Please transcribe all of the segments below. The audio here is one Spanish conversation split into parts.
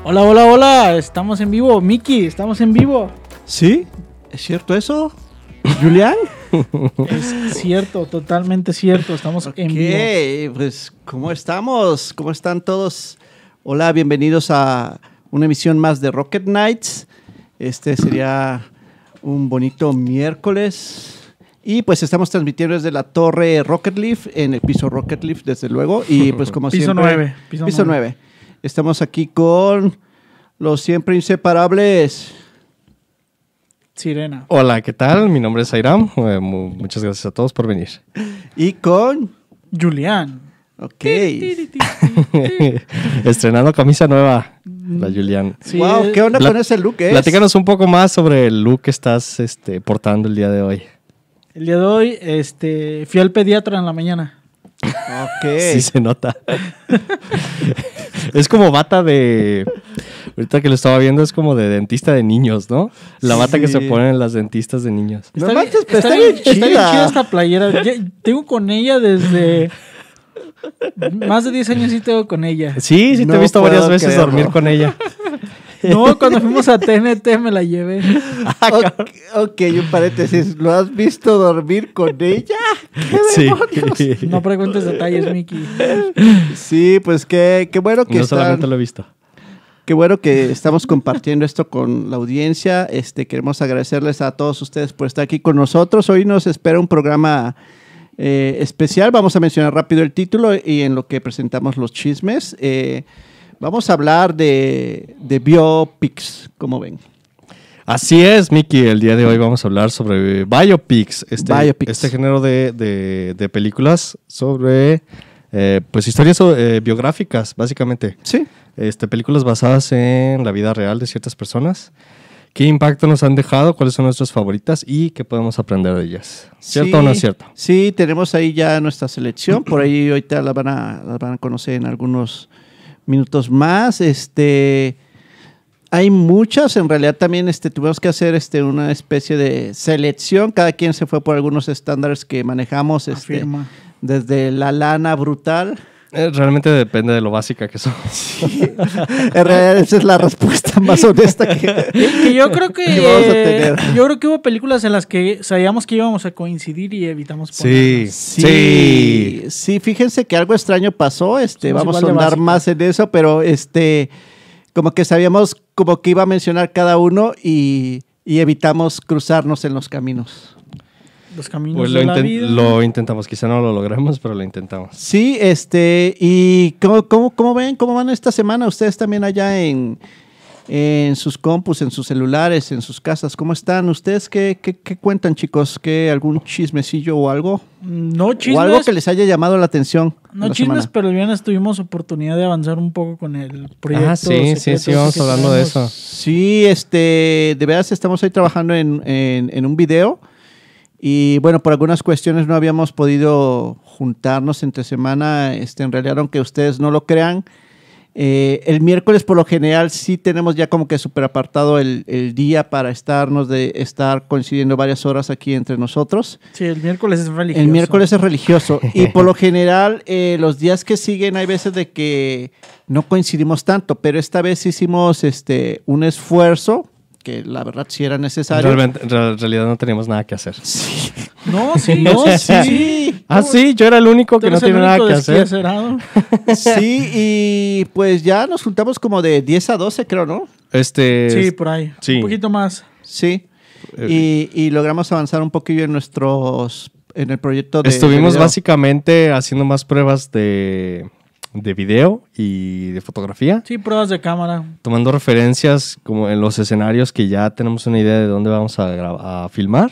Hola, hola, hola, estamos en vivo, Miki, estamos en vivo. ¿Sí? ¿Es cierto eso? ¿Julián? Es cierto, totalmente cierto, estamos en vivo. Pues ¿cómo estamos? ¿Cómo están todos? Hola, bienvenidos a una emisión más de Rocket Nights. Este sería un bonito miércoles. Y pues estamos transmitiendo desde la torre Rocket Leaf, en el piso Rocket Leaf, desde luego. Y pues como Piso siempre... 9. Piso 9. Estamos aquí con los siempre inseparables. Sirena. Hola, ¿qué tal? Mi nombre es Airam. Muchas gracias a todos por venir. Y con... Julián. Ok. Estrenando camisa nueva, la Julián. Sí, Wow, ¿qué onda con ese look? Platícanos un poco más sobre el look que estás portando el día de hoy. El día de hoy fui al pediatra en la mañana. Ok. Sí se nota. Es como bata de... Ahorita que lo estaba viendo es como de dentista de niños, ¿no? La bata Sí. que se ponen las dentistas de niños. No Está manches, pero está bien chida esta playera. Tengo con ella desde... Más de 10 años sí tengo con ella. Sí, te he No visto varias puedo veces creerlo. dormir con ella. No, cuando fuimos a TNT me la llevé. Ok, un paréntesis. ¿Lo has visto dormir con ella? Sí. No preguntes detalles, Miki. Sí, pues qué bueno que No solamente están, lo he visto. qué bueno que estamos compartiendo esto con la audiencia. Queremos agradecerles a todos ustedes por estar aquí con nosotros. Hoy nos espera un programa especial. Vamos a mencionar rápido el título y en lo que presentamos los chismes. Vamos a hablar de biopics, como ven. Así es, Miki. El día de hoy vamos a hablar sobre biopics, Biopics. este género de películas sobre pues historias biográficas, básicamente. Sí. Películas basadas en la vida real de ciertas personas. ¿Qué impacto nos han dejado? ¿Cuáles son nuestras favoritas? ¿Y qué podemos aprender de ellas? ¿Cierto o no es cierto? Sí, tenemos ahí ya nuestra selección. Por ahí ahorita las van a conocer en algunos minutos más. Hay muchas. En realidad también tuvimos que hacer una especie de selección. Cada quien se fue por algunos estándares que manejamos. Afirma. Desde la lana brutal. Realmente depende de lo básica que son. En realidad esa es la respuesta más honesta Que yo creo que que vamos a tener. yo creo que hubo películas en las que sabíamos que íbamos a coincidir y evitamos Sí. ponerlas. Sí, fíjense que algo extraño pasó. Vamos a igual de andar básicos. más en eso, pero como que sabíamos como que iba a mencionar cada uno y evitamos cruzarnos en los caminos. Los caminos Pues de la vida. lo intentamos. Quizá no lo logramos, pero lo intentamos. Sí, y ¿cómo ven? ¿Cómo van esta semana? Ustedes también allá en sus compus, en sus celulares, en sus casas. ¿Cómo están? ¿Ustedes qué cuentan, chicos? ¿Algún chismecillo o algo? No chismes. O algo que les haya llamado la atención. No la chismes, semana. pero el viernes tuvimos oportunidad de avanzar un poco con el proyecto. Sí, vamos que hablando de tenemos. eso. Sí, de veras estamos ahí trabajando en un video y bueno, por algunas cuestiones no habíamos podido juntarnos entre semana, en realidad aunque ustedes no lo crean, el miércoles por lo general sí tenemos ya como que súper apartado el día para estar coincidiendo varias horas aquí entre nosotros. Sí, el miércoles es religioso. El miércoles es religioso y por lo general los días que siguen hay veces de que no coincidimos tanto, pero esta vez hicimos un esfuerzo que la verdad sí era necesario. Realmente, en realidad no teníamos nada que hacer. Sí. No, sí. No, sí. Ah, sí, yo era el único Tú que no eres el tiene nada único que hacer. desquiciado. Sí, y pues ya nos juntamos como de 10 a 12, creo, ¿no? Sí, por ahí. Sí. Un poquito más. Sí. Y logramos avanzar un poquillo en el proyecto de Estuvimos video. básicamente haciendo más pruebas de video y de fotografía, Sí, pruebas de cámara. tomando referencias como en los escenarios que ya tenemos una idea de dónde vamos a filmar.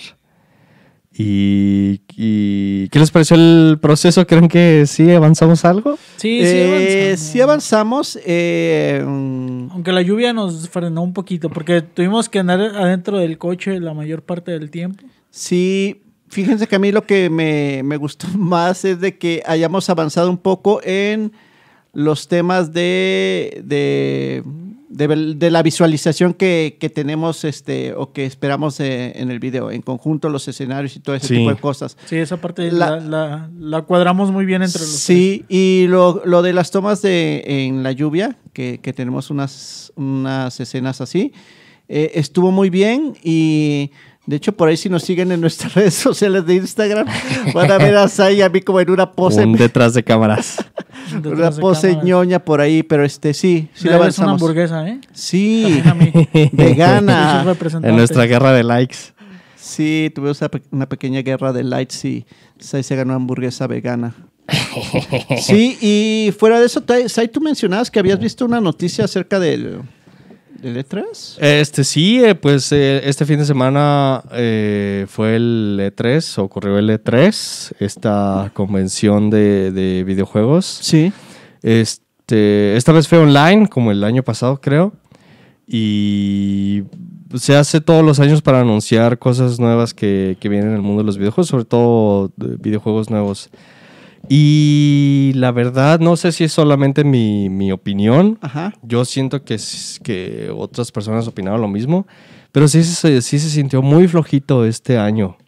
¿Y qué les pareció el proceso? ¿Creen que sí avanzamos algo? Sí, Sí avanzamos. Aunque la lluvia nos frenó un poquito, porque tuvimos que andar adentro del coche la mayor parte del tiempo. Sí, fíjense que a mí lo que me gustó más es de que hayamos avanzado un poco en los temas de de la visualización que tenemos o que esperamos en el video, en conjunto los escenarios y todo ese tipo de cosas. Sí, esa parte la cuadramos muy bien entre los sí, tres. Y lo de las tomas en la lluvia, que tenemos unas escenas así, estuvo muy bien y... De hecho, por ahí si nos siguen en nuestras redes sociales de Instagram, van a ver a Sai y a mí como en una pose. Detrás de cámaras. Una pose ñoña por ahí, pero sí lo avanzamos. Es una hamburguesa, ¿eh? Sí, vegana. En nuestra guerra de likes. Sí, tuvimos una pequeña guerra de likes y Sai se ganó hamburguesa vegana. Sí, y fuera de eso, Sai, tú mencionabas que habías visto una noticia acerca del E3. Sí, pues este fin de semana fue el E3, ocurrió el E3, esta convención de videojuegos. Sí. Esta vez fue online, como el año pasado, creo. Y se hace todos los años para anunciar cosas nuevas que vienen en el mundo de los videojuegos, sobre todo videojuegos nuevos. Y la verdad, no sé si es solamente mi opinión. Ajá. Yo siento que otras personas opinaron lo mismo, pero sí se sintió muy flojito este año.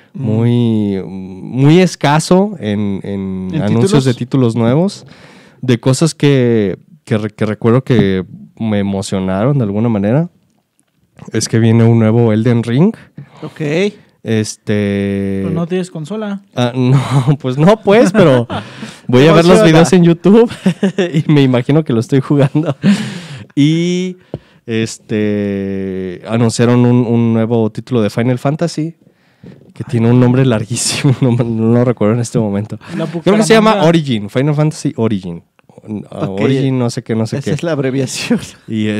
Muy escaso en anuncios de títulos nuevos, de cosas que recuerdo que me emocionaron de alguna manera. Es que viene un nuevo Elden Ring. Ok. Pero no tienes consola. No, pero voy a ver los videos en YouTube y me imagino que lo estoy jugando. Y anunciaron un nuevo título de Final Fantasy que tiene un nombre larguísimo, no lo recuerdo en este momento. Creo que se llama Origin, Final Fantasy Origin. Okay. Origin, no sé qué. Esa es la abreviación. Y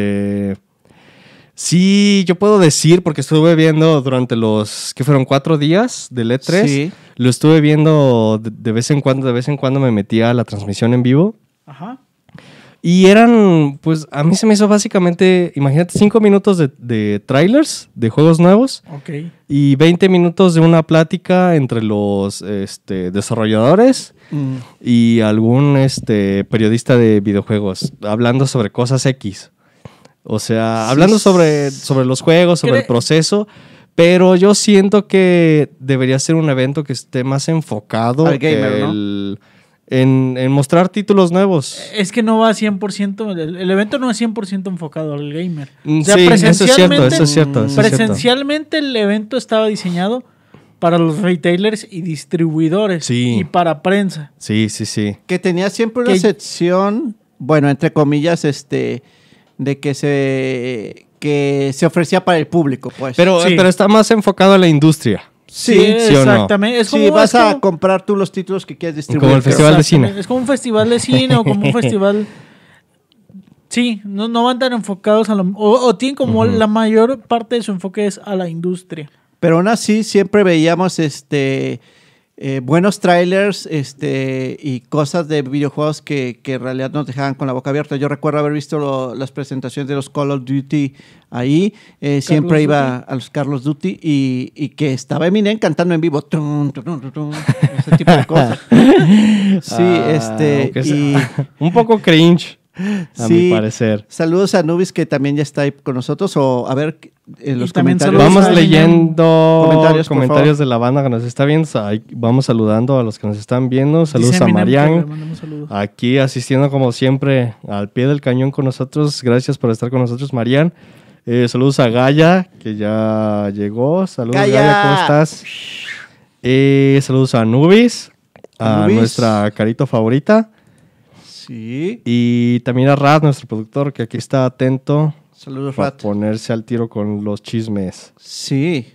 sí, yo puedo decir, porque estuve viendo durante los, que fueron 4 días del E3, sí. Lo estuve viendo de vez en cuando me metía a la transmisión en vivo. Ajá. Y eran, pues, a mí se me hizo básicamente, imagínate, 5 minutos de trailers de juegos nuevos. Ok. Y 20 minutos de una plática entre los desarrolladores y algún periodista de videojuegos, hablando sobre cosas X. O sea, hablando sobre los juegos, sobre el proceso, pero yo siento que debería ser un evento que esté más enfocado al gamer, ¿no? En mostrar títulos nuevos. Es que no va 100%, el evento no es 100% enfocado al gamer. O sea, sí, eso es cierto. Presencialmente el evento estaba diseñado para los retailers y distribuidores y para prensa. Sí. Que tenía siempre una sección, bueno, entre comillas, de que se ofrecía para el público, pues. Pero está más enfocado a la industria. Sí, exactamente. Es como, vas a comprar tú los títulos que quieres distribuir. Como el festival de cine. Es como un festival de cine o como un festival... Sí, no van tan enfocados a o tienen como la mayor parte de su enfoque es a la industria. Pero aún así siempre veíamos buenos trailers y cosas de videojuegos que en realidad nos dejaban con la boca abierta. Yo recuerdo haber visto las presentaciones de los Call of Duty ahí. Siempre iba a los Call of Duty y que estaba Eminem cantando en vivo. Ese tipo de cosas. Sí, un poco cringe. A mi parecer. Saludos a Anubis, que también ya está ahí con nosotros. O a ver en los comentarios. Vamos leyendo comentarios de la banda que nos está viendo. Vamos saludando a los que nos están viendo. Saludos a Marian. Aquí asistiendo como siempre al pie del cañón con nosotros. Gracias por estar con nosotros, Marian. Saludos a Gaia, que ya llegó. Saludos, Gaia, ¿cómo estás? Saludos a Anubis, a nuestra carito favorita. Sí. Y también a Rad, nuestro productor, que aquí está atento. Saludos, para Rad. Ponerse al tiro con los chismes. Sí.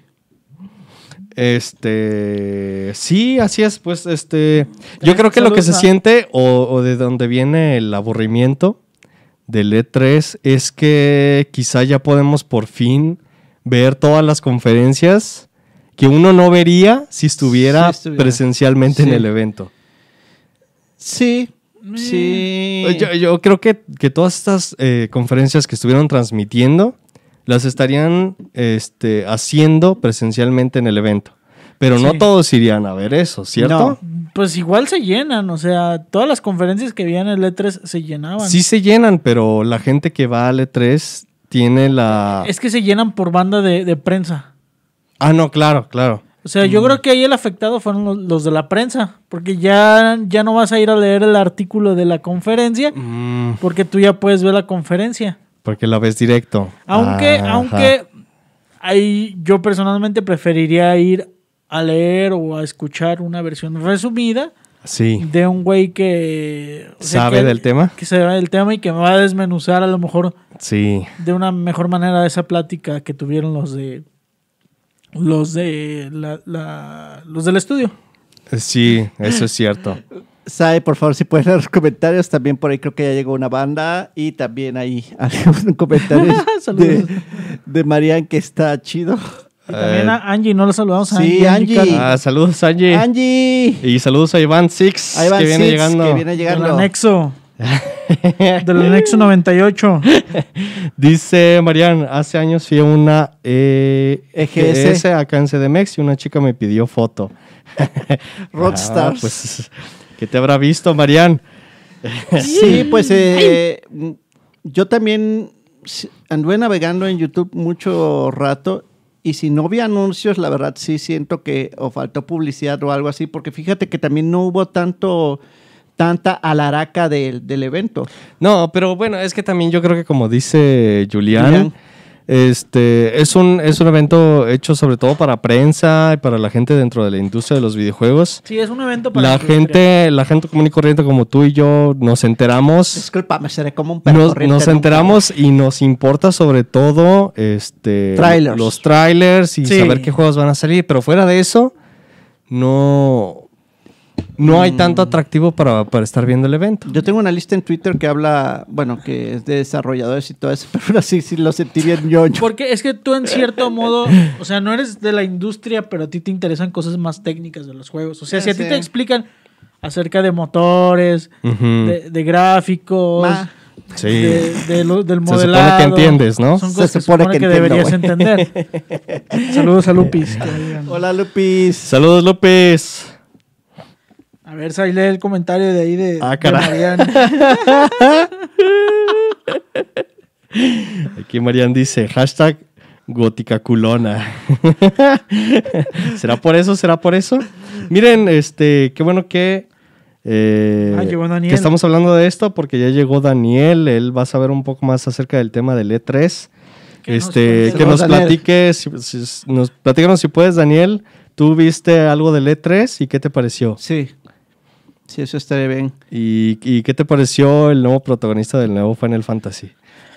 Sí, así es. Pues yo creo que lo que se siente o de donde viene el aburrimiento del E3 es que quizá ya podemos por fin ver todas las conferencias que uno no vería si estuviera presencialmente en el evento. Sí. Sí. Yo creo que todas estas conferencias que estuvieron transmitiendo las estarían haciendo presencialmente en el evento. Pero no todos irían a ver eso, ¿cierto? Pues igual se llenan, o sea, todas las conferencias que había en el E3 se llenaban. Sí se llenan, pero la gente que va al E3 tiene la... Es que se llenan por banda de prensa. Ah, no, claro, claro. O sea, yo creo que ahí el afectado fueron los de la prensa, porque ya no vas a ir a leer el artículo de la conferencia, porque tú ya puedes ver la conferencia. Porque la ves directo. Aunque ahí yo personalmente preferiría ir a leer o a escuchar una versión resumida Sí. de un güey que... o sea, ¿Sabe del tema? Que sabe del tema y que me va a desmenuzar a lo mejor Sí. de una mejor manera esa plática que tuvieron los del estudio. Sí, eso es cierto. Sai, por favor, si puedes leer los comentarios. También por ahí creo que ya llegó una banda. Y también hay algunos comentarios de Marian que está chido. Y también a Angie, no la saludamos a Sí, Angie. Angie. Saludos, Angie. Angie. Y saludos a Iván Six, Ahí van que viene Six, llegando. que viene llegando. Del anexo. Del anexo 98. Dice Marian, hace años fui a una EGS acá en CDMX y una chica me pidió foto. Rockstars. Pues, ¿qué te habrá visto, Marian? Sí, pues yo también anduve navegando en YouTube mucho rato y si no vi anuncios, la verdad sí siento que o faltó publicidad o algo así, porque fíjate que también no hubo tanta alaraca del evento. No, pero bueno, es que también yo creo que como dice Julián, es un evento hecho sobre todo para prensa y para la gente dentro de la industria de los videojuegos. Sí, es un evento para la gente común y corriente como tú y yo nos enteramos. Discúlpame, seré como un perro corriente. Nos enteramos y nos importa sobre todo los trailers y saber qué juegos van a salir, pero fuera de eso no hay tanto atractivo para estar viendo el evento. Yo tengo una lista en Twitter que habla, bueno, que es de desarrolladores y todo eso, pero ahora sí lo sentí bien yo. Porque es que tú en cierto modo, o sea, no eres de la industria, pero a ti te interesan cosas más técnicas de los juegos. O sea, si a ti te explican acerca de motores, de gráficos, sí. del modelado. Se supone que entiendes, ¿no? Son cosas que se supone que deberías entender. Saludos a Lupis. Hola, Lupis. Saludos, Lupis. A ver, ahí lee el comentario de ahí de Marian. Aquí Marian dice, hashtag goticaculona. ¿Será por eso? Miren, qué bueno que llegó Daniel. Que estamos hablando de esto porque ya llegó Daniel. Él va a saber un poco más acerca del tema del E3. Que nos platiques, platícanos si puedes, Daniel. ¿Tú viste algo del E3 y qué te pareció? Sí, eso estaría bien. ¿Y qué te pareció el nuevo protagonista del nuevo Final Fantasy?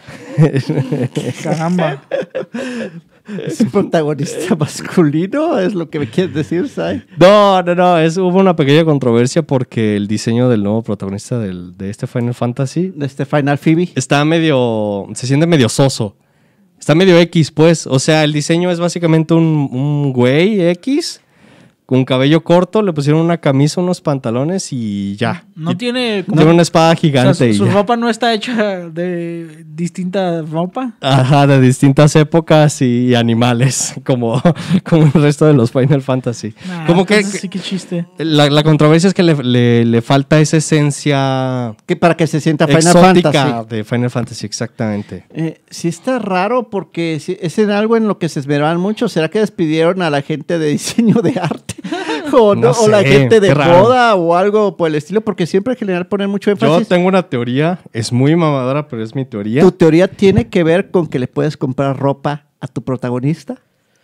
Caramba. ¿Es un protagonista masculino? ¿Es lo que me quieres decir, Sai? No. Hubo una pequeña controversia porque el diseño del nuevo protagonista de este Final Fantasy... De este Final Phoebe. Se siente medio soso. Está medio X, pues. O sea, el diseño es básicamente un güey X con cabello corto, le pusieron una camisa, unos pantalones y ya. No tiene... Tiene una espada gigante. O sea, su ropa no está hecha de distinta ropa. Ajá, de distintas épocas y animales, como el resto de los Final Fantasy. Como que sí, qué chiste. La controversia es que le falta esa esencia que para que se sienta Final exótica Fantasy. De Final Fantasy, exactamente. Sí está raro porque es en algo en lo que se esmeraban mucho. ¿Será que despidieron a la gente de diseño de arte? O la gente de moda o algo por el estilo, porque siempre en general ponen mucho énfasis. Yo tengo una teoría, es muy mamadora, pero es mi teoría. ¿Tu teoría tiene que ver con que le puedes comprar ropa a tu protagonista?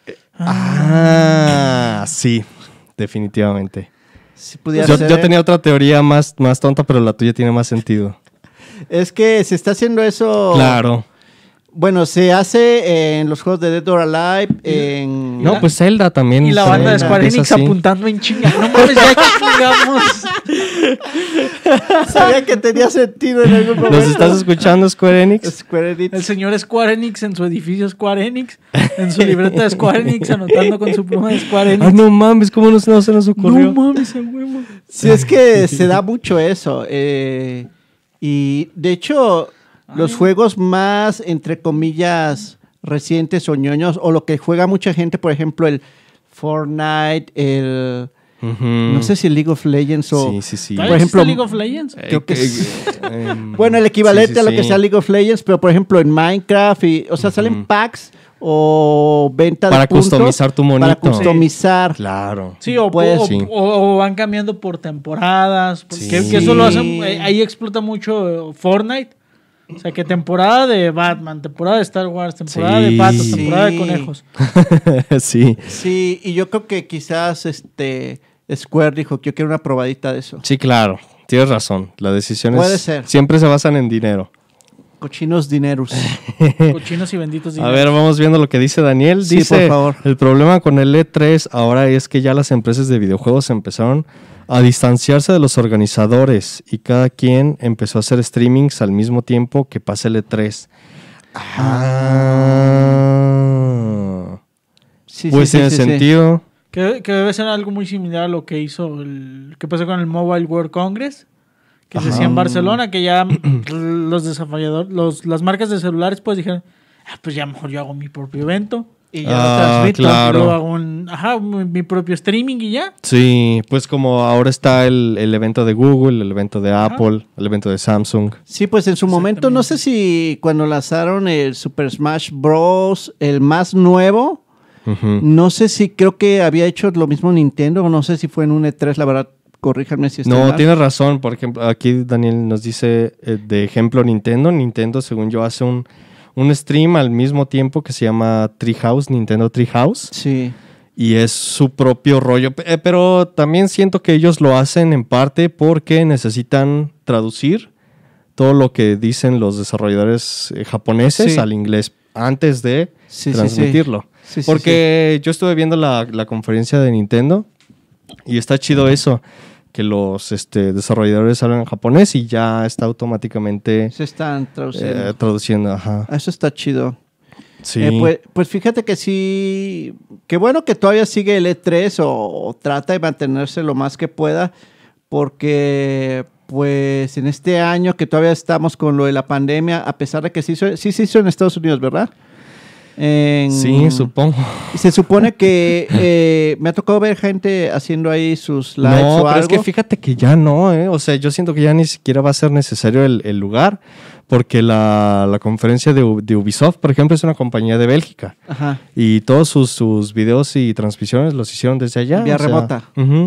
Sí, definitivamente. Si yo tenía otra teoría más tonta, pero la tuya tiene más sentido. Es que se está haciendo eso... Claro. Bueno, se hace en los juegos de Dead or Alive, No, pues Zelda también. Y la banda de Square Enix apuntando en chinga. No mames, ya que chingamos. Sabía que tenía sentido en algún momento. ¿Nos estás escuchando, Square Enix? Square Enix. El señor Square Enix en su edificio Square Enix, en su libreta de Square Enix, anotando con su pluma de Square Enix. No mames, ¿cómo no se nos ocurrió? No mames, a huevo. Sí, es que se da mucho eso. Y de hecho... Los juegos más, entre comillas, recientes o ñoños, o lo que juega mucha gente, por ejemplo, el Fortnite, el No sé si League of Legends o... Sí. Por ejemplo, League of Legends. Creo que bueno, el equivalente a lo que sea League of Legends, pero por ejemplo en Minecraft, salen packs o venta para de puntos. Para customizar tu monito. Para customizar. Claro. Sí, o van cambiando por temporadas. Que eso lo hacen, ahí explota mucho Fortnite. O sea, que temporada de Batman, temporada de Star Wars, temporada de patos, temporada de conejos. Sí. Sí, y yo creo que quizás Square dijo que yo quiero una probadita de eso. Sí, claro. Tienes razón. Las decisiones Puede ser. Siempre se basan en dinero. Cochinos dineros. Cochinos y benditos dineros. A ver, vamos viendo lo que dice Daniel. Sí, dice, por favor. El problema con el E3 ahora es que ya las empresas de videojuegos empezaron a distanciarse de los organizadores y cada quien empezó a hacer streamings al mismo tiempo que pasa el E3. Pues tiene sentido. Que debe ser algo muy similar a lo que hizo que pasó con el Mobile World Congress, que se hacía en Barcelona, que ya los desarrolladores, las marcas de celulares pues dijeron, pues ya mejor yo hago mi propio evento. Y ya lo transmito. Claro. Yo hago mi propio streaming y ya. Sí, pues como ahora está el evento de Google, el evento de Apple, el evento de Samsung. Sí, pues en su momento, no sé si cuando lanzaron el Super Smash Bros., el más nuevo, no sé si creo que había hecho lo mismo Nintendo, o no sé si fue en un E3, la verdad, corríjanme si estoy mal. Tienes razón, por ejemplo, aquí Daniel nos dice de ejemplo Nintendo. Nintendo, según yo, hace un stream al mismo tiempo que se llama Treehouse, Nintendo Treehouse. Sí. Y es su propio rollo. Pero también siento que ellos lo hacen en parte porque necesitan traducir todo lo que dicen los desarrolladores japoneses al inglés antes de transmitirlo. Sí, porque yo estuve viendo la conferencia de Nintendo y está chido eso, que los desarrolladores hablan japonés y ya está automáticamente se están traduciendo. Traduciendo. Ajá. Eso está chido. Sí. Pues fíjate que sí, qué bueno que todavía sigue el E3 o trata de mantenerse lo más que pueda, porque pues en este año que todavía estamos con lo de la pandemia, a pesar de que sí se hizo en Estados Unidos, ¿verdad? Sí, supongo. Se supone que me ha tocado ver gente haciendo ahí sus lives o algo. Pero es que fíjate que ya no, O sea, yo siento que ya ni siquiera va a ser necesario el lugar, porque la conferencia de Ubisoft, por ejemplo, es una compañía de Bélgica. Ajá. Y todos sus videos y transmisiones los hicieron desde allá. Vía remota.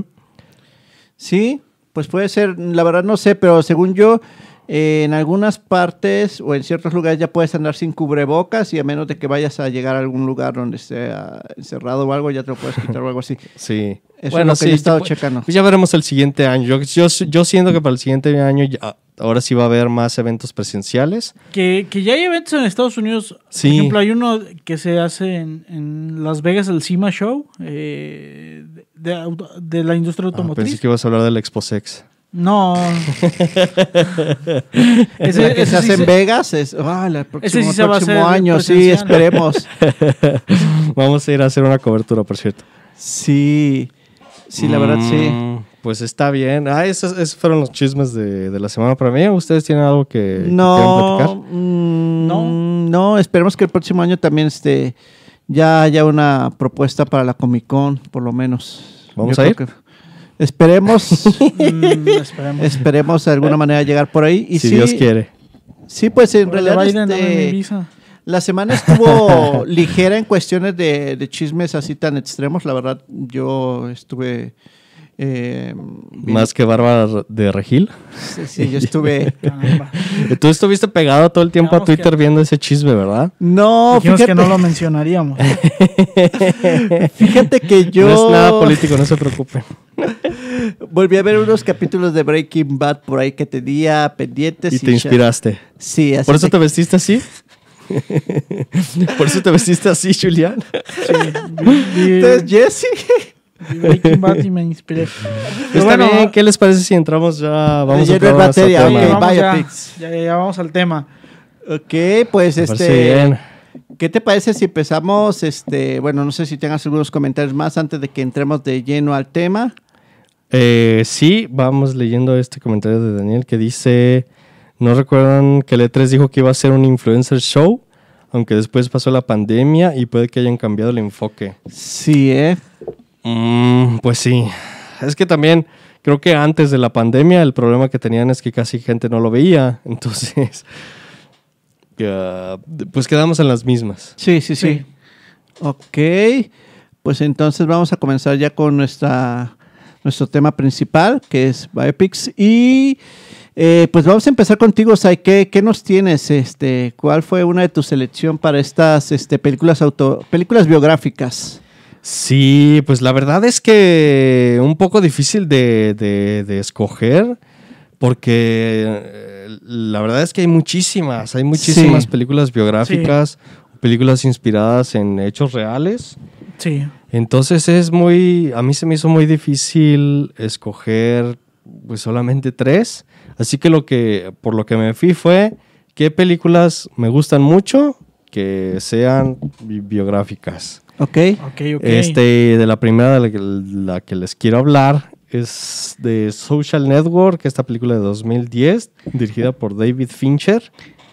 Sí, pues puede ser, la verdad no sé, pero según yo, en algunas partes o en ciertos lugares ya puedes andar sin cubrebocas y a menos de que vayas a llegar a algún lugar donde esté encerrado o algo, ya te lo puedes quitar o algo así. Sí. Eso es lo que yo he estado checando. Pues ya veremos el siguiente año. Yo siento que para el siguiente año ahora sí va a haber más eventos presenciales. Que ya hay eventos en Estados Unidos. Sí. Por ejemplo, hay uno que se hace en Las Vegas, el SEMA Show, de la industria automotriz. Pensé que ibas a hablar del ExpoSex. No. ese que se hace en Vegas es el próximo año, sí, esperemos. Vamos a ir a hacer una cobertura, por cierto. Sí, la verdad sí. Pues está bien. Esos fueron los chismes de la semana para mí. ¿Ustedes tienen algo que quieran platicar? No, esperemos que el próximo año también ya haya una propuesta para la Comic Con, por lo menos. ¿Vamos a ir? Esperemos. Esperemos de alguna manera llegar por ahí. Y si Dios quiere. Sí, pues en realidad la semana estuvo ligera en cuestiones de chismes así tan extremos. La verdad, yo estuve... ¿Más que Bárbara de Regil? Sí, yo estuve... Tú estuviste pegado todo el tiempo a Twitter viendo ese chisme, ¿verdad? No, dijimos que no lo mencionaríamos. Fíjate que yo... No es nada político, no se preocupen. Volví a ver unos capítulos de Breaking Bad por ahí que tenía pendientes. Y te inspiraste. Sí, así. ¿Por eso te vestiste así? ¿Por eso te vestiste así, Julián? Sí. Entonces, Jesse... Breaking Bad y me inspiré. Está bien, ¿qué les parece si entramos ya? Vamos a entrar materia. Ya vamos al tema. Ok, pues ¿qué te parece si empezamos? Bueno, no sé si tengas algunos comentarios más antes de que entremos de lleno al tema. Sí, vamos leyendo este comentario de Daniel que dice: ¿no recuerdan que el E3 dijo que iba a ser un influencer show? Aunque después pasó la pandemia y puede que hayan cambiado el enfoque. Sí, pues sí. Es que también creo que antes de la pandemia el problema que tenían es que casi gente no lo veía. Entonces, pues quedamos en las mismas. Sí. Ok, pues entonces vamos a comenzar ya con nuestro tema principal, que es biopics. Y pues vamos a empezar contigo, Sai. ¿Qué nos tienes? ¿Cuál fue una de tus selección para estas películas biográficas? Sí, pues la verdad es que un poco difícil de escoger, porque la verdad es que hay muchísimas películas biográficas, películas inspiradas en hechos reales. Sí. Entonces a mí se me hizo muy difícil escoger pues solamente 3, así que por lo que me fui fue qué películas me gustan mucho que sean biográficas. Ok. De la primera de la que les quiero hablar es de Social Network, esta película de 2010, dirigida por David Fincher.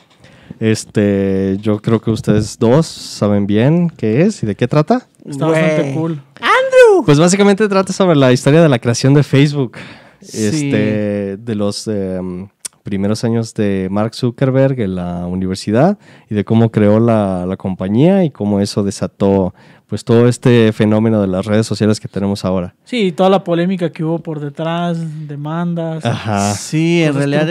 Yo creo que ustedes dos saben bien qué es y de qué trata. Está bastante cool. ¡Andrew! Pues básicamente trata sobre la historia de la creación de Facebook. Sí. De los primeros años de Mark Zuckerberg en la universidad y de cómo creó la compañía y cómo eso desató pues todo este fenómeno de las redes sociales que tenemos ahora. Sí, toda la polémica que hubo por detrás, demandas. Ajá. Sí, en realidad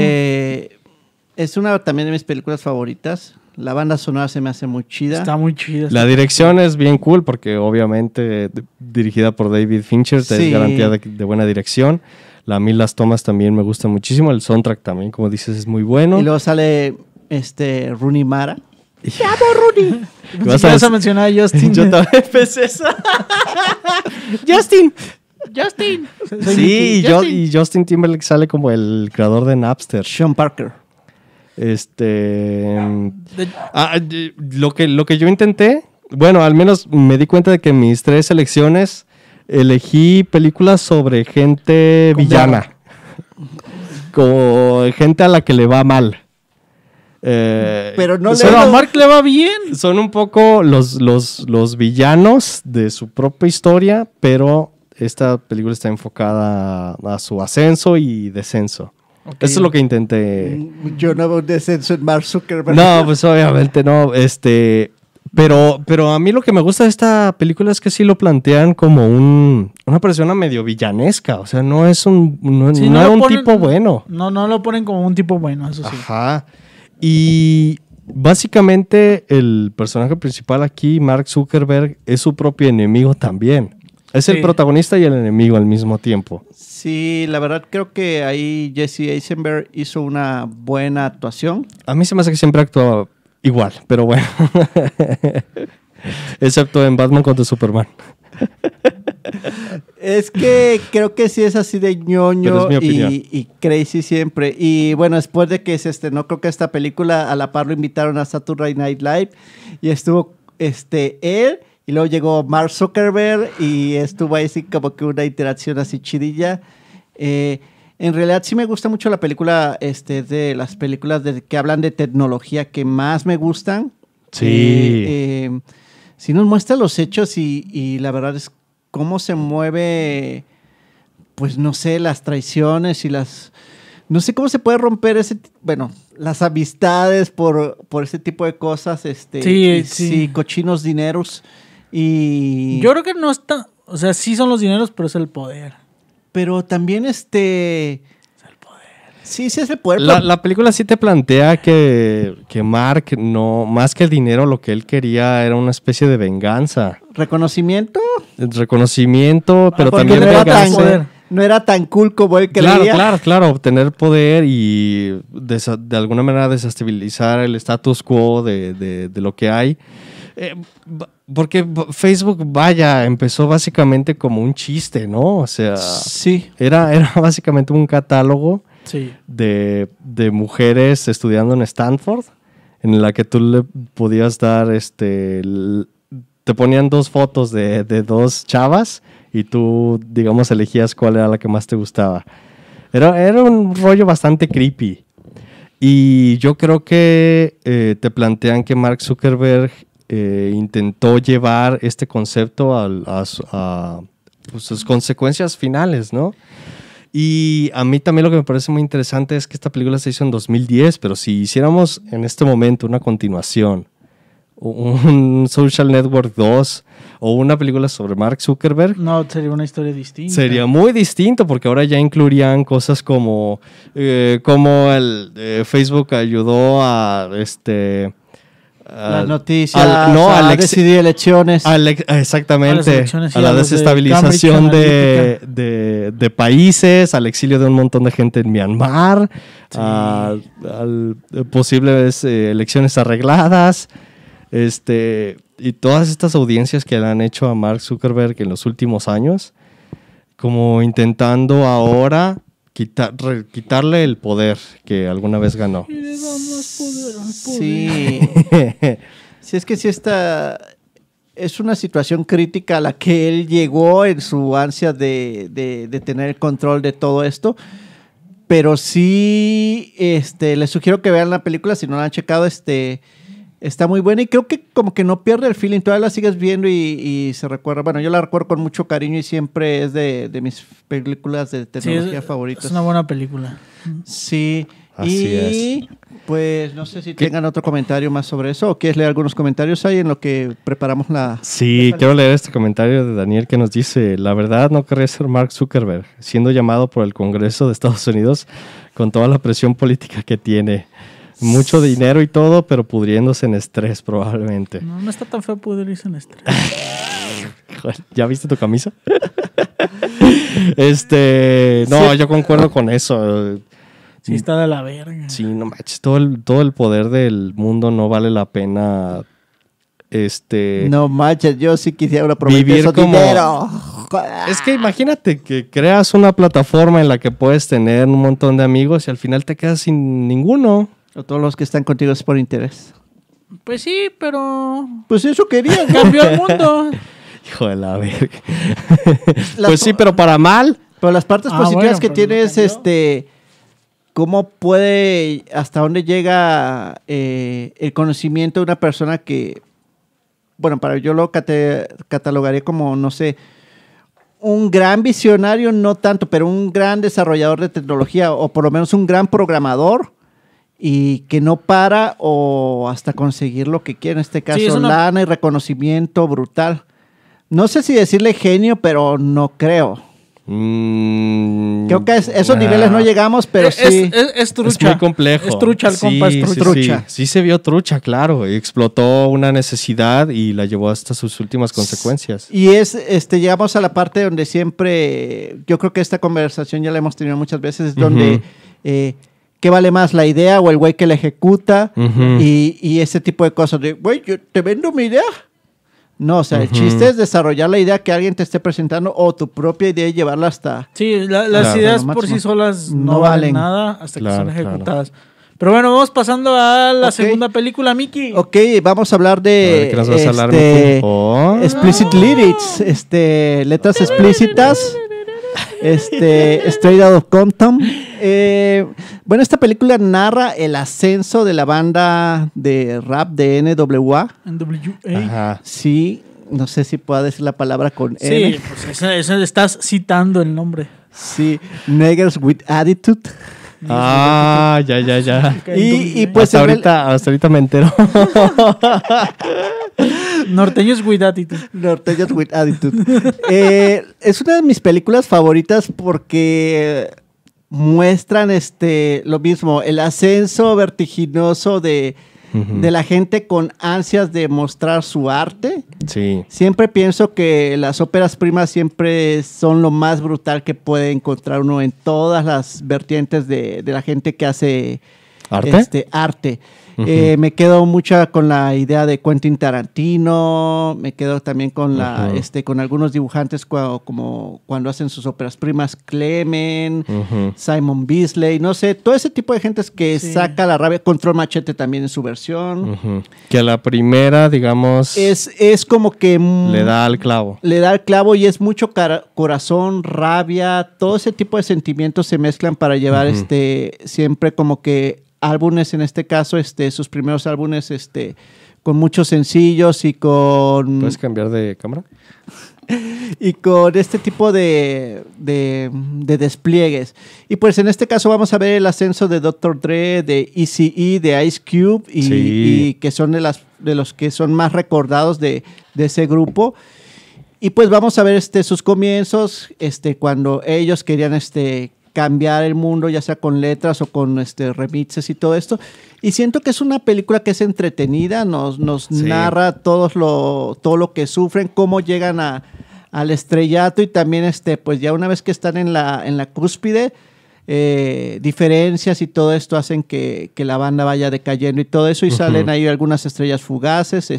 es una también de mis películas favoritas. La banda sonora se me hace muy chida. Está muy chida. La dirección es bien cool porque obviamente dirigida por David Fincher es garantía de buena dirección. A mí las tomas también me gustan muchísimo. El soundtrack también, como dices, es muy bueno. Y luego sale Rooney Mara. ¡Te amo, Rooney! Vas a mencionar a Justin. Yo también pensé eso. Justin. Sí, y Justin Timberlake sale como el creador de Napster. Sean Parker. Lo que yo intenté, bueno, al menos me di cuenta de que en mis 3 selecciones elegí películas sobre gente villana, como gente a la que le va mal. Pero no a Mark le va bien. Son un poco los villanos de su propia historia, pero esta película está enfocada a su ascenso y descenso. Okay. Eso es lo que intenté. Yo no veo un descenso en Mark Zuckerberg. No, pues obviamente no. Pero a mí lo que me gusta de esta película es que sí lo plantean como una persona medio villanesca. O sea, no es un tipo bueno. No lo ponen como un tipo bueno, eso sí. Ajá. Y básicamente el personaje principal aquí, Mark Zuckerberg, es su propio enemigo también. Es el protagonista y el enemigo al mismo tiempo. Sí, la verdad creo que ahí Jesse Eisenberg hizo una buena actuación. A mí se me hace que siempre actúa igual, pero bueno. Excepto en Batman contra Superman. Es que creo que sí es así de ñoño y crazy siempre. Y bueno, después de que se estrenó, creo que esta película, a la par lo invitaron a Saturday Night Live y estuvo él. Y luego llegó Mark Zuckerberg y estuvo ahí así como que una interacción así chidilla. En realidad sí me gusta mucho la película, de las películas que hablan de tecnología que más me gustan. Sí. Sí nos muestra los hechos y la verdad es cómo se mueve, pues no sé, las traiciones y no sé cómo se puede romper las amistades por ese tipo de cosas, sí, cochinos dineros. Y yo creo que no está, o sea, sí son los dineros, pero es el poder. Pero también es el poder. Sí, es el poder. La película sí te plantea que Mark, no, más que el dinero, lo que él quería era una especie de venganza. ¿Reconocimiento? Pero también venganza. No era tan cool como él creía. Claro, obtener poder y de alguna manera desestabilizar el status quo de lo que hay. Porque Facebook, empezó básicamente como un chiste, ¿no? O sea, sí. Era básicamente un catálogo sí. de mujeres estudiando en Stanford, en la que tú le podías dar, te ponían 2 fotos de 2 chavas y tú, digamos, elegías cuál era la que más te gustaba. Era un rollo bastante creepy. Y yo creo que te plantean que Mark Zuckerberg intentó llevar este concepto a pues, sus consecuencias finales, ¿no? Y a mí también lo que me parece muy interesante es que esta película se hizo en 2010, pero si hiciéramos en este momento una continuación, un Social Network 2 o una película sobre Mark Zuckerberg, no, sería una historia distinta. Sería muy distinto porque ahora ya incluirían cosas como el Facebook ayudó a las noticias, a decidir elecciones. Exactamente, a la desestabilización de países, al exilio de un montón de gente en Myanmar, sí. a posibles elecciones arregladas, y todas estas audiencias que le han hecho a Mark Zuckerberg en los últimos años, como intentando ahora quitarle el poder que alguna vez ganó. Y le damos poder al poder. Sí. Sí, es que sí es una situación crítica a la que él llegó en su ansia de tener el control de todo esto. Pero sí, les sugiero que vean la película si no la han checado. Está muy buena y creo que como que no pierde el feeling. Todavía la sigues viendo y se recuerda. Bueno, yo la recuerdo con mucho cariño y siempre es de mis películas de tecnología favoritas. Es una buena película. Sí. Así es. Pues no sé si tengan otro comentario más sobre eso o quieres leer algunos comentarios ahí en lo que preparamos la... Sí, quiero leer este comentario de Daniel que nos dice: la verdad no querría ser Mark Zuckerberg, siendo llamado por el Congreso de Estados Unidos con toda la presión política que tiene. Mucho dinero y todo, pero pudriéndose en estrés probablemente. No está tan feo pudrirse en estrés. ¿Ya viste tu camisa? No, yo concuerdo con eso. Sí, está de la verga. Sí, no manches, todo el poder del mundo no vale la pena. No manches, yo sí quisiera aprovechar vivir ese como dinero. Es que imagínate que creas una plataforma en la que puedes tener un montón de amigos y al final te quedas sin ninguno. O todos los que están contigo es por interés. Pues sí, pero... Pues eso quería. Cambió el mundo. Hijo de la verga. Pues sí, pero para mal. Pero las partes positivas que tiene es cómo puede, hasta dónde llega el conocimiento de una persona que, bueno, yo lo catalogaría como, no sé, un gran visionario, no tanto, pero un gran desarrollador de tecnología o por lo menos un gran programador y que no para o hasta conseguir lo que quiere, en este caso lana y reconocimiento brutal. No sé si decirle genio, pero no creo. Creo que a esos niveles no llegamos, pero sí. Es trucha. Es muy complejo. Es trucha el compa, es trucha. Sí, se vio trucha, claro. Y explotó una necesidad y la llevó hasta sus últimas consecuencias. Y llegamos a la parte donde siempre, yo creo que esta conversación ya la hemos tenido muchas veces, donde ¿qué vale más, la idea o el güey que la ejecuta? Y ese tipo de cosas de, güey, yo te vendo mi idea. No, o sea, el chiste es desarrollar la idea que alguien te esté presentando o tu propia idea y llevarla hasta... Sí, las ideas por sí solas no valen nada hasta que son ejecutadas. Claro. Pero bueno, vamos pasando a la segunda película, Miki. Ok, vamos a hablar de... ¿Qué nos vas a hablar, Miki? Explicit lyrics, letras explícitas. Straight Out of Compton. Bueno, esta película narra el ascenso de la banda de rap de NWA. NWA. Ajá. Sí, no sé si puedo decir la palabra con N. Sí, pues eso estás citando el nombre. Sí, Niggers with Attitude. Ya. Y pues hasta ahorita me entero. Norteños with Attitude. Norteños with Attitude. Es una de mis películas favoritas porque muestran lo mismo, el ascenso vertiginoso de la gente con ansias de mostrar su arte. Sí. Siempre pienso que las óperas primas siempre son lo más brutal que puede encontrar uno en todas las vertientes de la gente que hace arte. Me quedo mucho con la idea de Quentin Tarantino, me quedo también con con algunos dibujantes como cuando hacen sus óperas primas, Clement, Simon Bisley, no sé, todo ese tipo de gente que saca la rabia. Control Machete también en su versión. Que a la primera, digamos... Es como que... le da al clavo. Le da al clavo y es mucho corazón, rabia, todo ese tipo de sentimientos se mezclan para llevar siempre como que álbumes, en este caso, sus primeros álbumes, con muchos sencillos y con... ¿Puedes cambiar de cámara? y con este tipo de despliegues. Y pues en este caso vamos a ver el ascenso de Dr. Dre, de Eazy-E, de Ice Cube, y que son de los que son más recordados de ese grupo. Y pues vamos a ver sus comienzos, cuando ellos querían cambiar el mundo, ya sea con letras o con remixes y todo esto. Y siento que es una película que es entretenida, nos narra todo lo que sufren, cómo llegan al estrellato, y también pues ya una vez que están en la cúspide, diferencias y todo esto hacen que la banda vaya decayendo y todo eso, y salen ahí algunas estrellas fugaces,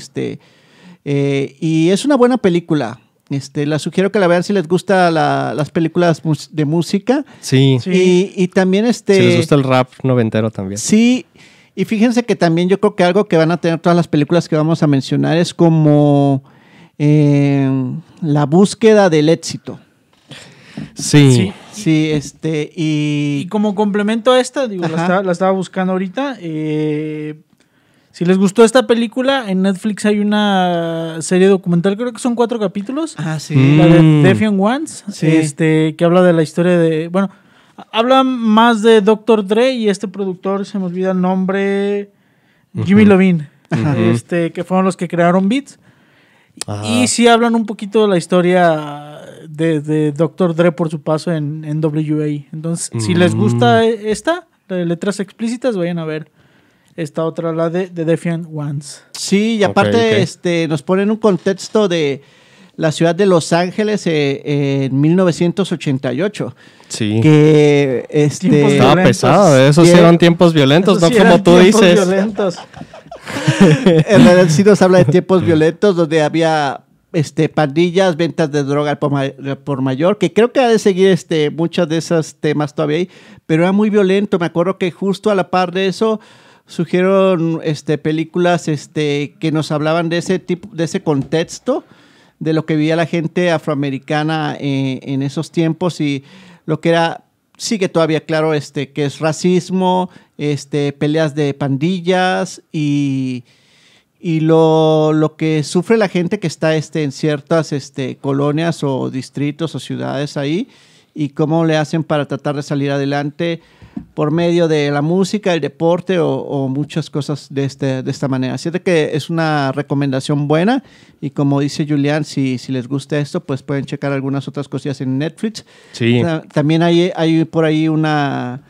y es una buena película. La sugiero que la vean si les gusta las películas de música. Sí. Y también si les gusta el rap noventero también. Sí. Y fíjense que también yo creo que algo que van a tener todas las películas que vamos a mencionar es como la búsqueda del éxito. Sí. Sí, y como complemento a esta, digo, la estaba buscando ahorita. Si les gustó esta película, en Netflix hay una serie documental, creo que son 4 capítulos. Ah, sí. La de Defiant Ones, que habla de la historia de... Bueno, habla más de Dr. Dre y este productor, se me olvida el nombre, Jimmy Iovine, que fueron los que crearon Beats. Y sí hablan un poquito de la historia de Dr. Dre por su paso en NWA. Entonces, si les gusta esta, de letras explícitas, vayan a ver esta otra, la de Defiant Ones. Sí, y aparte nos ponen un contexto de la ciudad de Los Ángeles en 1988. Sí. Que estaba pesado, esos eran tiempos violentos, no como tú dices. Violentos. En realidad sí nos habla de tiempos violentos donde había pandillas, ventas de droga por mayor, que creo que ha de seguir muchos de esos temas todavía ahí, pero era muy violento. Me acuerdo que justo a la par de eso surgieron películas que nos hablaban de ese tipo, de ese contexto, de lo que vivía la gente afroamericana en esos tiempos, y lo que era, sigue todavía claro, que es racismo, peleas de pandillas y lo que sufre la gente que está en ciertas colonias o distritos o ciudades ahí, y cómo le hacen para tratar de salir adelante por medio de la música, el deporte o muchas cosas de esta manera. Así que es una recomendación buena, y como dice Julián, si les gusta esto, pues pueden checar algunas otras cosillas en Netflix. Sí. También hay por ahí una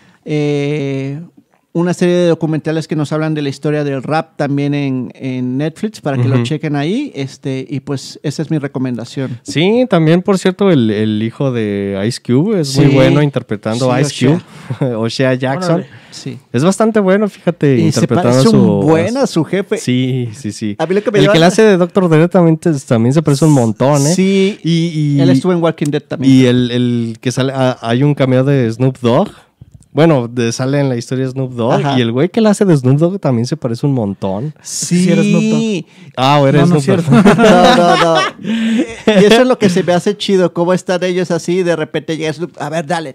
serie de documentales que nos hablan de la historia del rap también en Netflix, para que lo chequen ahí, y pues esa es mi recomendación. Sí, también, por cierto, el hijo de Ice Cube es muy bueno interpretando a Ice Cube, O'Shea Jackson. Órale. Sí. Es bastante bueno, fíjate, y interpretando se parece a su jefe. Sí. A mí lo que el que le hace de Dr. Dre también se parece un montón, ¿eh? Sí, y él estuvo en Walking Dead también. Y el que sale, hay un cameo de Snoop Dogg. Bueno, sale en la historia Snoop Dogg. Ajá. Y el güey que la hace de Snoop Dogg también se parece un montón. Sí. Eres Snoop Dogg. Ah, eres Snoop Dogg. No. Y eso es lo que se me hace chido. Cómo están ellos así y de repente llega Snoop. A ver, dale.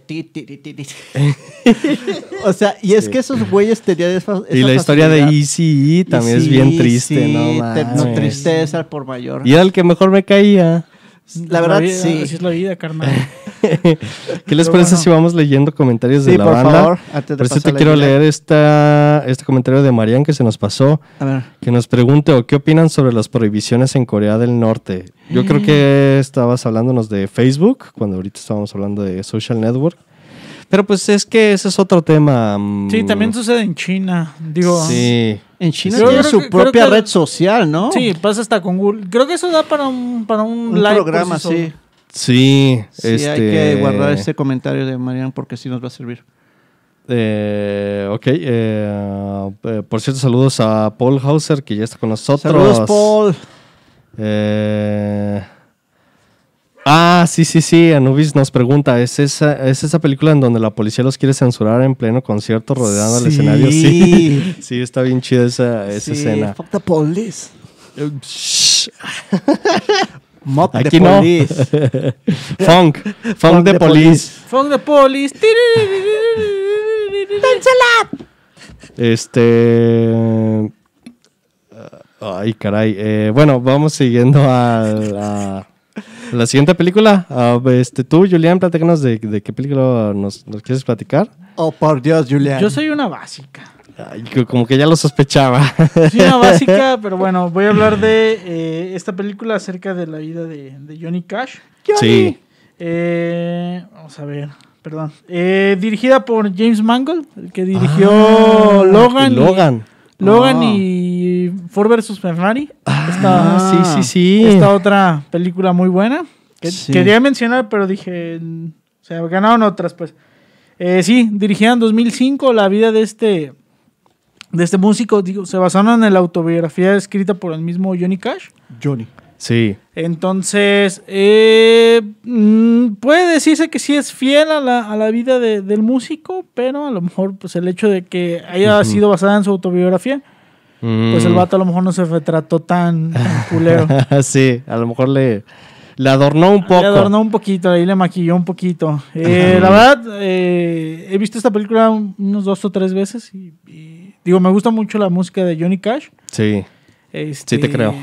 O sea, y es que esos güeyes tenían esa y la historia de Eazy-E también es bien triste, ¿no? No, tristeza por mayor. Y era el que mejor me caía. La verdad, sí. Así es la vida, carnal. ¿Qué les parece si vamos leyendo comentarios de la banda? Sí, por favor. Antes de por eso te quiero leer este comentario de Marian que se nos pasó. A ver. Que nos pregunte, ¿qué opinan sobre las prohibiciones en Corea del Norte? Yo creo que estabas hablándonos de Facebook, cuando ahorita estábamos hablando de Social Network. Pero pues es que ese es otro tema. Sí, también sucede en China. Digo, sí. En China tiene su propia red social, ¿no? Sí, pasa hasta con Google. Creo que eso da para un live programa, sí. Sí. Sí, hay que guardar ese comentario de Marian porque sí nos va a servir. Por cierto, saludos a Paul Hauser, que ya está con nosotros. Saludos, Paul. Sí. Anubis nos pregunta, ¿es esa película en donde la policía los quiere censurar en pleno concierto rodeando el escenario? Sí. Sí, está bien chida esa escena. Fuck the police. Mock Aquí the police. Funk the police. Funk the police. Ay, caray. Bueno, vamos siguiendo a La siguiente película, tú, Julián, platícanos de qué película nos quieres platicar. Oh, por Dios, Julián. Yo soy una básica. Ay, como que ya lo sospechaba. Soy una básica, pero bueno, voy a hablar de esta película acerca de la vida de Johnny Cash. Sí. Vamos a ver, perdón. Dirigida por James Mangold, el que dirigió Logan. Logan y Ford vs Ferrari. Sí. Esta otra película muy buena. Que Sí. quería mencionar, pero dije... O sea, ganaron otras, pues. Sí, dirigida en 2005 la vida de este músico. Digo, se basaron en la autobiografía escrita por el mismo Johnny Cash. Johnny. Sí. Entonces, puede decirse que sí es fiel a la vida del músico, pero a lo mejor pues el hecho de que haya sido basada en su autobiografía, pues el vato a lo mejor no se retrató tan culero. Sí, a lo mejor le adornó un poco. Le adornó un poquito, ahí le maquilló un poquito. La verdad, he visto esta película unos 2 o 3 veces y digo, me gusta mucho la música de Johnny Cash. Sí. Sí te creo.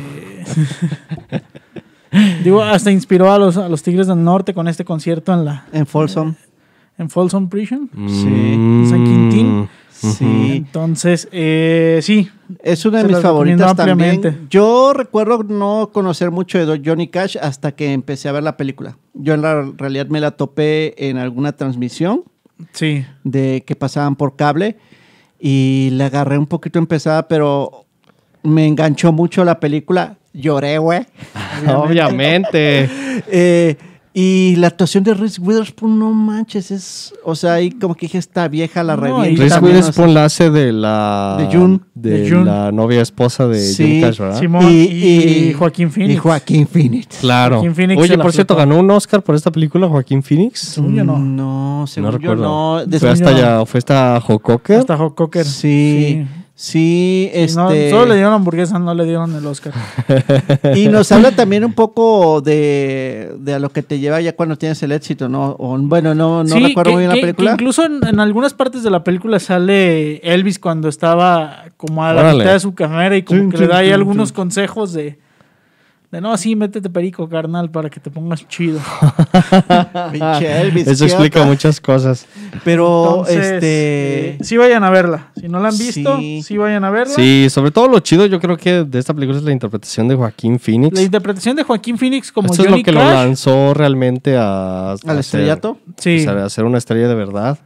Digo, hasta inspiró a los Tigres del Norte con este concierto En Folsom. en Folsom Prison, Sí. San Quintín. Sí. Entonces, sí. Es una de Se mis las favoritas recomiendo también. ampliamente. Yo recuerdo no conocer mucho de Johnny Cash hasta que empecé a ver la película. Yo en la realidad me la topé en alguna transmisión Sí. de que pasaban por cable y la agarré un poquito empezada, pero me enganchó mucho la película. Lloré, güey. Obviamente. Y la actuación de Reese Witherspoon, no manches, o sea, ahí como que dije, esta vieja la No, revienta. y Reese también, Witherspoon la hace de la... De June. De June. la novia esposa de Sí. Johnny Cash, ¿verdad? Simón y Joaquín Phoenix. Y Joaquín Phoenix. Claro. Joaquín Phoenix Oye, se la por cierto, flotó. ¿ganó un Oscar por esta película Joaquín Phoenix? Según yo no. No, según No yo recuerdo. no. Fue hasta Joe Hasta Hot Cocker. Sí. Sí, No, solo le dieron la hamburguesa, no le dieron el Oscar. Y nos habla también un poco de a lo que te lleva ya cuando tienes el éxito, ¿no? Bueno, no Sí, recuerdo muy bien la que película. incluso en algunas partes de la película sale Elvis cuando estaba como a la Órale. mitad de su carrera y como Chun, que le da ahí chun, algunos chun. consejos de no, sí, métete perico, carnal, para que te pongas chido. Pinche Elvis, Eso ¿qué explica onda? muchas cosas. Pero, Entonces, sí vayan a verla. Si no la han visto, Sí. sí vayan a verla. Sí, sobre todo lo chido yo creo que de esta película es la interpretación de Joaquín Phoenix. La interpretación de Joaquín Phoenix como Esto es Johnny lo que lo Cash. lanzó realmente a ¿Al hacer- estrellato? Sí. o sea, a ser una estrella de verdad.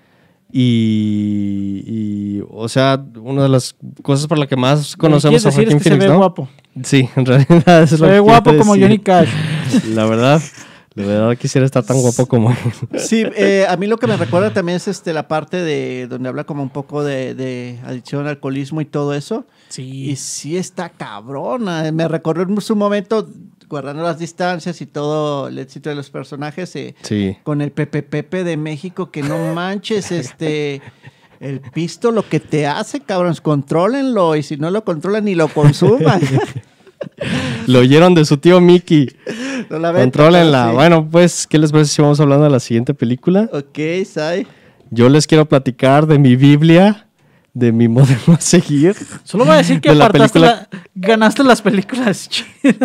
Y, o sea, una de las cosas por las que más conocemos a Lo que Joaquín quieres decir es que Phoenix, se ve ¿no? guapo. Sí, en realidad es Se lo que ve guapo quiero como decir. Johnny Cash. La verdad quisiera estar tan guapo como él. Sí, a mí lo que me recuerda también es la parte de donde habla como un poco de adicción, alcoholismo y todo eso. Y Sí. sí está cabrona. Me recordó en su momento, guardando las distancias y todo el éxito de los personajes, Sí. con el Pepe Pepe de México, que no manches, el pisto lo que te hace, cabrones, contrólenlo, y si no lo controlan ni lo consuman. Lo oyeron de su tío Mickey. No la ven, Contrólenla. sí. Bueno, pues, ¿qué les parece si vamos hablando de la siguiente película? Ok, Sai. Yo les quiero platicar de mi Biblia, de mi modelo a seguir. Solo voy a decir que De la apartaste película- ganaste las películas chidas.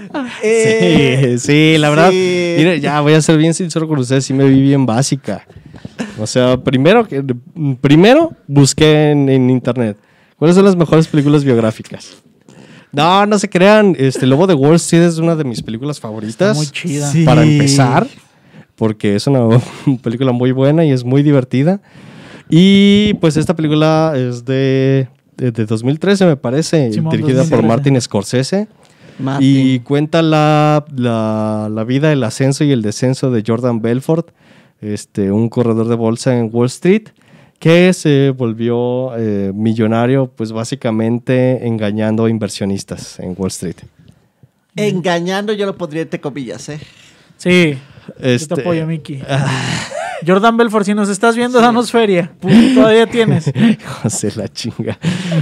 Sí, la verdad. sí. Mire, ya voy a ser bien sincero con ustedes, sí me vi bien básica. O sea, primero busqué en internet cuáles son las mejores películas biográficas. No se crean. Lobo de Wall Street es una de mis películas favoritas. Muy chida. Sí. Para empezar, porque es una película muy buena y es muy divertida. Y pues esta película es de 2013, me parece, Simón, dirigida 2013. por Martin Scorsese. Martin. Y cuenta la vida, el ascenso y el descenso de Jordan Belfort, un corredor de bolsa en Wall Street, que se volvió millonario, pues básicamente engañando inversionistas en Wall Street. Engañando, yo lo pondría entre comillas, Sí. Yo te apoyo, Mickey. Jordan Belfort, si nos estás viendo, danos feria. Todavía tienes. José la chinga.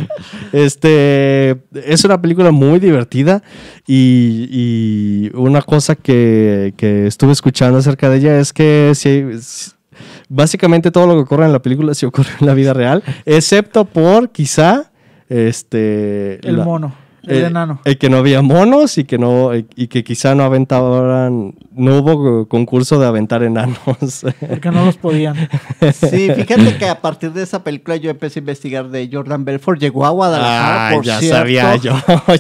Es una película muy divertida y una cosa que estuve escuchando acerca de ella es que básicamente todo lo que ocurre en la película sí ocurre en la vida real, excepto por quizá El mono. El enano. Que no había monos y que quizá no hubo concurso de aventar enanos. Porque no los podían. Sí, fíjate que a partir de esa película yo empecé a investigar de Jordan Belfort. Llegó a Guadalajara, por cierto. Sabía yo.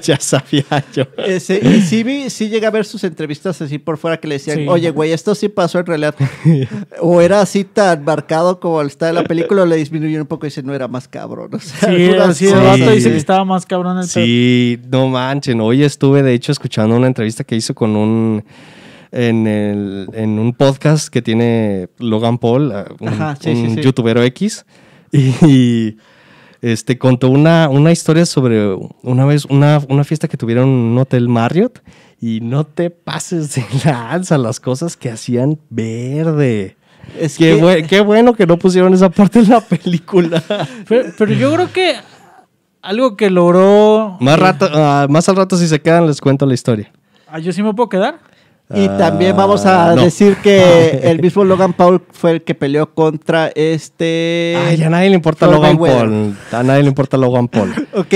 Y sí llegué a ver sus entrevistas así por fuera que le decían, oye, güey, esto sí pasó en realidad. O era así tan marcado como está en la película, o le disminuyeron un poco y dice, no era más cabrón. O sea, sí, el vato dice que estaba más cabrón el pedo. Sí, no manchen. Hoy estuve, de hecho, escuchando una entrevista que hizo con un podcast que tiene Logan Paul, un youtubero X, y contó una historia sobre una vez una fiesta que tuvieron en un hotel Marriott, y no te pases de lanza las cosas que hacían verde. Qué bueno que no pusieron esa parte en la película. Pero yo creo que algo que logró... Más al rato, si se quedan, les cuento la historia. ¿Yo sí me puedo quedar? Y también vamos a decir que el mismo Logan Paul fue el que peleó contra ya a nadie le importa Logan Paul. A nadie le importa Logan Paul. Ok.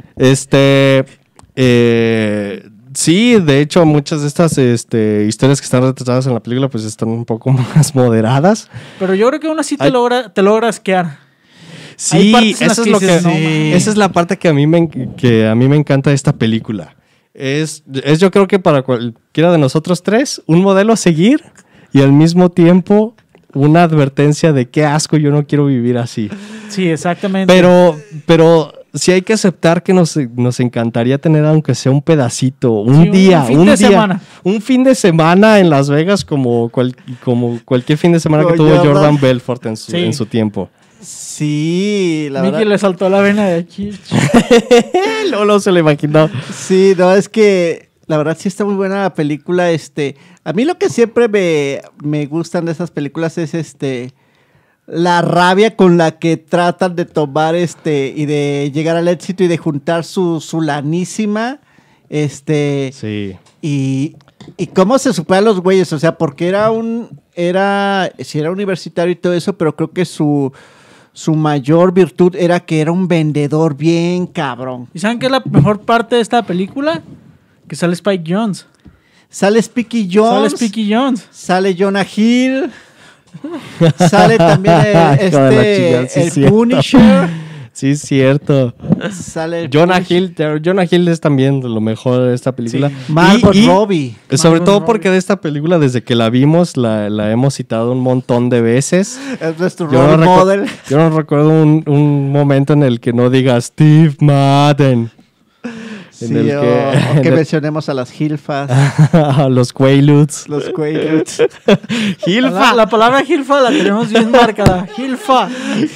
Sí, de hecho, muchas de estas historias que están retratadas en la película pues están un poco más moderadas. Pero yo creo que aún así te logra asquear. Sí, esa es la parte que a mí me encanta de esta película. Es yo creo que para cualquiera de nosotros tres un modelo a seguir y al mismo tiempo una advertencia de qué asco, yo no quiero vivir así. Sí, exactamente. Pero sí hay que aceptar que nos encantaría tener aunque sea un pedacito, un fin de semana en Las Vegas como cualquier fin de semana que tuvo Jordan Belfort en su tiempo. Sí, la verdad. Mickey le saltó la vena de aquí. Lolo se lo imaginó. Sí, no, es que la verdad sí está muy buena la película. A mí lo que siempre me gustan de esas películas es la rabia con la que tratan de tomar y de llegar al éxito y de juntar su lanísima. Sí. Y cómo se superan los güeyes, o sea, porque era universitario y todo eso, pero creo que su mayor virtud era que era un vendedor bien cabrón. ¿Y saben qué es la mejor parte de esta película? Que sale Spike Jonze. Sale Spike Jonze. Sale Jonah Hill. Sale también el Punisher. Sí, es cierto. Sale Jonah Hill es también lo mejor de esta película. Sí. Margot Robbie. Sobre todo porque de esta película, desde que la vimos, la hemos citado un montón de veces. Es nuestro role model. Yo no recuerdo un momento en el que no diga Steve Madden. Sí, que mencionemos a las Hilfas. A los Quaaludes. Los Quaaludes. Hilfa. La palabra Hilfa la tenemos bien marcada. Hilfa.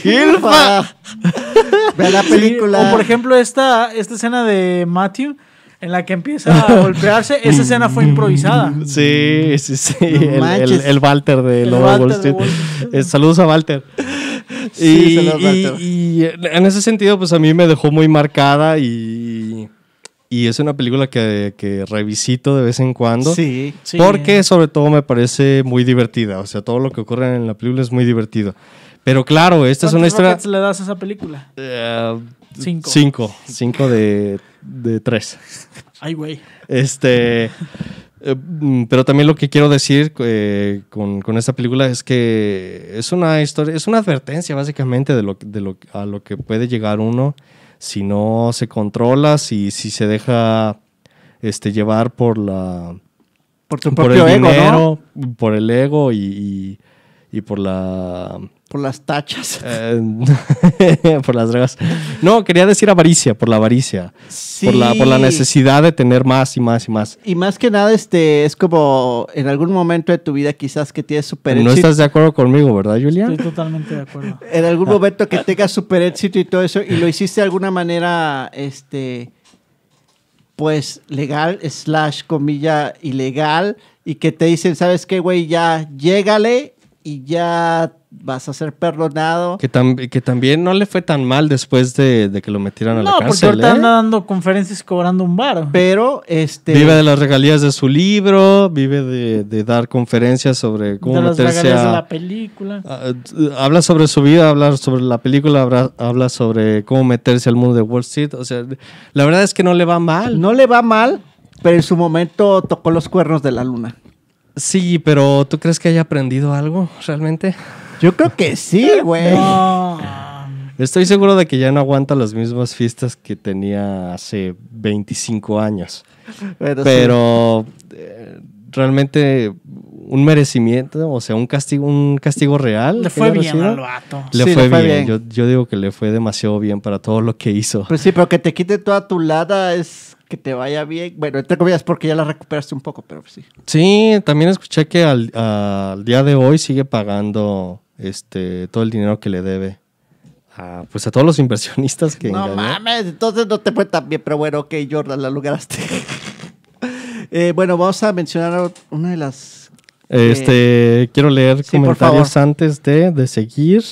Ve la película. O por ejemplo esta escena de Matthew en la que empieza a golpearse. Esa escena fue improvisada. Sí. No el Walter de Lobo Wall Street. Saludos a Walter. Sí, saludos a Walter. Y en ese sentido, pues a mí me dejó muy marcada y es una película que revisito de vez en cuando. Sí. Porque sobre todo me parece muy divertida. O sea, todo lo que ocurre en la película es muy divertido. Pero claro, esta es una historia... ¿Cuántos le das a esa película? 5. 5 de 3. Ay, güey. Pero también lo que quiero decir con esta película es que es una historia, es una advertencia básicamente a lo que puede llegar uno si no se controla, si se deja llevar por tu propio el ego, dinero, ¿no? Por el ego y por las tachas. Por las drogas. No, quería decir avaricia, por la avaricia. Sí. Por la necesidad de tener más y más y más. Y más que nada, es como en algún momento de tu vida quizás que tienes super éxito. No estás de acuerdo conmigo, ¿verdad, Julián? Estoy totalmente de acuerdo. En algún momento que tengas super éxito y todo eso, y lo hiciste de alguna manera, pues legal, / comilla ilegal, y que te dicen, ¿sabes qué, güey? Ya, llégale. y ya vas a ser perdonado. Que también no le fue tan mal después de que lo metieran a la cárcel. No, porque ahorita anda dando conferencias cobrando un bar. Pero vive de las regalías de su libro, vive de dar conferencias sobre cómo de meterse las regalías de la película. Habla sobre su vida, habla sobre la película, habla sobre cómo meterse al mundo de Wall Street. O sea, la verdad es que no le va mal. No le va mal, pero en su momento tocó los cuernos de la luna. Sí, pero ¿tú crees que haya aprendido algo realmente? Yo creo que sí, güey. No. Estoy seguro de que ya no aguanta las mismas fiestas que tenía hace 25 años. Pero realmente un merecimiento, o sea, un castigo real. Le fue bien al vato. Le fue bien. Yo digo que le fue demasiado bien para todo lo que hizo. Pues sí, pero que te quite toda tu lana es que te vaya bien. Bueno, entre comillas, porque ya la recuperaste un poco, pero sí. Sí, también escuché que al día de hoy sigue pagando todo el dinero que le debe a todos los inversionistas que no engañó. Mames, entonces no te fue tan bien, pero bueno, ok, Jordan, la lograste. Bueno, vamos a mencionar una de las... quiero leer comentarios antes de seguir.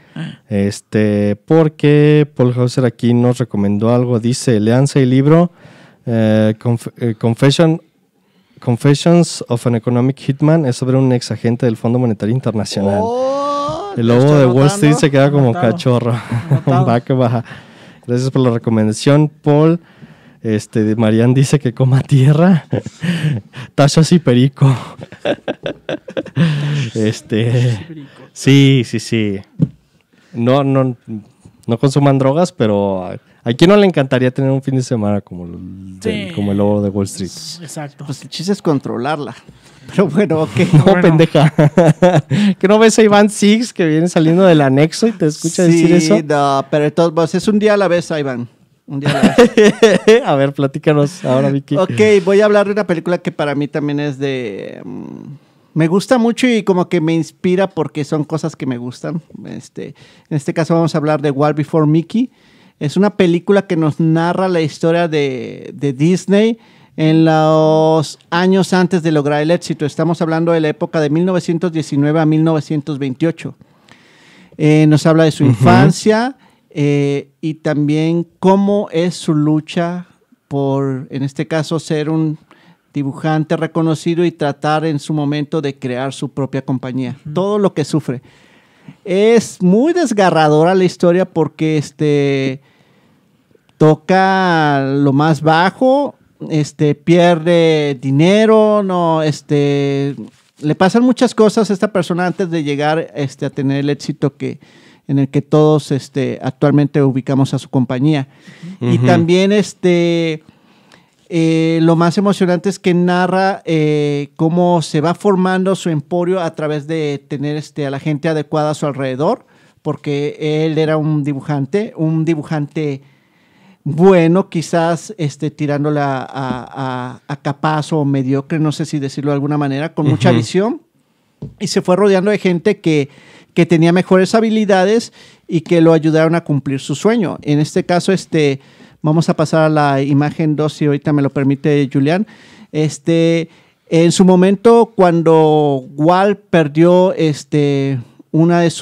Porque Paul Hauser aquí nos recomendó algo. Dice, léanse el libro Confessions of an Economic Hitman. Es sobre un ex agente del Fondo Monetario Internacional. El lobo de Wall Street se queda como cachorro. Va que baja. Gracias por la recomendación, Paul. Marian dice que coma tierra. Tachos y perico. Sí. No consuman drogas, pero a quien no le encantaría tener un fin de semana como el lobo de Wall Street. Exacto. Pues el chiste es controlarla. Pero bueno, ok. No, pendeja. ¿Que no ves a Iván Six que viene saliendo del anexo y te escucha decir eso? Sí, no, pero de todos modos, es un día a la vez, Iván. Un día a la vez. A ver, platícanos ahora, Vicky. Ok, voy a hablar de una película que para mí también es de... me gusta mucho y como que me inspira porque son cosas que me gustan. En este caso vamos a hablar de War Before Mickey. Es una película que nos narra la historia de Disney en los años antes de lograr el éxito. Estamos hablando de la época de 1919 a 1928. Nos habla de su infancia y también cómo es su lucha por, en este caso, ser un dibujante reconocido y tratar en su momento de crear su propia compañía. Todo lo que sufre. Es muy desgarradora la historia porque toca lo más bajo, pierde dinero, le pasan muchas cosas a esta persona antes de llegar a tener el éxito en el que todos actualmente ubicamos a su compañía. Uh-huh. Y también lo más emocionante es que narra cómo se va formando su emporio a través de tener a la gente adecuada a su alrededor, porque él era un dibujante bueno, quizás tirándola a capaz o mediocre, no sé si decirlo de alguna manera, con mucha visión, y se fue rodeando de gente que tenía mejores habilidades y que lo ayudaron a cumplir su sueño. En este caso, vamos a pasar a la imagen 2, si ahorita me lo permite Julián. En su momento, cuando Walt perdió una de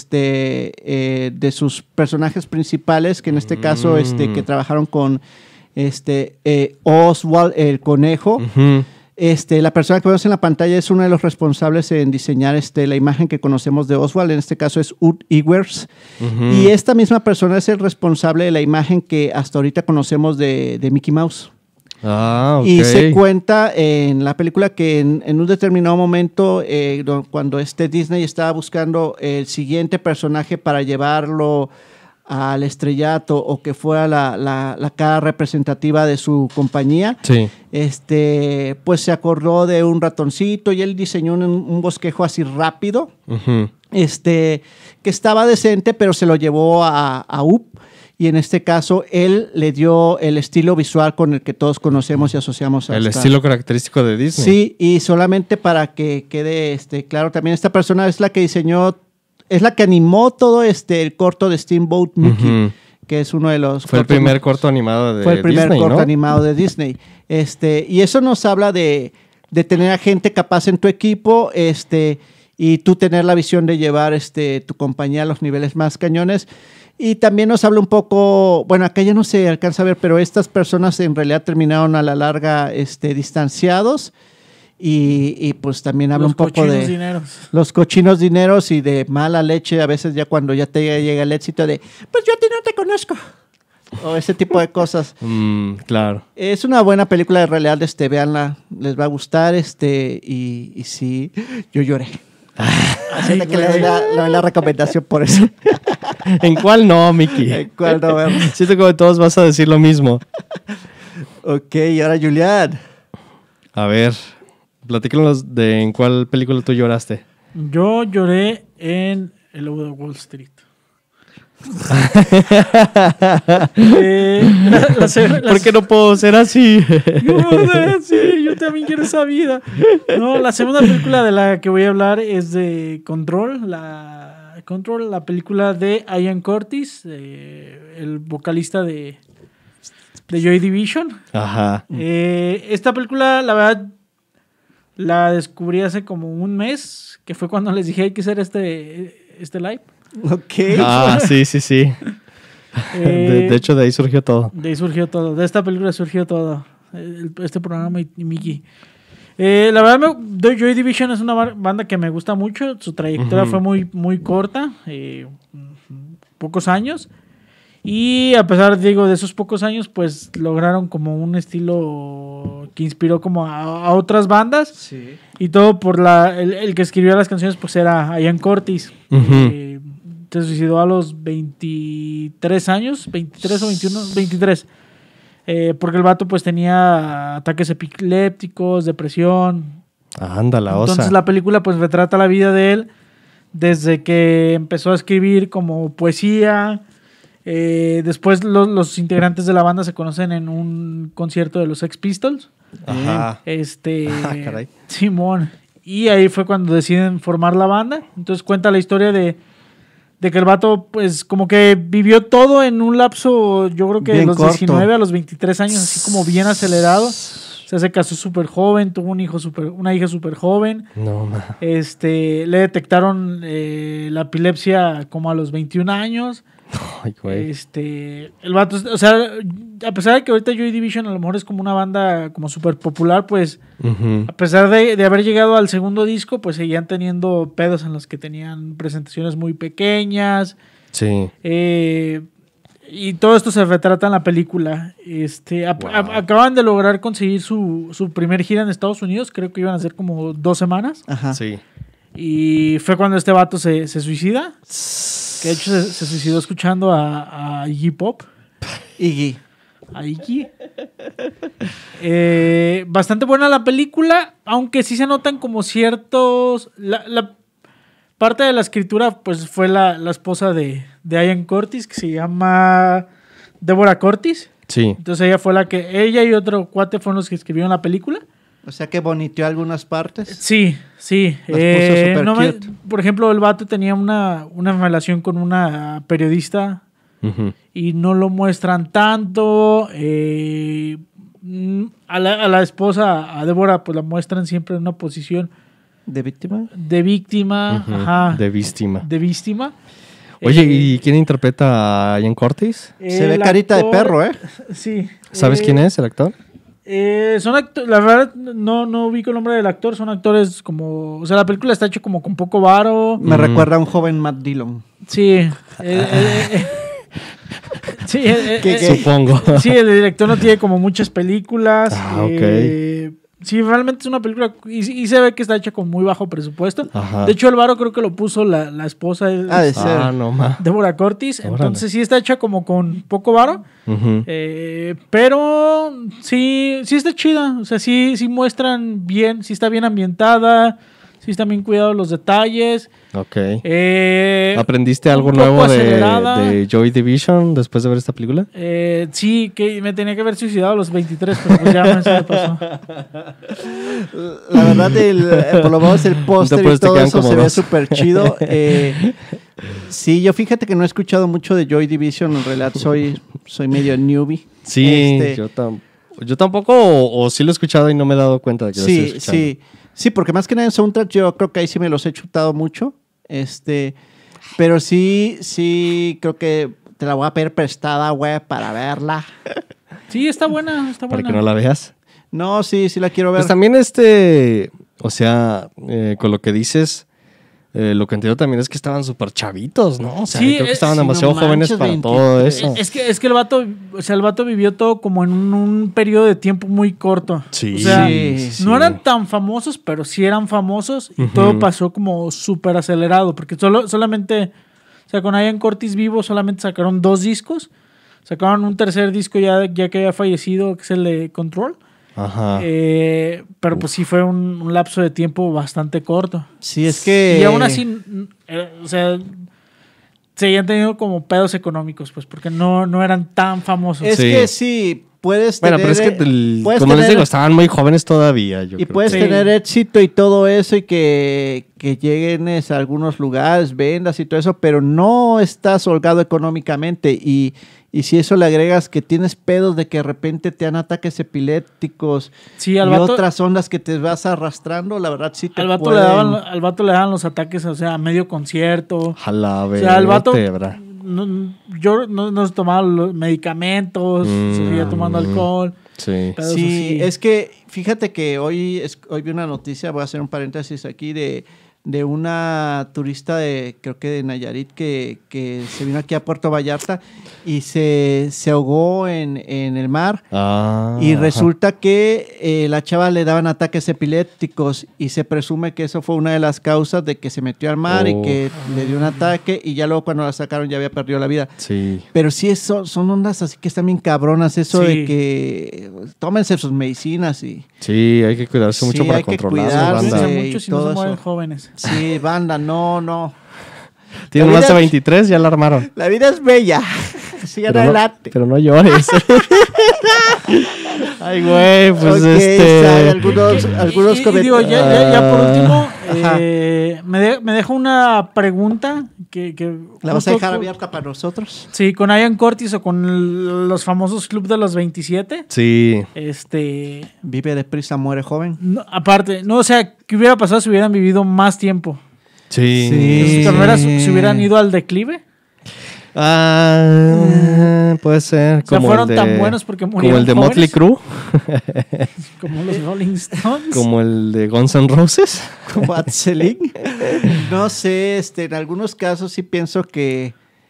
sus personajes principales, que en este caso, que trabajaron con Oswald, el conejo. Uh-huh. La persona que vemos en la pantalla es uno de los responsables en diseñar la imagen que conocemos de Oswald. En este caso es Ud Iwers. Uh-huh. Y esta misma persona es el responsable de la imagen que hasta ahorita conocemos de Mickey Mouse. Ah, okay. Y se cuenta en la película que en un determinado momento, cuando Disney estaba buscando el siguiente personaje para llevarlo al estrellato o que fuera la cara representativa de su compañía, sí. Pues se acordó de un ratoncito y él diseñó un bosquejo así rápido, uh-huh. Que estaba decente, pero se lo llevó a Up. Y en este caso, él le dio el estilo visual con el que todos conocemos y asociamos a el estilo característico de Disney. Sí, y solamente para que quede claro, también esta persona es la que diseñó, es la que animó todo el corto de Steamboat Mickey, uh-huh. que es uno de los... Fue el primer corto animado de Disney, Fue el primer Disney, corto ¿no? animado de Disney. Y eso nos habla de tener a gente capaz en tu equipo, y tú tener la visión de llevar tu compañía a los niveles más cañones. Y también nos habla un poco, bueno, acá ya no se alcanza a ver, pero estas personas en realidad terminaron a la larga distanciados y pues también habla un poco de los cochinos dineros y de mala leche a veces ya cuando ya te llega el éxito de, pues yo a ti no te conozco. O ese tipo de cosas. Claro. Es una buena película de realidad, véanla, les va a gustar, y sí, yo lloré. Así que le doy la recomendación por eso. ¿En cuál no, Miki? ¿En cuál no? Siento que todos vas a decir lo mismo. Ok, y ahora Julián. A ver, platícanos de en cuál película tú lloraste. Yo lloré en El Lobo de Wall Street. ¿Por qué no puedo ser así? Yo también quiero esa vida. No, la segunda película de la que voy a hablar es de Control, la película de Ian Curtis, el vocalista de Joy Division. Ajá. Esta película, la verdad, la descubrí hace como un mes, que fue cuando les dije hay que hacer este live. Ok. Sí. De hecho, de ahí surgió todo. De esta película surgió todo. Este programa y Mickey. La verdad, Joy Division es una banda que me gusta mucho. Su trayectoria fue muy, muy corta. Pocos años. Y a pesar, de esos pocos años, pues lograron como un estilo que inspiró como a otras bandas. Sí. Y todo por el que escribió las canciones, pues era Ian Curtis. Se suicidó a los 23 años, 23 o 21, 23. Porque el vato pues tenía ataques epilépticos, depresión. Anda, la osa. Entonces la película pues retrata la vida de él desde que empezó a escribir como poesía. Después los integrantes de la banda se conocen en un concierto de los Sex Pistols. Ajá. Caray. Simón. Y ahí fue cuando deciden formar la banda. Entonces cuenta la historia de que el vato, pues, como que vivió todo en un lapso, yo creo que de los 19 a los 23 años, así como bien acelerado. O sea, se casó súper joven, tuvo una hija súper joven. No, man. Le detectaron la epilepsia como a los 21 años. Ay, güey. El vato, o sea, a pesar de que ahorita Joy Division a lo mejor es como una banda como súper popular, pues a pesar de haber llegado al segundo disco, pues seguían teniendo pedos en los que tenían presentaciones muy pequeñas. Sí. Y todo esto se retrata en la película. Acaban de lograr conseguir su primer gira en Estados Unidos, creo que iban a ser como 2 semanas. Ajá. Sí. Y fue cuando este vato se suicida. Que de hecho se suicidó escuchando a Iggy Pop. Iggy. A Iggy. Bastante buena la película, aunque sí se notan como ciertos... La parte de la escritura pues fue la esposa de Ian Curtis, que se llama Deborah Curtis. Sí. Entonces ella y otro cuate fueron los que escribieron la película. O sea que boniteó algunas partes. Sí. Por ejemplo, el vato tenía una relación con una periodista y no lo muestran tanto. A la esposa, a Débora, pues la muestran siempre en una posición ¿de víctima? De víctima, ajá. De víctima. De víctima. Oye, ¿y quién interpreta a Ian Curtis? Se ve carita de perro, ¿eh? Sí. ¿Sabes quién es el actor? Son actores, la verdad no ubico el nombre del actor, son actores como, o sea, la película está hecha como con poco varo. Me recuerda a un joven Matt Dillon. Sí. Supongo. Sí, el director no tiene como muchas películas. Ok. Sí, realmente es una película y se ve que está hecha con muy bajo presupuesto. Ajá. De hecho, el varo creo que lo puso la esposa de ser. No, ma. Deborah Curtis. Órale. Entonces sí está hecha como con poco varo. Pero sí está chida. O sea, sí muestran bien, sí está bien ambientada, sí están bien cuidados los detalles. Ok. ¿Aprendiste algo nuevo de Joy Division después de ver esta película? Sí, que me tenía que haber suicidado a los 23, pero pues ya se me pasó. La verdad, por lo menos el póster y todo eso se ve súper chido. Sí, yo fíjate que no he escuchado mucho de Joy Division, en realidad soy medio newbie. Sí, yo tampoco, o sí lo he escuchado y no me he dado cuenta de que lo estoy escuchando. Sí. Sí, porque más que nada en soundtrack yo creo que ahí sí me los he chutado mucho. Pero sí creo que te la voy a pedir prestada, güey, para verla. Sí, está buena, está buena. Para que no la veas. No, sí la quiero ver. Pues también o sea, con lo que dices, lo que entiendo también es que estaban súper chavitos, ¿no? O sea, Sí, creo que estaban sí, demasiado no jóvenes manches, para 23. todo eso. Es que el vato vivió todo como en un periodo de tiempo muy corto. Sí, O sea, sí. no eran tan famosos, pero sí eran famosos y Ujú. todo pasó como súper acelerado, porque solamente, o sea, con Ian Curtis vivo solamente sacaron 2 discos, sacaron un tercer disco ya que había fallecido, que es el de Control. Ajá. Pero pues sí fue un lapso de tiempo bastante corto. Sí, es que... Y aún así, o sea, seguían teniendo como pedos económicos, pues, porque no eran tan famosos. Es Sí. que sí, puedes Bueno, tener... pero es que, puedes como les tener- digo, estaban muy jóvenes todavía. Yo Y creo. puedes Sí. tener éxito y todo eso y que lleguen a algunos lugares, vendas y todo eso, pero no estás holgado económicamente y si eso le agregas que tienes pedos de que de repente te dan ataques epilépticos Sí, y al vato, otras ondas que te vas arrastrando, la verdad sí te al vato pueden... al vato le daban los ataques, o sea, a medio concierto. A la O sea, el vato vértebra. no se tomaba los medicamentos, seguía tomando alcohol. Sí. Pedos Sí, así. es que fíjate que hoy vi una noticia, voy a hacer un paréntesis aquí, de una turista creo que de Nayarit que se vino aquí a Puerto Vallarta y se ahogó en el mar. Ah, Y ajá. resulta que la chava le daban ataques epilépticos y se presume que eso fue una de las causas de que se metió al mar y que le dio un ataque y ya luego cuando la sacaron ya había perdido la vida. Sí. Pero sí, son ondas así que están bien cabronas, eso Sí. de que tómense sus medicinas y... Sí, hay que cuidarse Sí, mucho para hay que controlarlo, cuidarse. banda. Cuídense y mucho si no todo se mueren eso. jóvenes. Sí, banda, no. Tienen La más de vida- 23, ya la armaron. La vida es bella. Sigan Pero no, adelante. pero no llores. Ay, güey, pues Ok, hay algunos Y digo, comentarios. ya por último, Ajá. me deja una pregunta que ¿La vas a justo dejar abierta para nosotros? Sí, con Ian Curtis o con los famosos Club de los 27. Sí. Vive deprisa, muere joven. Aparte, no, o sea, ¿qué hubiera pasado si hubieran vivido más tiempo? Sí. Sí. ¿Sus carreras se hubieran ido al declive? Puede ser. O sea, Como fueron el de, tan buenos porque como murieron el de jóvenes. Motley Crue, Como los Rolling Stones. como el de Guns N' Roses. Como Atzeling. No sé, en algunos casos sí pienso que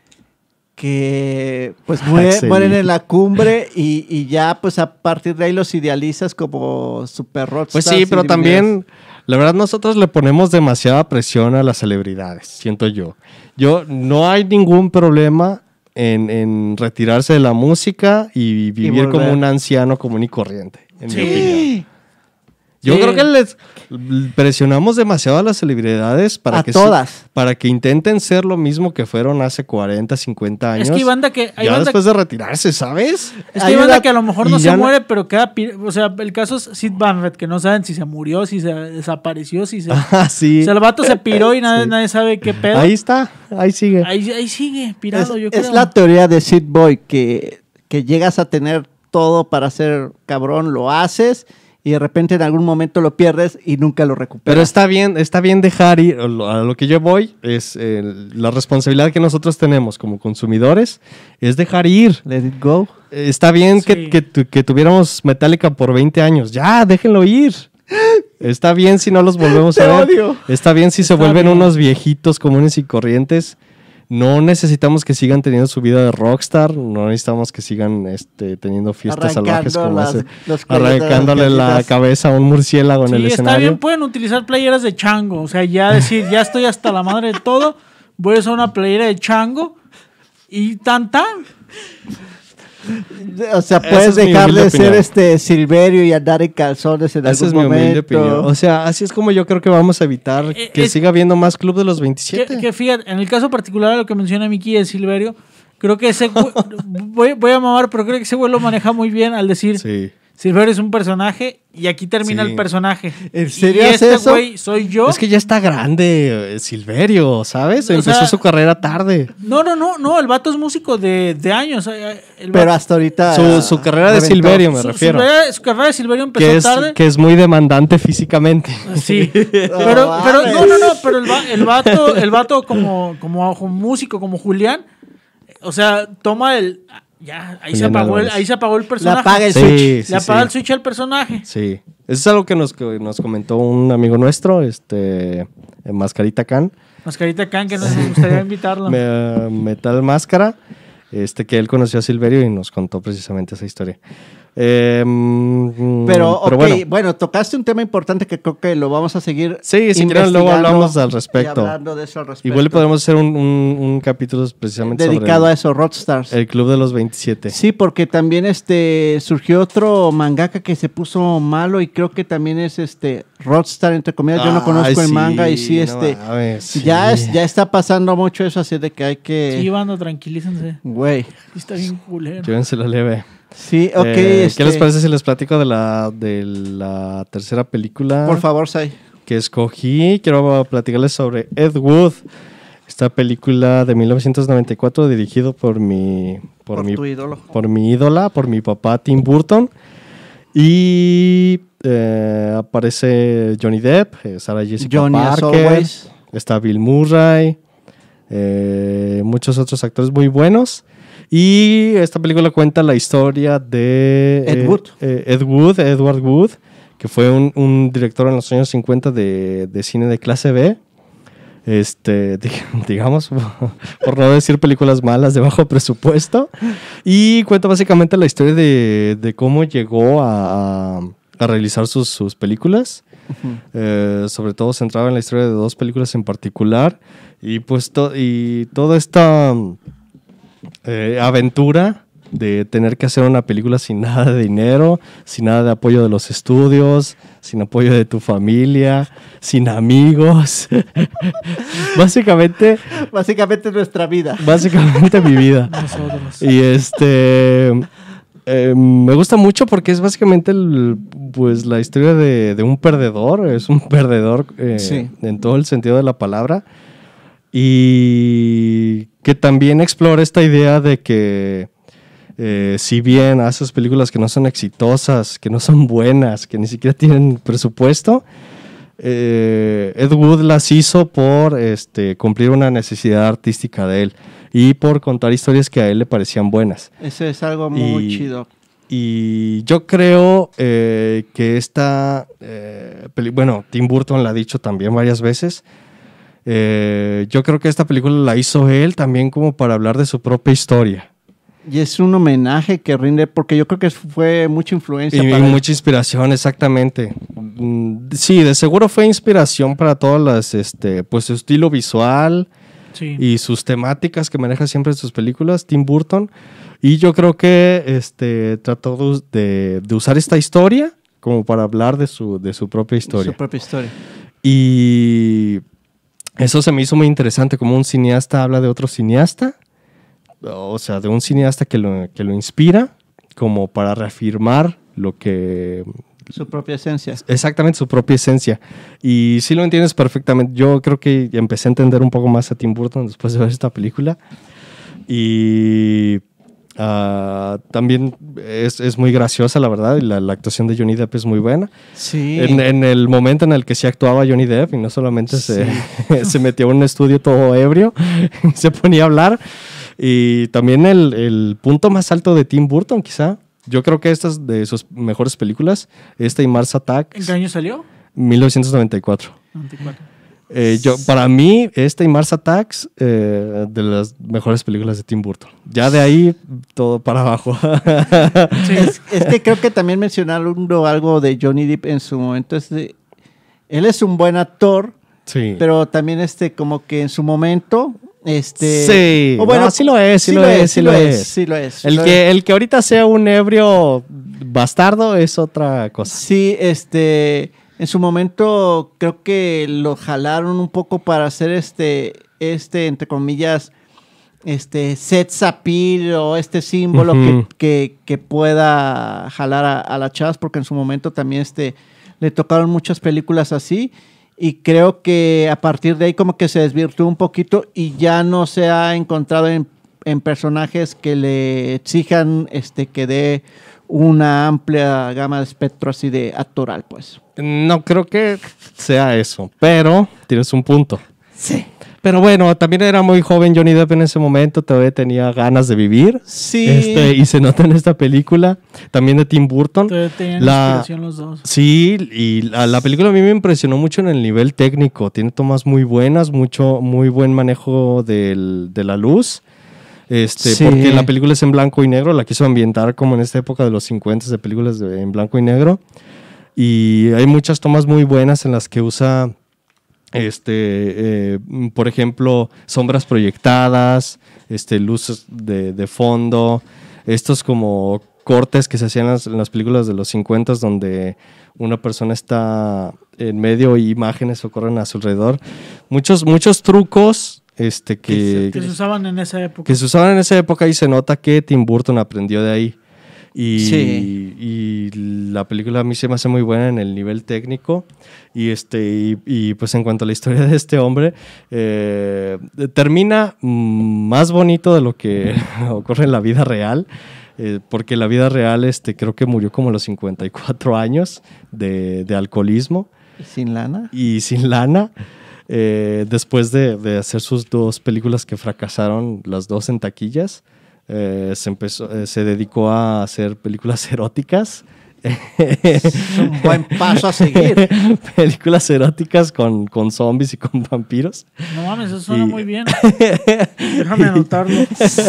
pues Atzeling. mueren en la cumbre y ya pues a partir de ahí los idealizas como super rockstars. Pues sí, pero y también, la verdad, nosotros le ponemos demasiada presión a las celebridades, siento yo. No hay ningún problema en retirarse de la música y vivir como volver. un anciano común y corriente, en mi opinión. Sí. Yo Sí. creo que les presionamos demasiado a las celebridades para A que todas. para que intenten ser lo mismo que fueron hace 40, 50 años. Es que hay banda que... ya después de retirarse, ¿sabes? Es que hay banda que a lo mejor no y se ya no- muere, pero queda... O sea, el caso es Sid Barrett, que no saben si se murió, si se desapareció, si se... Ah, sí. O sea, el vato se piró y nadie, Sí. nadie sabe qué pedo. Ahí está, ahí sigue. Ahí sigue, pirado, yo creo. Es la teoría de Sid Boy, que llegas a tener todo para ser cabrón, lo haces y de repente en algún momento lo pierdes y nunca lo recuperas. Pero está bien dejar ir, a lo que yo voy, es la responsabilidad que nosotros tenemos como consumidores, es dejar ir. Let it go. Está bien Sí. que tuviéramos Metallica por 20 años, ya, déjenlo ir. Está bien si no los volvemos Te a ver. odio. Está bien si se Está vuelven bien. unos viejitos comunes y corrientes. No necesitamos que sigan teniendo su vida de rockstar, no necesitamos que sigan teniendo fiestas salvajes como ese, los cuellos de las arrancándole la galletas. cabeza a un murciélago en el Sí, está escenario. bien, pueden utilizar playeras de chango. O sea, ya decir, ya estoy hasta la madre de todo, voy a usar una playera de chango y tan. O sea, Esa puedes es mi dejar de humilde ser Silverio y andar en calzones en Esa es algún mi humilde momento. opinión. O sea, así es como yo creo que vamos a evitar que es- siga habiendo más Club de los 27. Que fíjate, en el caso particular de lo que menciona Miki de Silverio, creo que ese voy a mamar, pero creo que ese güey lo maneja muy bien al decir, Sí. Silverio es un personaje y aquí termina Sí. el personaje. ¿En serio y hace este eso? güey soy yo. Es que ya está grande, Silverio, ¿sabes? O Empezó sea, su carrera tarde. No, el vato es músico de años. El Pero vato- hasta ahorita... Su carrera de reventó. Silverio, me refiero. Su carrera de Silverio empezó tarde. Que es muy demandante físicamente. Sí, pero mames. pero el vato como músico, como Julián, o sea, toma ya, ahí Julián Álvarez. se apagó el Le personaje. apaga el Sí, switch. sí, Le apaga sí. el switch al personaje. Sí. Eso es algo que nos comentó un amigo nuestro, Mascarita Khan, Mascarita Khan, que nos gustaría invitarlo. Metal Máscara, que él conoció a Silverio y nos contó precisamente esa historia. Pero bueno, tocaste un tema importante que creo que lo vamos a seguir. Sí, si quieren luego investigando hablamos al respecto. y hablando de eso al respecto. Igual podemos hacer un capítulo precisamente dedicado sobre a eso, Rockstars. el Club de los 27. Sí, porque también surgió otro mangaka que se puso malo y creo que también es Rockstar, entre comillas. Yo no conozco el manga y sí, no mames, sí. ya está pasando mucho eso, así de que hay que... Sí, banda, tranquilícense. Güey. Sí, está bien culero. Llévenselo leve. Sí, ok. ¿Qué les parece si les platico de la tercera película? Por favor, Sai. Que escogí. Quiero platicarles sobre Ed Wood. Esta película de 1994 dirigido por Tu ídolo. por mi ídola, por mi papá Tim Burton. Y aparece Johnny Depp, Sarah Jessica Johnny as Parker, always. está Bill Murray, muchos otros actores muy buenos. Y esta película cuenta la historia de Edward Wood, que fue un director en los años 50 de cine de clase B. Digamos, por no decir películas malas de bajo presupuesto. Y cuenta básicamente la historia de cómo llegó a realizar sus películas. Sobre todo centrado en la historia de dos películas en particular. Y pues toda esta aventura de tener que hacer una película sin nada de dinero, sin nada de apoyo de los estudios, sin apoyo de tu familia, sin amigos. Básicamente nuestra vida. Básicamente mi vida. Nosotros. Y me gusta mucho porque es básicamente pues la historia de un perdedor. Es un perdedor Sí. en todo el sentido de la palabra. Y que también explora esta idea de que si bien haces películas que no son exitosas, que no son buenas, que ni siquiera tienen presupuesto, Ed Wood las hizo por cumplir una necesidad artística de él y por contar historias que a él le parecían buenas. Eso es algo muy chido. Y yo creo que esta bueno, Tim Burton la ha dicho también varias veces. Yo creo que esta película la hizo él también como para hablar de su propia historia. Y es un homenaje que rinde, porque yo creo que fue mucha influencia Y para él. mucha inspiración, exactamente. Sí, de seguro fue inspiración para todas las, pues su estilo visual Sí. y sus temáticas que maneja siempre en sus películas, Tim Burton. Y yo creo que trató de usar esta historia como para hablar de su propia historia. Su propia historia. Y eso se me hizo muy interesante, como un cineasta habla de otro cineasta, o sea, de un cineasta que lo inspira, como para reafirmar lo que... Su propia esencia. Exactamente, su propia esencia. Y sí lo entiendes perfectamente. Yo creo que empecé a entender un poco más a Tim Burton después de ver esta película. Y también es muy graciosa, la verdad. Y la actuación de Johnny Depp es muy buena. Sí. En el momento en el que sí actuaba Johnny Depp y no solamente se metió en un estudio todo ebrio, se ponía a hablar. Y también el punto más alto de Tim Burton, quizá. Yo creo que esta es de sus mejores películas. Esta y Mars Attacks. ¿En qué año salió? 1994. 94. Para mí, esta y Mars Attacks, de las mejores películas de Tim Burton. Ya de ahí, todo para abajo. Sí. Es que creo que también mencionaron algo de Johnny Depp en su momento. Él es un buen actor, Sí. pero también como que en su momento... Sí. o bueno, No, sí lo es. El que ahorita sea un ebrio bastardo es otra cosa. Sí, en su momento creo que lo jalaron un poco para hacer entre comillas, sex appeal o este símbolo que pueda jalar a las chavas, porque en su momento también le tocaron muchas películas así, y creo que a partir de ahí como que se desvirtuó un poquito y ya no se ha encontrado en personajes que le exijan que dé una amplia gama de espectro así de actoral, pues. No creo que sea eso, pero tienes un punto. Sí. Pero bueno, también era muy joven Johnny Depp en ese momento, todavía tenía ganas de vivir. Sí. Y se nota en esta película, también de Tim Burton. Todavía tenían inspiración los dos. Sí, y la película a mí me impresionó mucho en el nivel técnico. Tiene tomas muy buenas, muy buen manejo de la luz. Sí. Porque la película es en blanco y negro, la quiso ambientar como en esta época de los 50 de películas en blanco y negro. Y hay muchas tomas muy buenas en las que usa... por ejemplo, sombras proyectadas, luces de fondo, estos como cortes que se hacían en las películas de los 50 donde una persona está en medio y imágenes ocurren a su alrededor. Muchos trucos que se usaban en esa época. Que se usaban en esa época y se nota que Tim Burton aprendió de ahí. Y la película a mí se me hace muy buena en el nivel técnico y pues en cuanto a la historia de este hombre termina más bonito de lo que ocurre en la vida real, porque en la vida real creo que murió como a los 54 años de alcoholismo. ¿Y sin lana? Después de hacer sus 2 películas que fracasaron, las 2 en taquillas. Se dedicó a hacer películas eróticas. Es un buen paso a seguir. Películas eróticas con zombies y con vampiros. No mames, eso suena muy bien. Déjame anotarlo.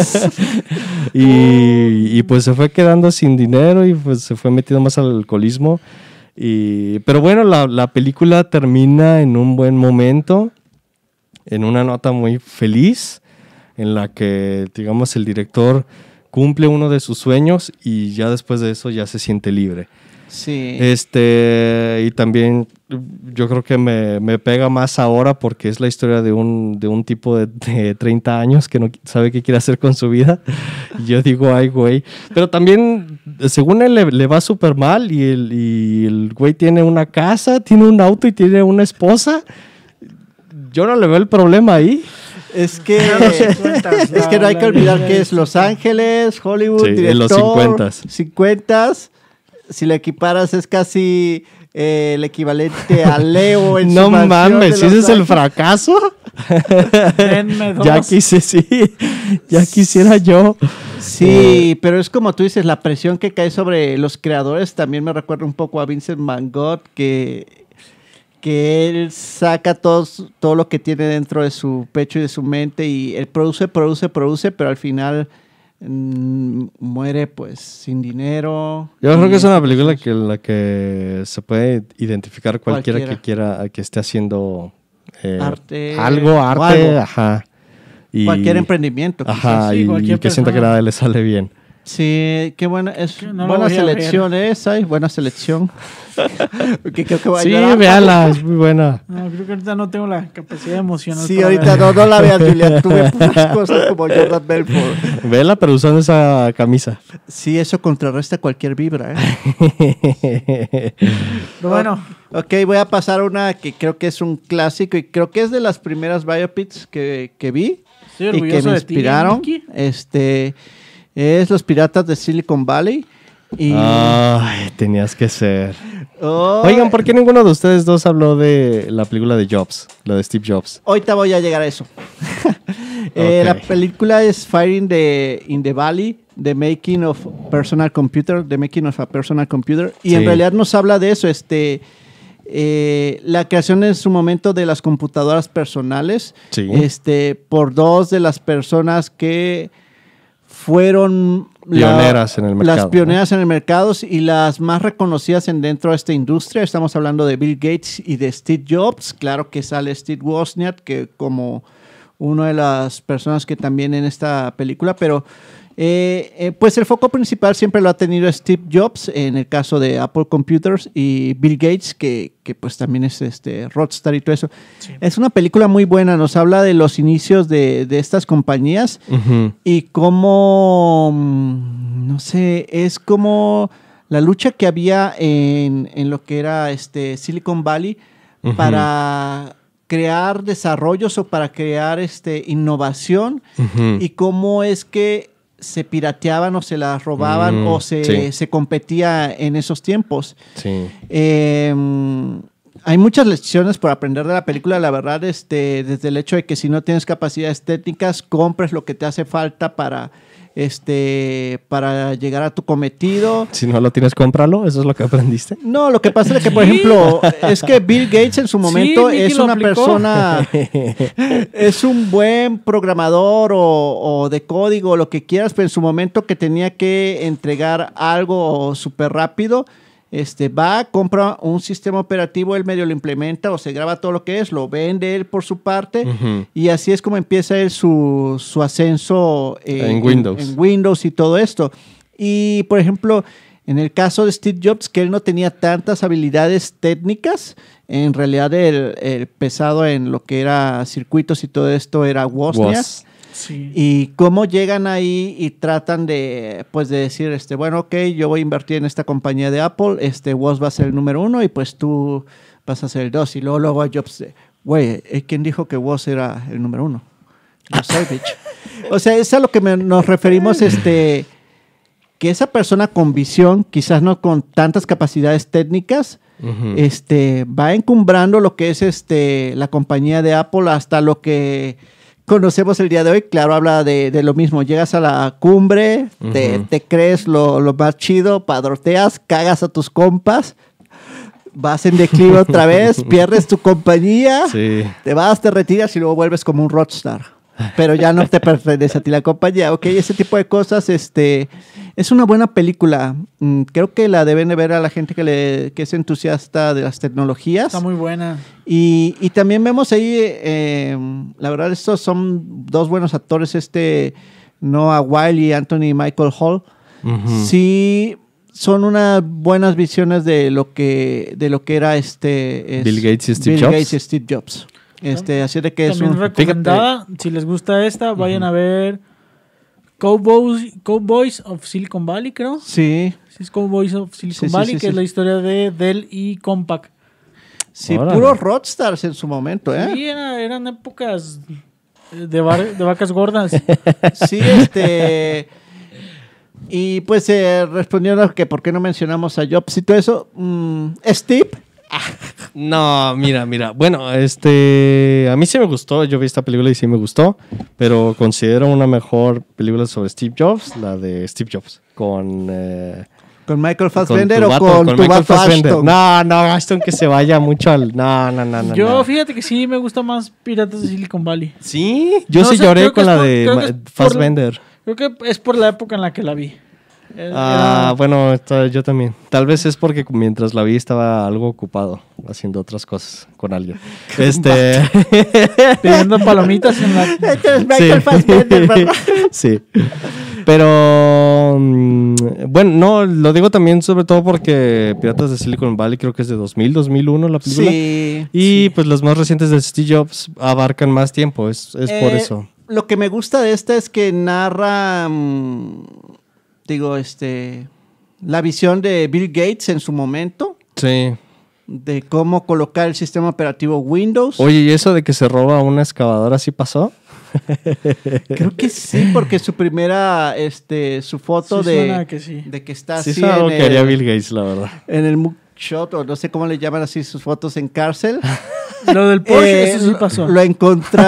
Y pues se fue quedando sin dinero y pues se fue metiendo más al alcoholismo. Pero bueno, la película termina en un buen momento, en una nota muy feliz, en la que, digamos, el director cumple uno de sus sueños y ya después de eso ya se siente libre. Sí. Y también yo creo que me pega más ahora porque es la historia de un tipo de 30 años que no sabe qué quiere hacer con su vida. Y yo digo, ay, güey. Pero también, según él, le va súper mal y el güey tiene una casa, tiene un auto y tiene una esposa. Yo no le veo el problema ahí. Es que no hay que olvidar que es Los Ángeles, Hollywood, sí, director, en los 50s. Si lo equiparas es casi el equivalente a Leo en no su mansión. No mames, ¿ese es el fracaso? Denme 2. Ya quisiera yo. Sí, pero es como tú dices, la presión que cae sobre los creadores también me recuerda un poco a Vincent Van Gogh, que él saca todo lo que tiene dentro de su pecho y de su mente y él produce, pero al final muere pues sin dinero. Yo creo que es una película en la que se puede identificar cualquiera que quiera, que esté haciendo arte, algo, ajá. Y, cualquier emprendimiento. Ajá, sí, y que sienta que nada le sale bien. Sí, qué buena, buena selección esa, buena selección. Que creo que va a sí, llorar. véala, es muy buena. No, creo que ahorita no tengo la capacidad emocional. Sí, ahorita no la veas, Julián. Tú ves puras cosas como Jordan Belfort. Vela, pero usando esa camisa. Sí, eso contrarresta cualquier vibra, Pero bueno. Ok, voy a pasar una que creo que es un clásico y creo que es de las primeras biopics que vi. Sí, y que me inspiraron. Es Los Piratas de Silicon Valley. Ay, tenías que ser. Oigan, ¿por qué ninguno de ustedes dos habló de la película de Jobs, la de Steve Jobs? Ahorita voy a llegar a eso. Okay. La película es Fire in the Valley, The Making of a Personal Computer. Y en realidad nos habla de eso, la creación en su momento de las computadoras personales, sí. Por 2 de las personas que fueron pioneras en el mercado, las pioneras, ¿no?, en el mercado y las más reconocidas dentro de esta industria. Estamos hablando de Bill Gates y de Steve Jobs. Claro que sale Steve Wozniak, que como una de las personas que también en esta película, pero pues el foco principal siempre lo ha tenido Steve Jobs, en el caso de Apple Computers, y Bill Gates, que pues también es rockstar y todo eso. Sí. Es una película muy buena, nos habla de los inicios de estas compañías y cómo, no sé, es como la lucha que había en lo que era Silicon Valley para crear desarrollos o para crear innovación y cómo es que se pirateaban o se las robaban o se competía en esos tiempos. Sí. Hay muchas lecciones por aprender de la película, la verdad, desde el hecho de que si no tienes capacidades técnicas, compres lo que te hace falta para llegar a tu cometido. Si no lo tienes, cómpralo. ¿Eso es lo que aprendiste? No, lo que pasa es que, por ejemplo, es que Bill Gates en su momento es una persona, es un buen programador o de código, lo que quieras, pero en su momento que tenía que entregar algo súper rápido, va, compra un sistema operativo, él medio lo implementa o se graba todo lo que es, lo vende él por su parte y así es como empieza él su ascenso en Windows. En Windows y todo esto. Y, por ejemplo, en el caso de Steve Jobs, que él no tenía tantas habilidades técnicas, en realidad el pesado en lo que era circuitos y todo esto era Wozniak. Sí. Y cómo llegan ahí y tratan de decir, bueno, ok, yo voy a invertir en esta compañía de Apple, Woz va a ser el número 1 y pues tú vas a ser el 2. Y luego a Jobs, güey, ¿quién dijo que Woz era el número 1? Yo soy, bitch. O sea, es a lo que nos referimos, que esa persona con visión, quizás no con tantas capacidades técnicas, va encumbrando lo que es la compañía de Apple hasta lo que conocemos el día de hoy. Claro, habla de lo mismo. Llegas a la cumbre, te crees lo más chido, padroteas, cagas a tus compas, vas en declive otra vez, pierdes tu compañía, te vas, te retiras y luego vuelves como un rockstar. Pero ya no te pertenece a ti la compañía. Ok, ese tipo de cosas, es una buena película. Creo que la deben de ver a la gente que es entusiasta de las tecnologías. Está muy buena. Y también vemos ahí, la verdad, estos son dos buenos actores, Noah Wyle y Anthony Michael Hall. Sí, son unas buenas visiones de lo que era Bill Gates y Steve Jobs. Así de que también es recomendada. Si les gusta esta, vayan a ver Cowboys of Silicon Valley, creo. Sí. Sí, es Cowboys of Silicon Valley, que es la historia de Dell y Compaq. Sí, puros rockstars en su momento, ¿eh? Sí, eran épocas de vacas gordas. Sí, y pues respondiendo a que por qué no mencionamos a Jobs y todo eso. Steve. No, mira. Bueno, a mí sí me gustó. Yo vi esta película y sí me gustó. Pero considero una mejor película sobre Steve Jobs, la de Steve Jobs. ¿Con Michael Fassbender o con tu Michael vato Ashton? No, Ashton que se vaya mucho al... No. Yo, fíjate que sí me gusta más Piratas de Silicon Valley. ¿Sí? Yo sí lloré con la de Fassbender. Creo que es por la época en la que la vi. Bueno, yo también. Tal vez es porque mientras la vi estaba algo ocupado haciendo otras cosas con alguien. Pidiendo palomitas en la... Michael Fassbender, ¿verdad? Sí. Pero bueno, no, lo digo también sobre todo porque Piratas de Silicon Valley creo que es de 2001 la película. Sí. Y pues los más recientes de Steve Jobs abarcan más tiempo, es por eso. Lo que me gusta de esta es que narra... la visión de Bill Gates en su momento. Sí. De cómo colocar el sistema operativo Windows. Oye, ¿y eso de que se roba una excavadora sí pasó? Creo que sí, porque su primera, su foto sí, de que está sí, así es algo que haría Bill Gates, la verdad. En el mugshot, o no sé cómo le llaman así sus fotos en cárcel. Lo del Porsche, eso sí pasó. Lo encontré,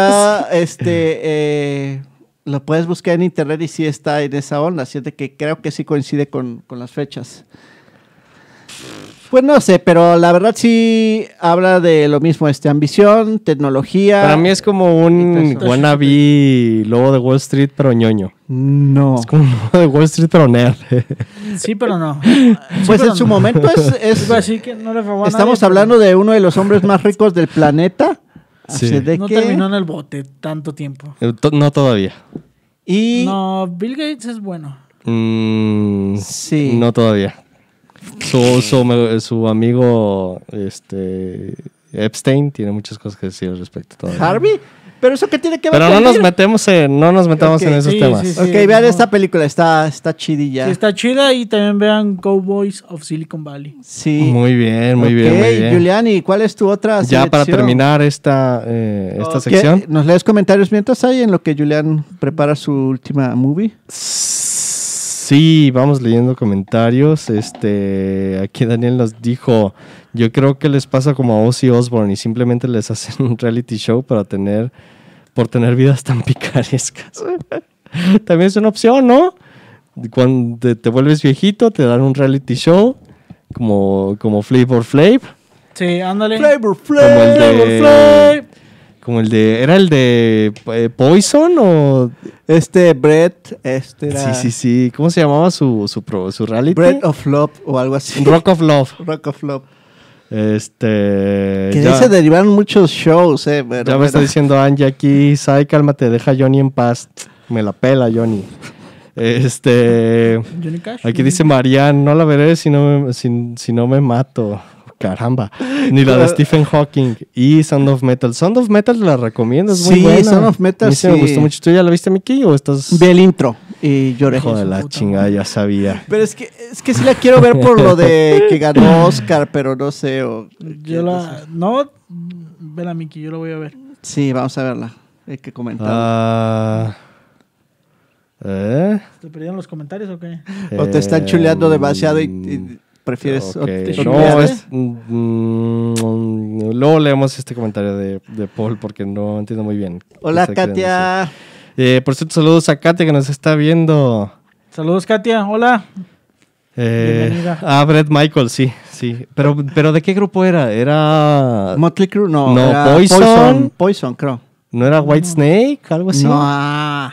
lo puedes buscar en internet y sí está en esa onda, así de que creo que sí coincide con las fechas. Pues no sé, pero la verdad sí habla de lo mismo, ambición, tecnología. Para mí es como un wannabe Lobo de Wall Street, pero ñoño. No. Es como un Lobo de Wall Street, pero nerd. Sí, pero no. Pues en su momento es así que no le robó a estamos nadie, hablando de uno de los hombres más ricos del planeta. Así Sí. de No que... terminó en el bote tanto tiempo. No todavía. Y... No, Bill Gates es bueno. Sí. No todavía. Su amigo Epstein tiene muchas cosas que decir al respecto todavía. ¿Harvey? ¿Pero eso qué tiene que ver Pero con no nos Bill? metamos Ok, en esos sí, temas. sí, sí. Ok, vean no. esta película, está chidilla. Sí, está chida y también vean Cowboys of Silicon Valley. Sí. Muy bien, muy Ok, bien, muy bien. Giuliani, ¿cuál es tu otra Ya para selección? terminar esta ¿Qué? sección. ¿Nos lees comentarios mientras hay en lo que Julián prepara su última movie? Sí, vamos leyendo comentarios. Aquí Daniel nos dijo, yo creo que les pasa como a Ozzy Osbourne y simplemente les hacen un reality show por tener vidas tan picarescas. También es una opción, ¿no? Cuando te vuelves viejito, te dan un reality show como Flavor Flav. Sí, ándale. Flavor Como el de... ¿Era el de Poison o...? Brett, era... Sí. ¿Cómo se llamaba su reality? Bread of Love o algo así. Rock of Love. Rock of Love. Que Que de ahí se derivaron muchos shows, pero ya me está diciendo Angie aquí, Sai, cálmate, deja a Johnny en paz. Me la pela, Johnny. Johnny Cash. Aquí dice Marianne, no la veré si no me mato. Caramba. Ni la de Stephen Hawking. Y Sound of Metal. Sound of Metal la recomiendo, es muy Sí, buena. Sound of Metal, A mí sí me sí. gustó mucho. ¿Tú ya la viste, Mickey? ¿O estás...? Vi el intro y lloré. Hijo de la chingada, ya sabía. Pero es que sí la quiero ver por lo de que ganó Oscar, pero no sé. No, vela, Miki, yo la voy a ver. Sí, vamos a verla. Hay que comentar. ¿Te perdieron los comentarios o qué? O te están chuleando demasiado y prefieres... Ok. ¿Te No, chuleaste? luego leemos este comentario de Paul porque no entiendo muy bien. Hola, qué está queriendo Katia. decir. Por cierto, saludos a Katia que nos está viendo. Saludos, Katia. Hola. Bienvenida. Brett Michael, sí. Pero ¿de qué grupo era? Era... Motley Crue, no. No, era Poison. Poison, creo. ¿No era White Snake? ¿Algo así? No.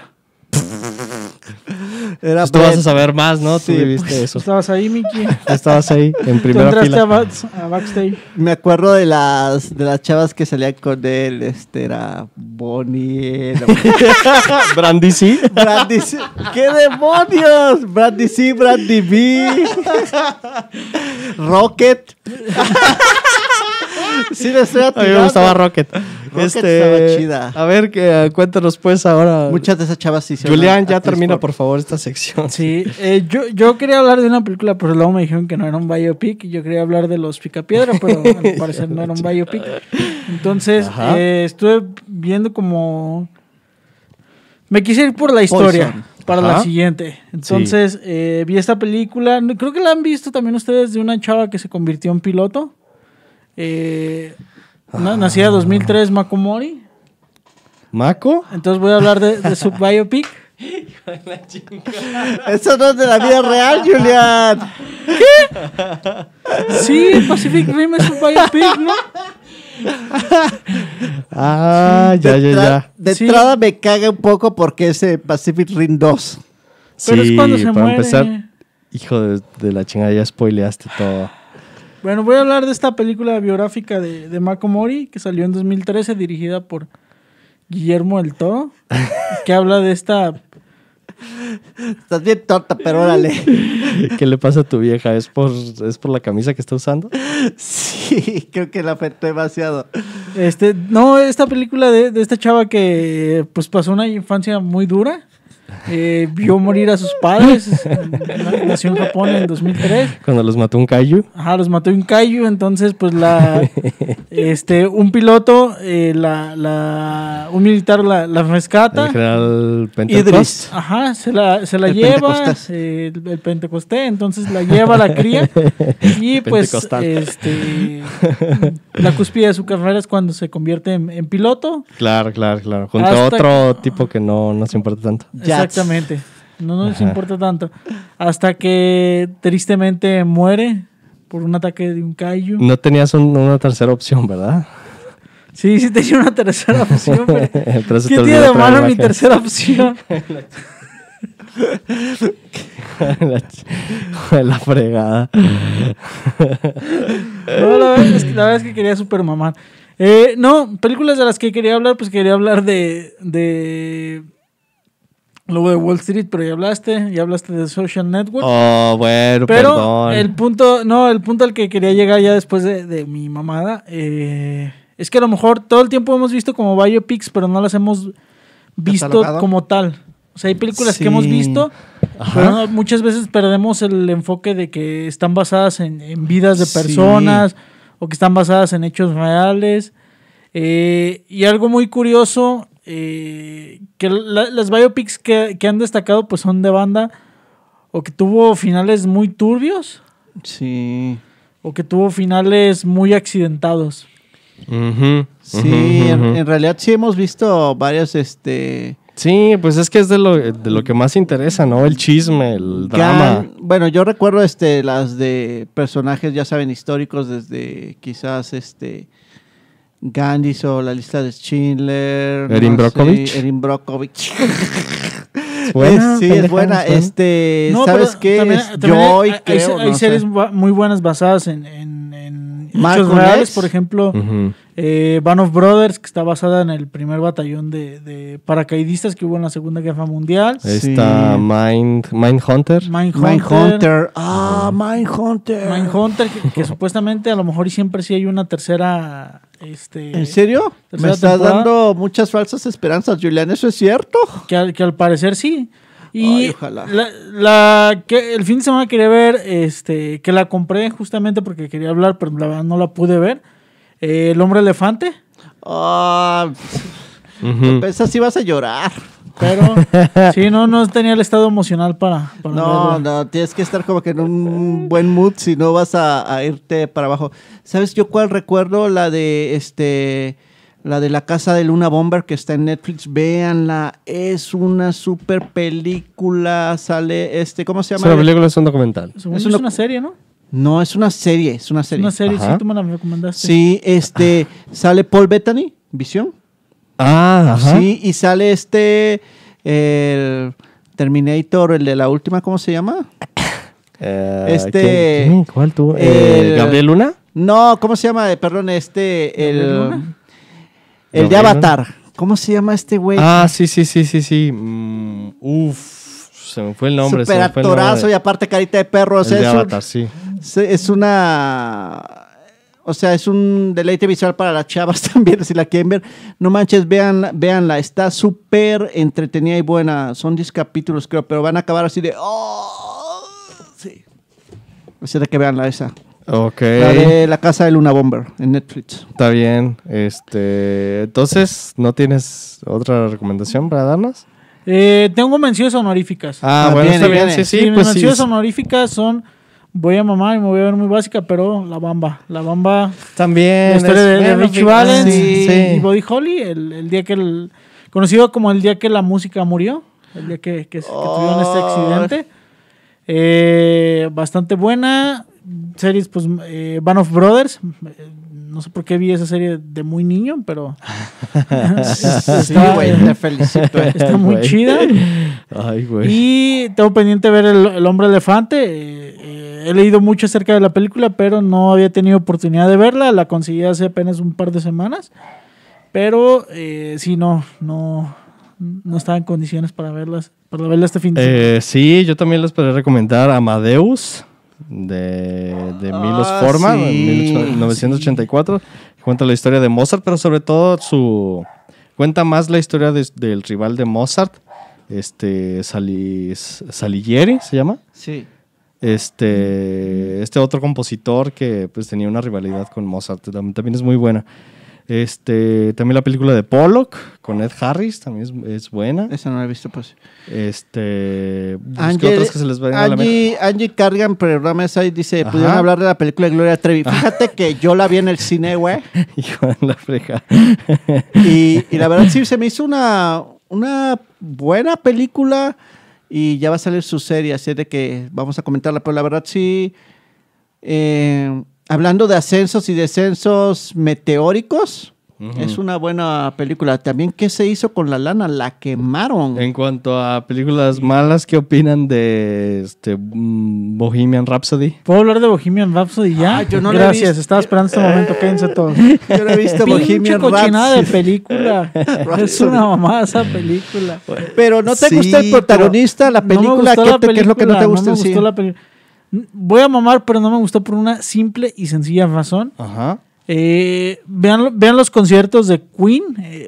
Era Pues tú vas a Brett. saber más, ¿no? Tú Sí, viviste ¿Tú eso. estabas ahí, Miki? Tú estabas ahí, en ¿Tú primera entraste fila. a backstage? Me acuerdo de las chavas que salían con él. Era Bonnie. Brandy, sí. Brandy C. ¿Qué demonios? Brandy C, Brandy B. Rocket. Sí, le estoy A mí atinando. me gustaba Rocket. Estaba chida. A ver, cuéntanos pues ahora. Muchas de esas chavas sí se Julián, van a ya actriz termina por favor esta sección. Sí, yo quería hablar de una película, pero luego me dijeron que no era un biopic. Y yo quería hablar de Los Picapiedra, pero al parecer no era un biopic. Entonces, Ajá. estuve viendo como... Me quise ir por la historia Poison. para Ajá. la siguiente. Entonces, vi esta película. Creo que la han visto también ustedes, de una chava que se convirtió en piloto. Nacida en 2003, Mako Mori. ¿Maco? Entonces voy a hablar de su biopic. Eso no es de la vida real, Julián. Sí, Pacific Rim es un biopic, ¿no? Ya. De Sí. entrada me caga un poco porque es Pacific Rim 2. Pero es cuando se para muere. empezar, hijo de la chingada, ya spoileaste todo. Bueno, voy a hablar de esta película biográfica de Mako Mori, que salió en 2013, dirigida por Guillermo del Toro, que habla de esta... Estás bien tonta, pero órale. ¿Qué le pasa a tu vieja? ¿Es por la camisa que está usando? Sí, creo que la afectó demasiado. No, esta película de esta chava que pues pasó una infancia muy dura. Vio morir a sus padres. Nació en Japón en 2003. Cuando los mató un kaiju. Ajá, los mató un kaiju. Entonces, pues un piloto, un militar la rescata. El general Pentecost. Idris. Ajá, se la El lleva. Pentecostés. El Pentecostés. Entonces la lleva, la cría. Y pues Pentecostal. la cúspide de su carrera es cuando se convierte en piloto. Claro. Junto a Hasta otro tipo que no se importa tanto. Exactamente. No nos Ajá. importa tanto. Hasta que tristemente muere por un ataque de un kaiju. No tenías una tercera opción, ¿verdad? Sí, tenía una tercera opción. Pero... Pero se te ¿Qué olvidó tiene de otra malo mi imagen. tercera opción? la fregada. No, la verdad es que quería super mamar. No, películas de las que quería hablar, pues quería hablar de Lobo de Wall Street, pero ya hablaste de Social Network. Oh, bueno, Pero perdón. el punto al que quería llegar ya después de mi mamada, es que a lo mejor todo el tiempo hemos visto como biopics, pero no las hemos visto ¿Catalogado? como tal. O sea, hay películas Sí. que hemos visto, Ajá. pero muchas veces perdemos el enfoque de que están basadas en vidas de Sí. personas o que están basadas en hechos reales. Y algo muy curioso, que las biopics que han destacado pues son de banda o que tuvo finales muy turbios Sí. o que tuvo finales muy accidentados. Ujú, Sí, ujú, en, ujú. en realidad sí hemos visto varios, Sí, pues es que es de lo que más interesa, ¿no? El chisme, el drama. Bueno, yo recuerdo las de personajes, ya saben, históricos, desde quizás Gandhi o la lista de Schindler. Erin no sé, Brockovich. Erin Brockovich. Es buena, Sí, es pendeja, buena. es buena. pero ¿Sabes qué? también- Es también Joy, hay creo. hay no series sé. muy buenas basadas en hechos Malcolm reales, X. por ejemplo, Ujú. Band of Brothers, que está basada en el primer batallón de paracaidistas que hubo en la Segunda Guerra Mundial. Sí. Está Mindhunter. Mindhunter. Ah, Mindhunter. Mindhunter, que supuestamente a lo mejor y siempre sí hay una tercera. ¿En serio? Me tercera estás temporada. dando muchas falsas esperanzas, Julián. ¿Eso es cierto? Que al parecer sí. Y Ay, ojalá. que el fin de semana quería ver, que la compré justamente porque quería hablar, pero la verdad no la pude ver. El hombre elefante, Ah, Ujú. pensas si vas a llorar. pero sí, no tenía el estado emocional para No, verla. no, tienes que estar como que en un buen mood, si no vas a irte para abajo. ¿Sabes yo cuál recuerdo? La de La Casa de Luna Bomber, que está en Netflix. Véanla, es una super película. Sale ¿cómo se Es llama? una película, es un documental. Según es yo es una- una serie, ¿no? No, es una serie, Es una serie, Ajá. sí, tú me la recomendaste. Sí, sale Paul Bettany, Visión. Ah, ajá. Sí, y sale el Terminator, el de la última, ¿cómo se llama? ¿Quién? ¿Cuál tú? ¿Gabriel Luna? No, ¿cómo se llama? Perdón, ¿Gabriel el Luna? de ¿Gabriel Avatar. ¿Cómo se llama este güey? Ah, sí. Se me fue el nombre. Super actorazo y aparte carita de perro. O sea, El de Avatar, sí. es una... O sea, es un deleite visual para las chavas también, si la quieren ver. No manches, véanla. Está súper entretenida y buena. Son 10 capítulos, creo, pero van a acabar así de... ¡Oh! Sí. O sea, de que veanla esa. Ok. La de La Casa de Luna Bomber en Netflix. Está bien. Entonces, ¿no tienes otra recomendación para darnos? Tengo menciones honoríficas. Ah, Ah, bueno, viene, está bien. viene. Sí, mis pues sí. menciones honoríficas son... Voy a mamar y me voy a ver muy básica, pero La Bamba. La Bamba, También. la historia de bueno, Richie Valens sí. y Buddy Holly, el día que conocido como el día que la música murió, el día que tuvieron este accidente. Bastante buena. Series, pues, Band of Brothers. No sé por qué vi esa serie de muy niño, pero Sí, güey, te felicito. está muy Güey. chida. Ay, güey. Y tengo pendiente ver el hombre elefante. He leído mucho acerca de la película, pero no había tenido oportunidad de verla. La conseguí hace apenas un par de semanas. Pero sí, no estaba en condiciones para verla este fin de semana. Sí, yo también les podría recomendar Amadeus de Milos Ah, Forman, sí, en 1984. Cuenta la historia de Mozart, pero sobre todo cuenta más la historia del rival de Mozart, Salieri se llama. Sí. Este otro compositor que pues tenía una rivalidad con Mozart, también es muy buena. También la película de Pollock con Ed Harris también es buena. Esa no la he visto, pues. ¿Qué otras que se les vayan a la mente? Angie Cargan, programas ahí, dice, Ajá. pudieron hablar de la película de Gloria Trevi. Fíjate que yo la vi en el cine, güey. Hijo de la freja. Y la verdad sí se me hizo una buena película y ya va a salir su serie, así de que vamos a comentarla, pero la verdad sí, hablando de ascensos y descensos meteóricos, Es una buena película. También, ¿qué se hizo con la lana? La quemaron. En cuanto a películas malas, ¿qué opinan de Bohemian Rhapsody? ¿Puedo hablar de Bohemian Rhapsody ya? Yo no la he Gracias, visto. estaba esperando este momento, cállense todos. Yo no he visto Pinche Bohemian cochinada de Rhapsody. película. Es una mamada esa película. Pero ¿no te Sí, gusta el protagonista, la No me película? gustó ¿Qué es lo que no te gusta No en me sí? gustó la película. Voy a mamar, pero no me gustó por una simple y sencilla razón. Ajá. Vean los conciertos de Queen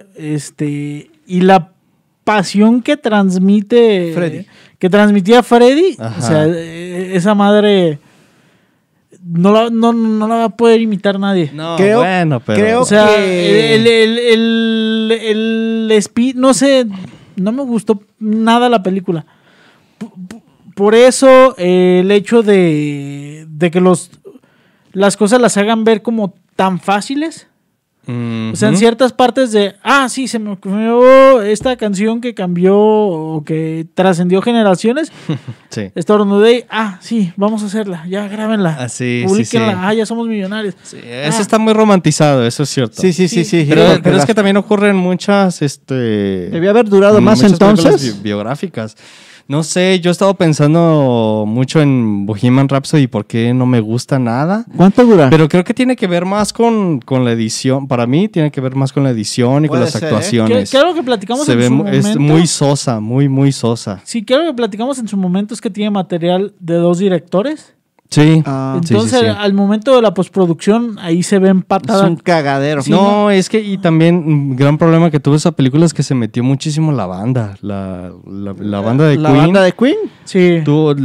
y la pasión que transmite Freddie. que transmitía Freddie. Ajá. O sea, esa madre no la va a poder imitar nadie. No, Creo- bueno, pero... creo O sea, que- el no sé, no me gustó nada la película. Por eso el hecho de que las cosas las hagan ver como tan fáciles. O sea, en ciertas partes sí, se me ocurrió esta canción que cambió o que trascendió generaciones. Sí. Estornudé, sí, vamos a hacerla, ya grábenla. Ah, sí, Publíquenla, sí. ya somos millonarios. Sí, eso está muy romantizado, eso es cierto. Sí. Pero porque es las- que también ocurren muchas... Debía haber durado más muchas películas entonces. biográficas. No sé, yo he estado pensando mucho en Bohemian Rhapsody y por qué no me gusta nada. ¿Cuánto dura? Pero creo que tiene que ver más con la edición. Para mí tiene que ver más con la edición y con Puede las ser, ¿eh? actuaciones. Que algo que platicamos Se en ve su momento. es muy sosa, muy sosa. Sí, que algo que platicamos en su momento es que tiene material de 2 directores. Sí. Ah, Sí, Entonces, sí, sí. al momento de la postproducción, ahí se ve es empatada. un cagadero. Sí, No, es que y también un gran problema que tuvo esa película es que se metió muchísimo la banda. La banda de ¿La Queen. banda de Queen? Sí.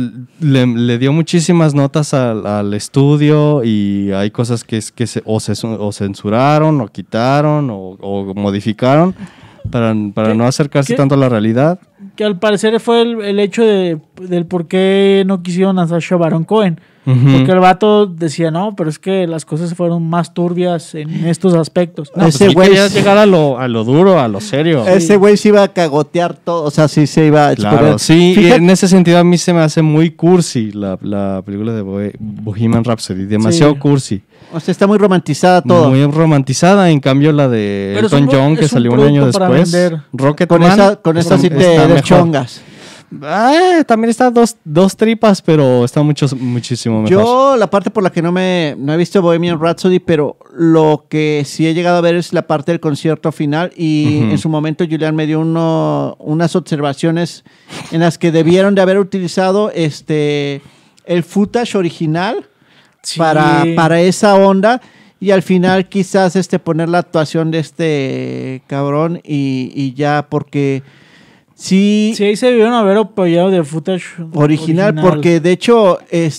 Le dio muchísimas notas al estudio y hay cosas que o censuraron o quitaron o modificaron para ¿Qué? no acercarse ¿Qué? tanto a la realidad. Que al parecer fue el hecho del por qué no quisieron a Sacha Baron Cohen. Ujú. Porque el vato decía, no, pero es que las cosas fueron más turbias en estos aspectos. No, pues Ese él güey quería sí. llegar a lo duro, a lo serio. Ese güey se iba a cagotear todo. O sea, sí se iba a Claro, exponer. sí, y Fíjate- en ese sentido a mí se me hace muy cursi la película de Bohemian Rhapsody, demasiado Sí. cursi, O sea, está muy romantizada todo. muy romantizada, en cambio la de Pero es Elton un John que es un salió un año producto para después, vender. Rocketman, Con esa sí está te mejor. deschongas. También está dos tripas, pero está muchísimo mejor. Yo, la parte por la que no he visto Bohemian Rhapsody, pero lo que sí he llegado a ver es la parte del concierto final. Y Ujú. en su momento Julián me dio unas observaciones en las que debieron de haber utilizado el footage original Sí. para esa onda. Y al final quizás poner la actuación de este cabrón y ya porque sí, Sí, ahí se debieron haber apoyado de footage original, porque de hecho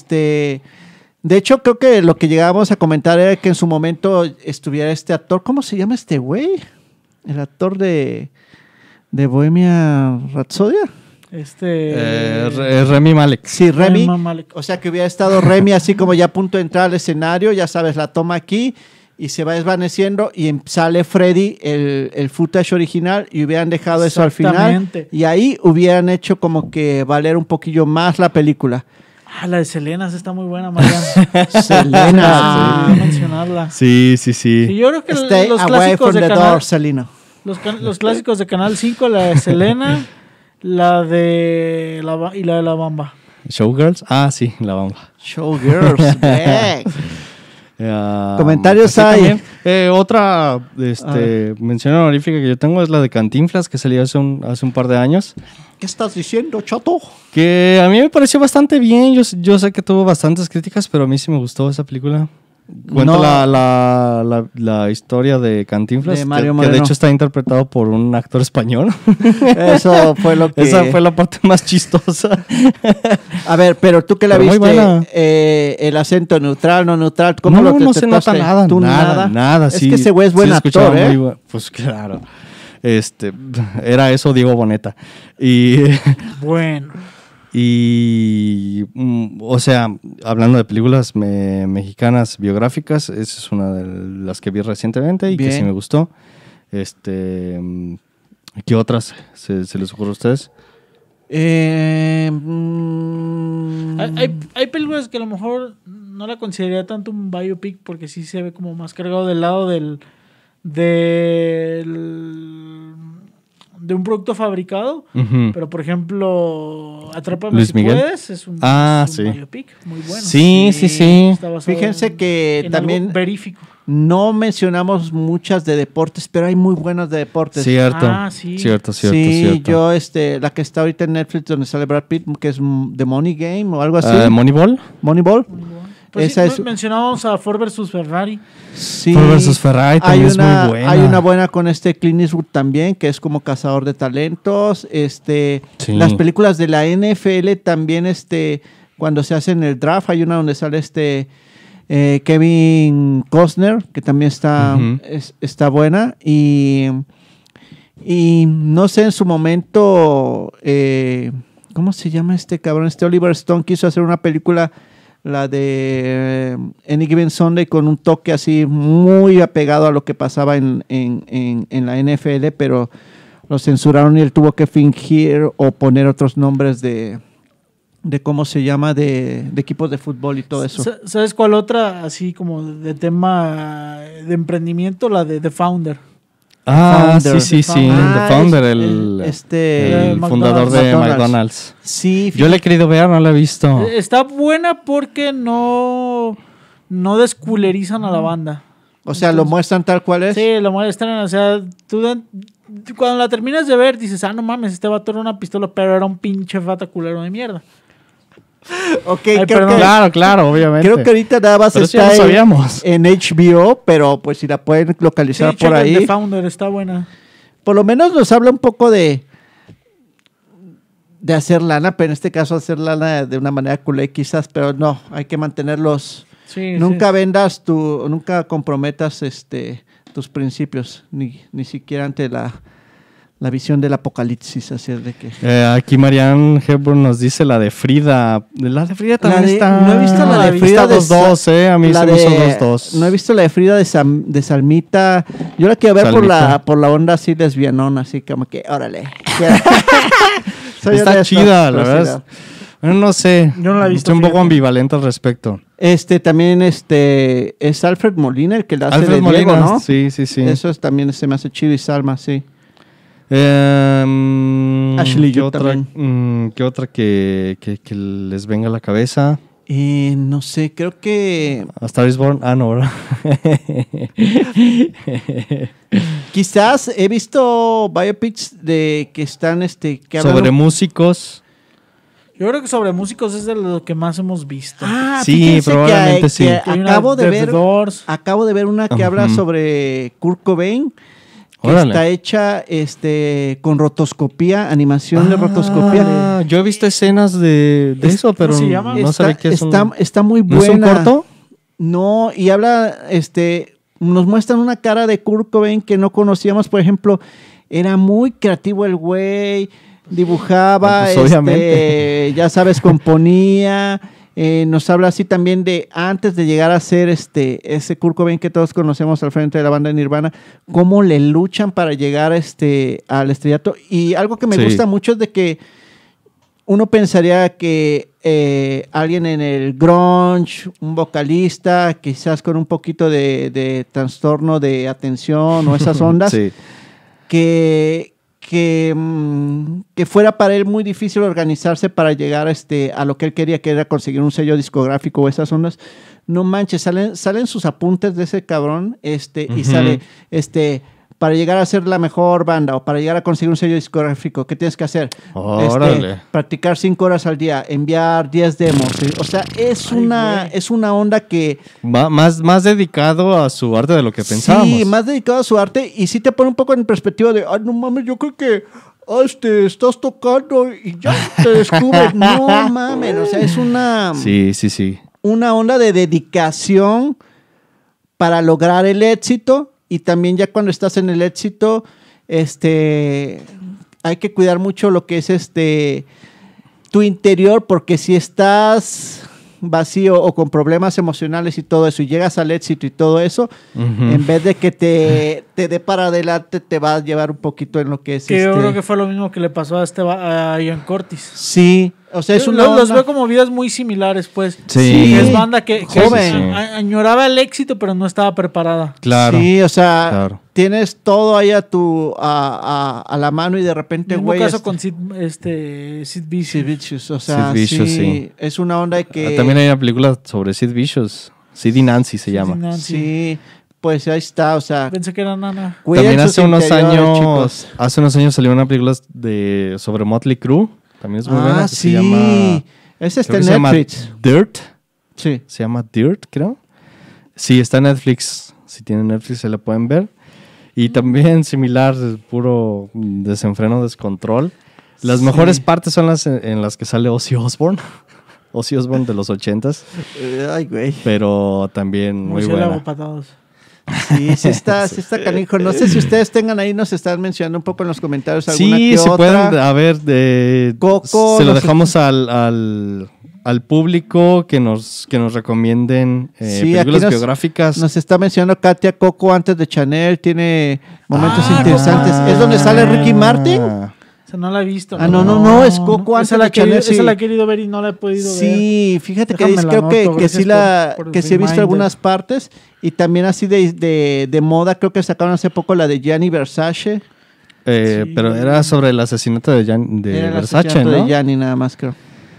creo que lo que llegábamos a comentar era que en su momento estuviera este actor, ¿cómo se llama este güey? El actor de Bohemian Rhapsody. Remy Malek. Sí, Remy. Rami Malek. O sea que hubiera estado Remy así como ya a punto de entrar al escenario, ya sabes, la toma aquí y se va desvaneciendo y sale Freddy, el footage original, y hubieran dejado eso al final. Exactamente. Y ahí hubieran hecho como que valer un poquillo más la película. La de Selena esa está muy buena, Marian. Selena. Sí, mencionarla. Sí. Y yo creo que Stay los away clásicos from de the Canal, door, Selena. los clásicos de Canal 5, la de Selena, la de la Bamba. Showgirls. Sí, la bamba. Showgirls, back. Comentarios sí, hay. también. Otra ver. mención honorífica que yo tengo es la de Cantinflas, que salió hace un par de años. ¿Qué estás diciendo, chato? Que a mí me pareció bastante bien. Yo sé que tuvo bastantes críticas, pero a mí sí me gustó esa película. Cuenta No. la historia de Cantinflas, De Mario que de Moreno. hecho está interpretado por un actor español. Eso fue lo que... Esa fue la parte más chistosa. A ver, pero tú que la Pero muy buena. viste, el acento neutral, no neutral, ¿cómo No, lo no se nota detectaste? nada, ¿Tú nada. Es Sí, que ese güey es buen sí se escuchaba actor, ¿eh? muy pues claro. Era eso Diego Boneta. Y... Bueno. Y, o sea, hablando de películas mexicanas biográficas, esa es una de las que vi recientemente y Bien. que sí me gustó. ¿Qué otras se les ocurre a ustedes? Hay películas que a lo mejor no la consideraría tanto un biopic porque sí se ve como más cargado del lado de un producto fabricado, pero por ejemplo, Atrápame Luis si Miguel. puedes, es un Sí. biopic muy bueno. Sí. Está basado Fíjense que en también algo verífico. no mencionamos muchas de deportes, pero hay muy buenas de deportes. Cierto. Sí. Cierto. Yo, la que está ahorita en Netflix donde sale Brad Pitt, que es The Money Game o algo así. ¿Moneyball? Moneyball. Pues Esa sí, mencionábamos a Ford versus Ferrari. Sí. Ford versus Ferrari también es muy buena. Hay una buena con Clint Eastwood también, que es como cazador de talentos. Las películas de la NFL también, cuando se hacen el draft, hay una donde sale Kevin Costner, que también está buena. Y no sé, en su momento, ¿cómo se llama este cabrón? Oliver Stone quiso hacer una película, la de Any Given Sunday, con un toque así muy apegado a lo que pasaba en la NFL, pero lo censuraron y él tuvo que fingir o poner otros nombres de cómo se llama, de equipos de fútbol y todo eso. ¿Sabes cuál otra? Así como de tema de emprendimiento, la de The Founder. Founder. Sí. The Founder, el fundador de McDonald's. Sí, yo la he querido ver, no la he visto. Está buena porque no desculerizan a la banda. O sea, lo muestran tal cual es. Sí, lo muestran, o sea, tú cuando la terminas de ver dices, no mames, este vato era una pistola, pero era un pinche fata culero de mierda. Ok, claro, obviamente. Creo que ahorita nada más pero está sí sabíamos. en HBO, pero pues si la pueden localizar por ahí. The Founder está buena. Por lo menos nos habla un poco de hacer lana, pero en este caso hacer lana de una manera culé quizás, pero no, hay que mantenerlos. Nunca vendas nunca comprometas tus principios, ni siquiera ante la visión del apocalipsis, así es de que... aquí Marianne Hepburn nos dice la de Frida. La de Frida también está... No he visto la de Frida de 2-2, a mí se me hizo 2-2. No he visto la de Frida de Salmita. Yo la quiero ver por la onda así lesbianona, así como que, órale. Está chida, la verdad. Bueno, no sé. Yo no la he visto. Estoy un poco ambivalente al respecto. También es Alfred Molina el que la hace Alfred de Molina, Diego, ¿no? Sí. Eso también se me hace chido, y Salma, sí. Ashley Judd también. ¿Qué otra que les venga a la cabeza? No sé, creo que... A Star is Born. No, ¿verdad? Quizás he visto biopics de que están que hablan sobre músicos. Yo creo que sobre músicos es de lo que más hemos visto. Sí, probablemente sí. Acabo de ver una que habla sobre Kurt Cobain, que está hecha con rotoscopía, animación de rotoscopía. Yo he visto escenas de eso, pero no sabía qué es. Está muy buena. ¿No es un corto? No, y habla, nos muestran una cara de Kurt Cobain que no conocíamos. Por ejemplo, era muy creativo el güey, dibujaba, pues obviamente. Ya sabes, componía. Nos habla así también de antes de llegar a ser ese Kurt Cobain que todos conocemos al frente de la banda de Nirvana, cómo le luchan para llegar al estrellato. Y algo que me gusta mucho es de que uno pensaría que alguien en el grunge, un vocalista, quizás con un poquito de trastorno de atención o esas ondas, sí. que fuera para él muy difícil organizarse para llegar a lo que él quería, que era conseguir un sello discográfico o esas ondas. No manches, salen sus apuntes de ese cabrón, y sale, para llegar a ser la mejor banda o para llegar a conseguir un sello discográfico, ¿qué tienes que hacer? Practicar 5 horas al día, enviar 10 demos. O sea, es una onda que... Más dedicado a su arte de lo que pensábamos. Sí, más dedicado a su arte, y sí te pone un poco en perspectiva de, no mames, yo creo que estás tocando y ya te descubres. No mames, o sea, es una... Sí. Una onda de dedicación para lograr el éxito. Y también ya cuando estás en el éxito, hay que cuidar mucho lo que es tu interior, porque si estás vacío o con problemas emocionales y todo eso, y llegas al éxito y todo eso, en vez de que te dé para adelante, te va a llevar un poquito en lo que es yo creo que fue lo mismo que le pasó a Ian Curtis. Sí, O sea, es una Los onda- veo como vidas muy similares, pues. Sí. Es banda que Joven. añoraba el éxito, pero no estaba preparada. Claro. Sí, o sea, Claro. tienes todo ahí a la mano y de repente, Mismo güey. caso con Sid Vicious. Sid Vicious, o sea, Sid Vicious, sí, sí. es una onda de que... También hay una película sobre Sid Vicious. Sid y Nancy se llama. Nancy. Sí, pues ahí está, o sea... Pensé que era Nana. cuiden También sus hace unos interiores, años, chicos. salió una película sobre Motley Crue. También es muy buena. que Sí, se llama, ese está creo en que se llama Netflix. Dirt. Sí. Se llama Dirt, creo. Sí, está en Netflix. Si tienen Netflix se la pueden ver. Y también similar, puro desenfreno, descontrol. Las Sí. mejores partes son las en las que sale Ozzy Osbourne. Ozzy Osbourne de los 80s. Ay, güey. Pero también muy Murciélago buena. patados. Sí está canijo. No sé si ustedes tengan ahí, nos están mencionando un poco en los comentarios alguna Sí, que se otra. pueden, a ver, Coco, se lo no sé. dejamos al público que nos recomienden Sí, películas aquí biográficas. Nos está mencionando Katia Coco antes de Chanel, tiene momentos Ah, interesantes. Coco. ¿Es donde sale Ricky Martin? Esa no la he visto. Ah, no, es Coco antes Esa la, de Chanel, sí. esa la he querido ver y no la he podido ver. Sí, fíjate que Déjame la creo que anoto, sí gracias por que sí he visto reminder. algunas partes y también así de moda, creo que sacaron hace poco la de Gianni Versace. Sí. Pero era sobre el asesinato de Era el Versace, asesinato ¿no? de Gianni nada más, creo.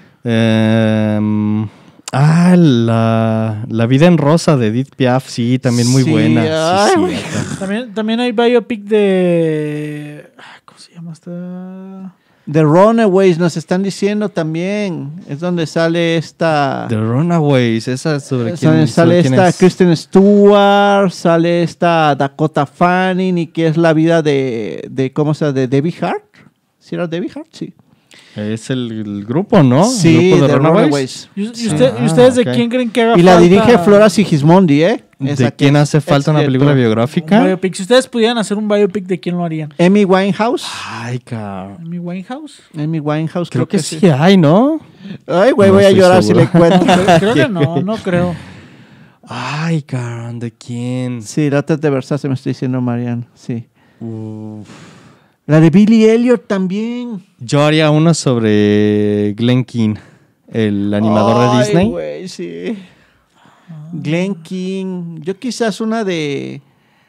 La vida en rosa de Edith Piaf, sí, también muy Sí, buena. ay, Sí, güey. cierto. También hay biopic de... ¿Cómo se llama esta? The Runaways nos están diciendo también. Es donde sale esta... The Runaways, esa es sobre quién, Sale sobre quién esta es. Kristen Stewart, sale esta Dakota Fanning y que es la vida de ¿cómo se llama? De Debbie Hart. ¿Sí era Debbie Hart? Sí. Es el grupo, ¿no? Sí, el grupo de The Runaways. Runaways. ¿Y Sí. ustedes de ok. quién creen que haga Y la falta? dirige Flora Sigismondi, ¿eh? Esa ¿De que quién es hace falta una película exdirectora. Un biográfica? biopic. Si ustedes pudieran hacer un biopic, ¿de quién lo harían? Amy Winehouse. Ay, cabrón. ¿Amy Winehouse? Amy Winehouse, Creo que sí hay, ¿no? Ay, güey, No voy a estoy llorar seguro. si le cuento. Creo que no creo. Ay, cabrón, ¿de quién? Sí, la otra de Versace me estoy diciendo Mariano. Sí. Uf. La de Billy Elliot también. Yo haría uno sobre Glenn Keane, el animador de Ay, Disney. güey, sí. Glenn King. Yo quizás una de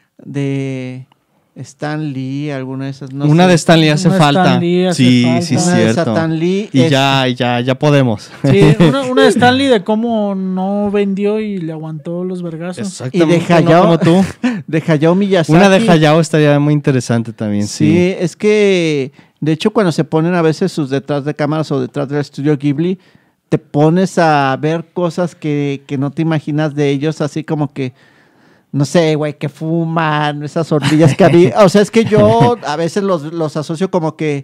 Stan Lee, alguna de esas. No Una sé. de Stan Lee hace Una de falta. Stan Lee hace sí, falta. sí, Una de cierto. Stan Lee. Y ya podemos. Sí, una de Stanley de cómo no vendió y le aguantó los vergazos. Exactamente. Y de Hayao- no como tú. De Hayao Miyazaki. Una de Hayao estaría muy interesante también, Sí, sí. es que de hecho cuando se ponen a veces sus detrás de cámaras o detrás del estudio Ghibli, te pones a ver cosas que no te imaginas de ellos, así como que, no sé, güey, que fuman, esas hornillas que había. O sea, es que yo a veces los asocio como que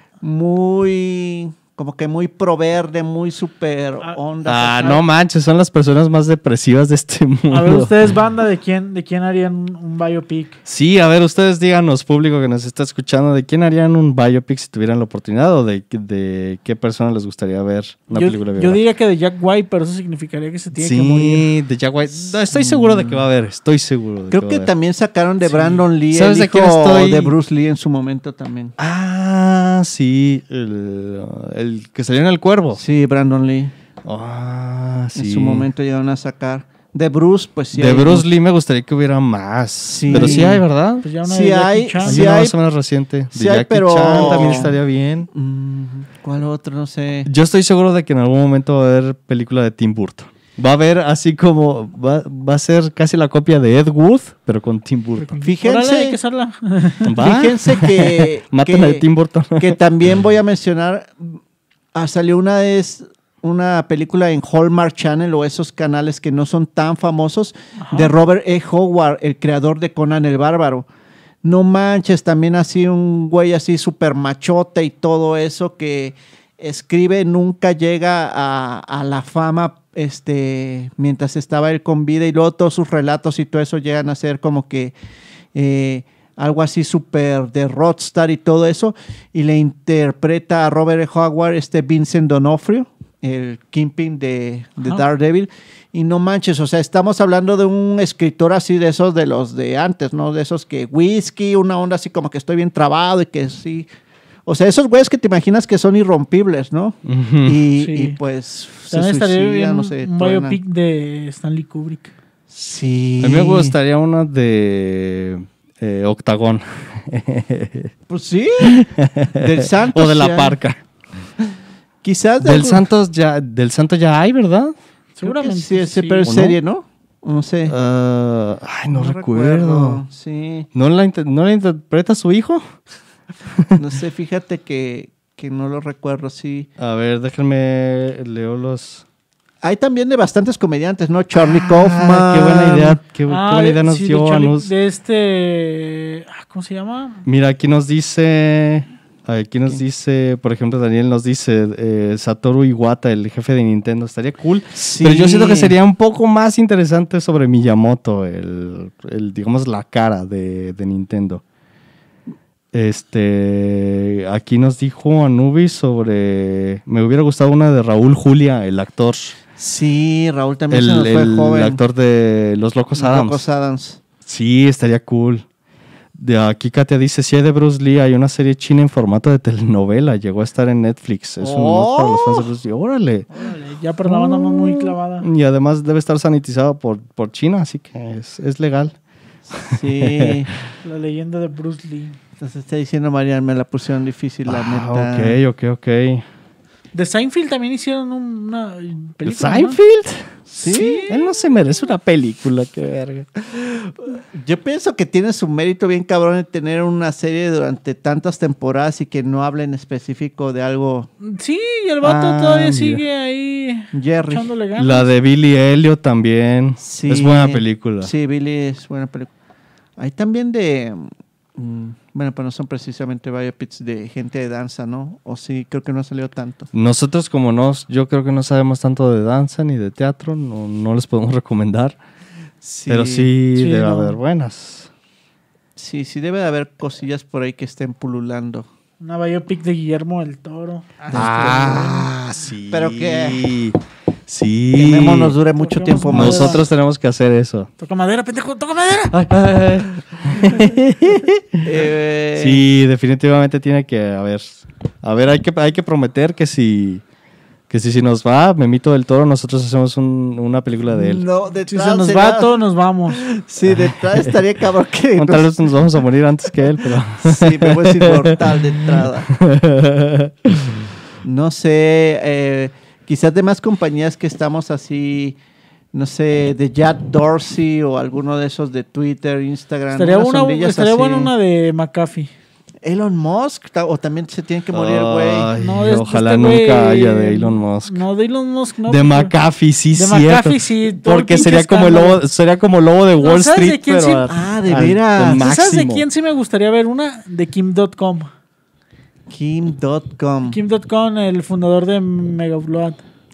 muy pro verde, muy súper onda. No manches, son las personas más depresivas de este mundo. A ver, ustedes, banda, ¿de quién harían un biopic? Sí, a ver, ustedes díganos, público que nos está escuchando, ¿de quién harían un biopic si tuvieran la oportunidad o de qué persona les gustaría ver una película Yo biográfica? diría que de Jack White, pero eso significaría que se tiene que Sí, morir. de Jack White. No, estoy seguro de que va a haber, estoy seguro de Creo va a que haber. también sacaron de Sí. Brandon Lee, ¿Sabes el de hijo quién estoy? de Bruce Lee en su momento también. Ah, sí, el que salió en El Cuervo. Sí, Brandon Lee. Ah, sí. En su momento llegaron a sacar. De Bruce, pues sí. de hay Bruce mucho. Lee me gustaría que hubiera más. Sí. Pero sí hay, ¿verdad? Pues ya una Sí de Jackie hay, Chan. Hay sí una hay. más o menos reciente. De Sí hay, Jackie pero- Chan también estaría bien. ¿Cuál otro? No sé. Yo estoy seguro de que en algún momento va a haber película de Tim Burton. Va a haber así como... Va a ser casi la copia de Ed Wood, pero con Tim Burton. Fíjense- Órale, hay que hacerla. ¿Va? Fíjense que, Matan a que, Tim Burton. que también voy a mencionar. Salió una película en Hallmark Channel o esos canales que no son tan famosos Ajá. de Robert E. Howard, el creador de Conan el Bárbaro. No manches, también así un güey así súper machote y todo eso que escribe, nunca llega a la fama mientras estaba él con vida y luego todos sus relatos y todo eso llegan a ser como que algo así súper de rockstar y todo eso y le interpreta a Robert E. Howard Vincent D'Onofrio, el Kingpin de Ajá. Daredevil. Y no manches, o sea, estamos hablando de un escritor así de esos de los de antes, ¿no? De esos que whisky, una onda así como que estoy bien trabado y que sí. O sea, esos güeyes que te imaginas que son irrompibles, ¿no? Ujú. Y pues También estaría bien no sé, un truenan. biopic de Stanley Kubrick. Sí. A mí me gustaría una de Octagón. Pues sí. Del Santos. O de La ya. Parca. Quizás Del Santo ya hay, ¿verdad? Seguramente. Sí, ese sí. pero es ¿O no? serie, ¿no? No sé. Ay, no recuerdo. Sí. ¿No la interpreta su hijo? No sé, fíjate que no lo recuerdo, sí. A ver, déjenme leo los... Hay también de bastantes comediantes, ¿no? Charlie Kaufman. Qué buena idea, qué buena idea nos sí, dio de Anus. de este... ¿Cómo se llama? Mira, aquí nos dice, por ejemplo, Daniel nos dice Satoru Iwata, el jefe de Nintendo. Estaría cool. Sí. Pero yo siento que sería un poco más interesante sobre Miyamoto, digamos, la cara de Nintendo. Aquí nos dijo Anubis sobre... Me hubiera gustado una de Raúl Julia, el actor. Sí, Raúl también se nos fue El joven. actor de Los Locos Los Adams. Locos Adams. Sí, estaría cool. De aquí Katia dice, si hay de Bruce Lee, hay una serie china en formato de telenovela. Llegó a estar en Netflix. Es un mod para los fans de Bruce Lee. ¡Órale! Órale, ya por la banda muy clavada. Y además debe estar sanitizado por China, así que es legal. Sí. La leyenda de Bruce Lee. Entonces está diciendo Marian, me la pusieron difícil, la neta. Ok. De Seinfeld también hicieron una película. ¿no? ¿Seinfeld? Sí. Él no se merece una película, qué verga. Yo pienso que tiene su mérito bien cabrón en tener una serie durante tantas temporadas y que no hable en específico de algo. Sí, y el vato todavía mira. sigue ahí Jerry. echándole ganas. La de Billy Elliot también. Sí. Es buena película. Sí, Billy es buena película. Hay también de... bueno, pues no son precisamente biopics de gente de danza, ¿no? O sí, creo que no ha salido tanto. Nosotros yo creo que no sabemos tanto de danza ni de teatro, no les podemos recomendar, Sí, pero sí, Sí, debe no. haber buenas. Sí, debe de haber cosillas por ahí que estén pululando. Una biopic de Guillermo del Toro. Sí. Pero que- Sí. Que Memo nos dure mucho Toquemos tiempo más. madera. Nosotros tenemos que hacer eso. Toca madera, pendejo, toca madera. Sí, definitivamente tiene que haber. A ver, hay que prometer que si nos va Memito del Toro, nosotros hacemos una película de él. No, Si detrás se nos sería- va, todos nos vamos. Sí, detrás estaría cabrón que... Tal vez nos vamos a morir antes que él, pero... Sí, Memo es inmortal de entrada. No sé, quizás de más compañías que estamos así, no sé, de Jack Dorsey o alguno de esos de Twitter, Instagram. Estaría unas ondillas así. buena una de McAfee. Elon Musk, o también se tiene que morir el güey. Ay, No, de ojalá este güey, nunca haya de Elon Musk. No, de Elon Musk, no. De porque- McAfee, sí, De cierto. McAfee, sí, todo el Porque pinche sería como el lobo de Wall ¿sabes de Street, quién pero sí? De veras. al ¿Sabes de máximo. quién sí me gustaría ver una? De Kim.com. Kim.com. Kim.com, el fundador de Mega Upload.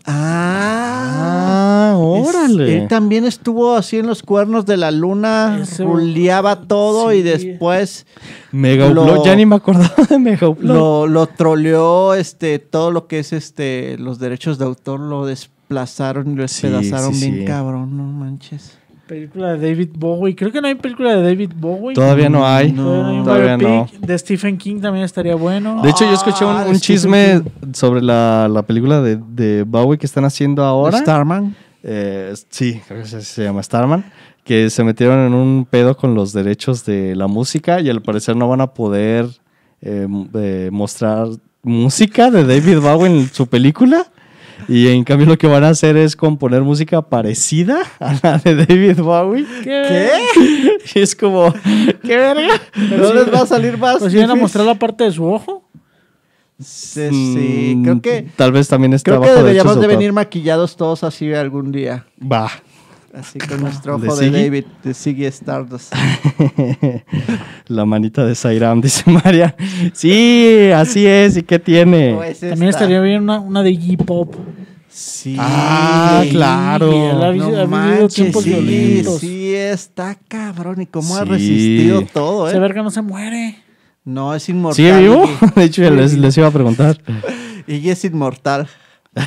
Ah, órale. Él también estuvo así en los cuernos de la luna, Ese- ruleaba todo sí. y después Mega lo- Upload, ya ni me acordaba de Mega Upload. lo troleó, todo lo que es los derechos de autor lo desplazaron y lo Sí, despedazaron sí, bien sí. cabrón, no manches. Película de David Bowie. Creo que no hay película de David Bowie. Todavía no hay. Todavía no hay un Todavía no. biopic. De Stephen King también estaría bueno. De hecho, yo escuché un Stephen chisme sobre la película de Bowie que están haciendo ahora. Starman. Sí, creo que así se llama Starman. Que se metieron en un pedo con los derechos de la música y al parecer no van a poder mostrar música de David Bowie en su película. Y en cambio lo que van a hacer es componer música parecida a la de David Bowie. ¿Qué? Y es como, ¿qué verga? ¿No les va a salir más? Pues iban a difícil? mostrar la parte de su ojo. Sí, creo que Tal vez también está creo que bajo deberíamos derechos de autor. venir maquillados todos así algún día. Va. Así con nuestro ¿De ojo de Ziggy? David, de Ziggy Stardust. La manita de Sairam, dice María. Sí, así es. ¿Y qué tiene? No, es También esta. estaría bien una de J-Pop. Sí. Ah, claro. Y él ha vivido manches, tiempos sí, violentos. sí, está cabrón. Y cómo ha Sí. resistido todo, Ese ¿eh? verga no se muere. No, es inmortal. ¿Sigue vivo? Iggy. De hecho, ya les iba a preguntar. Iggy es inmortal. A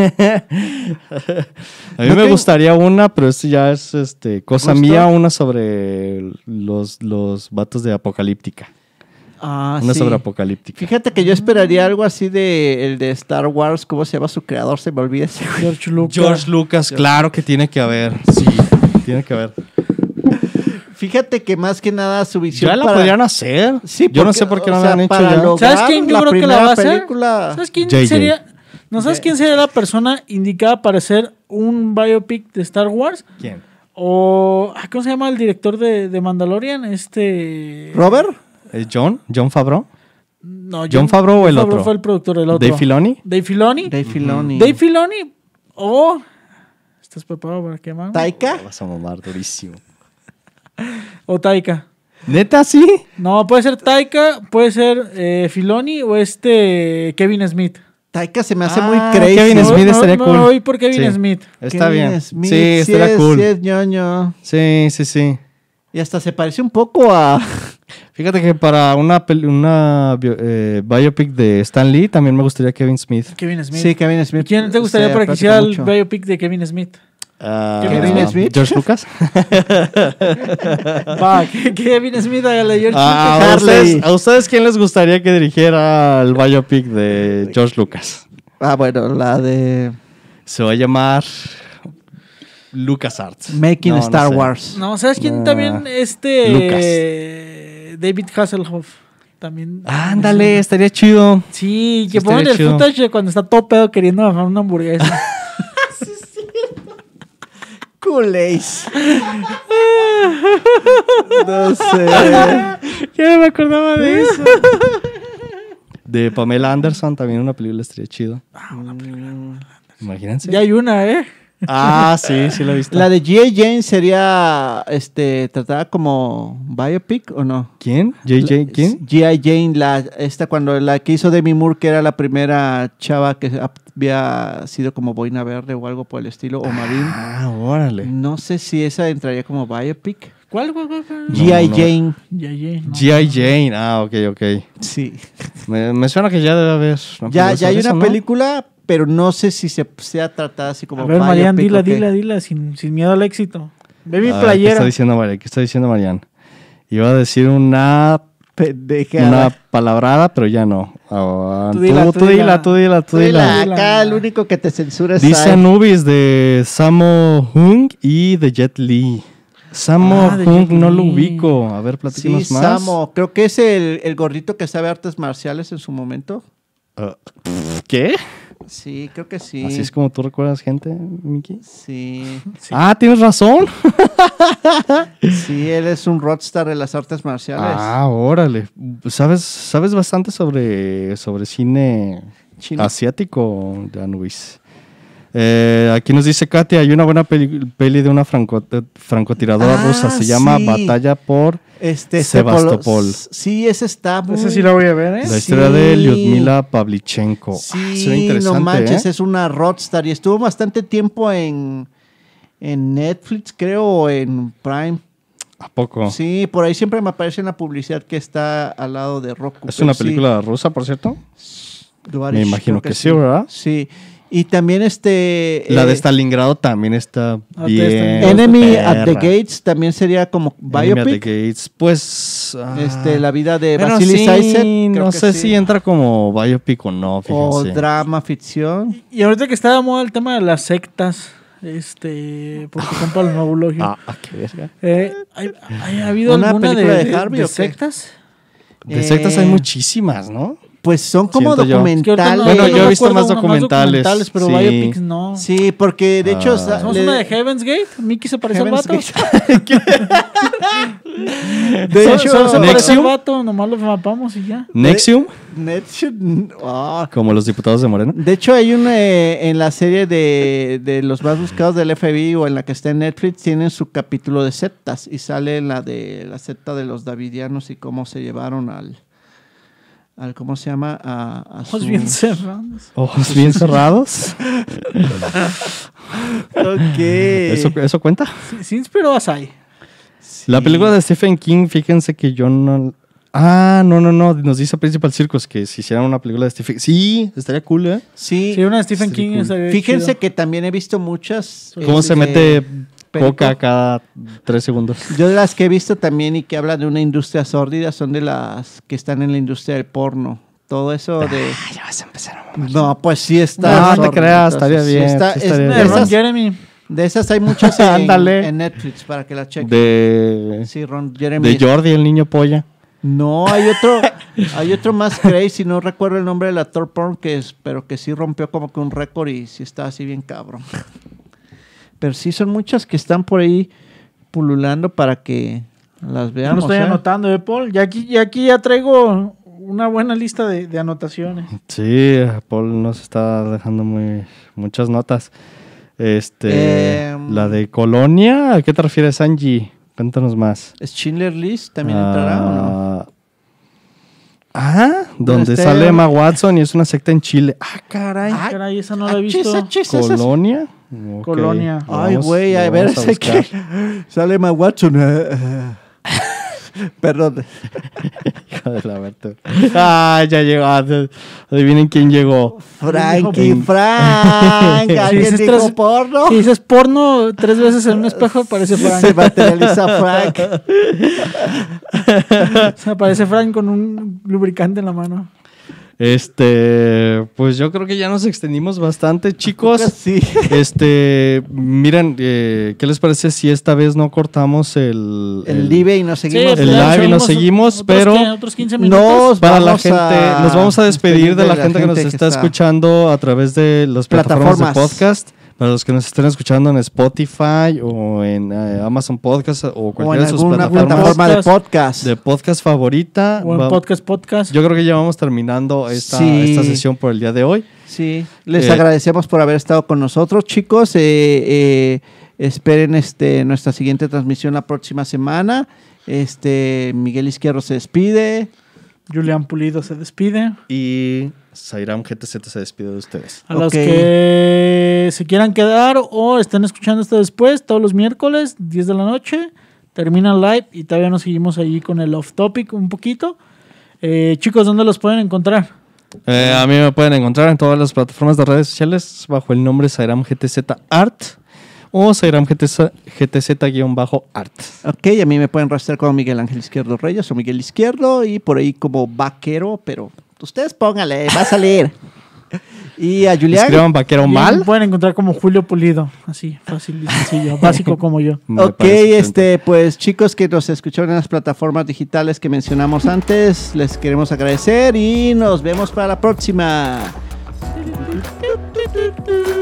mí No me que- gustaría una, pero esto ya es cosa ¿Gusto? mía, una sobre los vatos de Apocalíptica. Una sí. sobreapocalíptica. Fíjate que yo esperaría algo así de el de Star Wars, ¿cómo se llama su creador? Se me olvida ese güey. George Lucas. George Lucas, claro que tiene que haber. Sí, tiene que haber. Fíjate que más que nada su visión Ya la podrían hacer. Sí, yo no porque, sé por qué no o la sea, han hecho para ya. lograr ¿Sabes quién yo la creo que la primera va a hacer? película- ¿Sabes quién JJ. sería? ¿No sabes quién sería la persona indicada para hacer un biopic de Star Wars? ¿Quién? O ¿cómo se llama el director de Mandalorian? ¿Robert? ¿John Favreau? No, ¿John Favreau o el otro? Fue el productor, el otro. ¿Dave Filoni? Dave Filoni. Dave Filoni. Dave Filoni. O ¿estás preparado para qué más? ¿Taika? Vas a mamar durísimo. O Taika. ¿Neta sí? No, puede ser Taika, puede ser Filoni o Kevin Smith. Taika se me hace muy crazy. Kevin Smith estaría Me cool. voy por Kevin Sí. Smith. Está Kevin bien. Smith, Sí, estaría cool. Sí es ñoño. Sí. Y hasta se parece un poco a... Fíjate que para una biopic de Stan Lee también me gustaría Kevin Smith. Kevin Smith. Sí, Kevin Smith. ¿Quién te gustaría se para que aprecia hiciera el mucho. biopic de Kevin Smith? ¿Kevin Smith? ¿George Lucas? Va, que Kevin Smith haga la George ¿A Harley. ustedes quién les gustaría que dirigiera el biopic de George Lucas? Bueno, la de Se va a llamar LucasArts. Making No, no Star sé. Wars. No, ¿sabes quién también? David Hasselhoff. También. Ándale, estaría chido. Sí, Sí, que pongan estaría el chido. footage de cuando está todo pedo queriendo bajar una hamburguesa. Kool-Aid. No sé. Yo no me acordaba de eso. De Pamela Anderson, también una película estaría chido. Imagínense. Ya hay una, ¿eh? Sí la he visto. La de G.I. Jane sería tratada como biopic o no? ¿Quién? ¿JJ? ¿Quién? G.I. Jane, cuando la que hizo Demi Moore, que era la primera chava que había sido como boina verde o algo por el estilo, o marín. Órale. No sé si esa entraría como biopic. ¿Cuál? G.I. no. Jane. No. G.I. Jane. Ok. Sí. Me suena que ya debe haber. una Ya película hay sobre una eso, ¿no? película, pero no sé si sea tratada así como A ver, biopic. Marian, o qué. dila, sin miedo al éxito. Ve mi ¿Qué playera. está diciendo Marian? Iba a decir una Pendejada. palabrada, pero ya no. Tú dila. Tú dila. Acá el único que te censura es Dice Sai. Anubis de Sammo Hung y de Jet Li. Sammo de Hung Jet no lo Li. ubico. A ver, Sí, platícanos más. Samo. Creo que es el gordito que sabe artes marciales en su momento. ¿Qué? Sí, creo que sí. Así es como tú recuerdas gente, Miki. Sí. Tienes razón. Sí, él es un rockstar de las artes marciales. Órale. ¿Sabes bastante sobre cine Chino. asiático, de Anubis? Aquí nos dice Katia, hay una buena peli de una francotiradora rusa. Se llama sí. Batalla por Sebastopol. Sebastopol. Sí, ese está muy... Esa sí la voy a ver, ¿eh? La historia Sí. de Lyudmila Pavlichenko. Sí, Suena interesante, no manches, ¿eh? es una rockstar y estuvo bastante tiempo en Netflix, creo, o en Prime. ¿A poco? Sí, por ahí siempre me aparece en la publicidad que está al lado de Roku. ¿Es pero una sí, película rusa, por cierto? Duvarish, Me imagino creo que sí, ¿verdad? Sí. Y también La de Stalingrado también está bien. Enemy at the perra. Gates también sería como Enemy at the biopic. Gates, pues... La vida de bueno, Vasily sí, Zaitsev. creo no que sé sí. si entra como biopic o no, O fíjense. drama, ficción. Y ahorita que está de moda el tema de las sectas, por tu compa el nuevo Eulogio. Qué verga. ¿Ha habido ¿Una alguna película de Harvey o qué? sectas? De sectas hay muchísimas, ¿no? Pues son como Siento yo. Es que ahorita documentales. Bueno, no yo he me visto acuerdo, más documentales, pero sí. biopics no. Sí, porque de hecho... ¿Somos una de Heaven's Gate? ¿Mickey se parece Heaven's al vato? De hecho, se parece al Nexium. vato, nomás lo mapamos y ya. Nexium, Como los diputados de Morena. De hecho, hay una en la serie de los más buscados del FBI o en la que está en Netflix, tienen su capítulo de sectas y sale la de la secta de los davidianos y cómo se llevaron al ¿cómo se llama? A Ojos su- bien cerrados. Ojos bien cerrados. Ok. ¿Eso cuenta? Sí inspiró a Sai. La película de Stephen King, fíjense que yo no... no. Nos dice Principal Circus que si hicieran una película de Stephen King... Sí, estaría cool, ¿eh? Sí. Sí, una de Stephen Estaría King. cool. estaría Fíjense chido. que también he visto muchas. Cómo se mete perico. coca cada 3 segundos. Yo de las que he visto también y que hablan de una industria sórdida son de las que están en la industria del porno. Todo eso de... Ya vas a empezar a mamar. No, pues sí está. No te sórdido. creas, estaría Entonces, bien. está- sí es- estaría de bien. Ron esas- Jeremy. De esas hay muchas Ándale. en Netflix para que las chequen. De Sí, Ron Jeremy. de Jordi, el niño polla. No, hay otro más crazy, no recuerdo el nombre del actor porn pero que sí rompió como que un récord y sí está así bien cabrón. Pero sí son muchas que están por ahí pululando para que las Ya veamos. lo estoy ¿eh? anotando, Paul. Y aquí ya traigo una buena lista de anotaciones. Sí, Paul nos está dejando muchas notas. La de Colonia, ¿a qué te refieres, Angie? Cuéntanos más. ¿Schindler List también entrará o no? Donde Este- sale Emma Watson y es una secta en Chile. Ah, caray. Ay, Caray, esa no la he achis, visto. achis, esas- ¿Colonia? Ok, Colonia. lo Ay, vamos- güey, lo a ver, vamos a ese que buscar. sale Emma Watson. Perdón. Hijo de la Berta. Ya llegó. Adivinen quién llegó. Frankie, En- Frank. ¿Alguien dices dijo tres- porno? Si dices porno 3 veces en un espejo, parece Frank. Se materializa Frank. Se aparece Frank con un lubricante en la mano. Pues yo creo que ya nos extendimos bastante, chicos. Sí. Miren, ¿qué les parece si esta vez no cortamos el live y nos seguimos. el live y nos seguimos, pero otros 15 minutos. Nos para la vamos gente, a nos vamos a despedir de la la gente que nos está escuchando a través de las plataformas de Plataformas. podcast. Para los que nos estén escuchando en Spotify o en Amazon Podcast o o en cualquiera de sus alguna plataformas plataforma de podcast. de podcast favorita. O en podcast. Yo creo que ya vamos terminando esta Sí. sesión por el día de hoy. Sí, les agradecemos por haber estado con nosotros, chicos. Esperen nuestra siguiente transmisión la próxima semana. Miguel Izquierdo se despide. Julián Pulido se despide. Y Sairam GTZ se despide de ustedes. A los Ok. que se quieran quedar o estén escuchando esto después, todos los miércoles, 10 de la noche, termina el live y todavía nos seguimos ahí con el off topic un poquito. Chicos, ¿dónde los pueden encontrar? A mí me pueden encontrar en todas las plataformas de redes sociales bajo el nombre Sairam GTZ Art o Sairam GTZ-Art. Ok, a mí me pueden rastrear como Miguel Ángel Izquierdo Reyes o Miguel Izquierdo y por ahí como Vaquero, pero ustedes pónganle, va a salir. Y a Julián. Escriban vaquero Bien, mal. pueden encontrar como Julio Pulido, así, fácil y sencillo, básico como yo. Me Ok, parece excelente. pues chicos que nos escucharon en las plataformas digitales que mencionamos antes, les queremos agradecer y nos vemos para la próxima.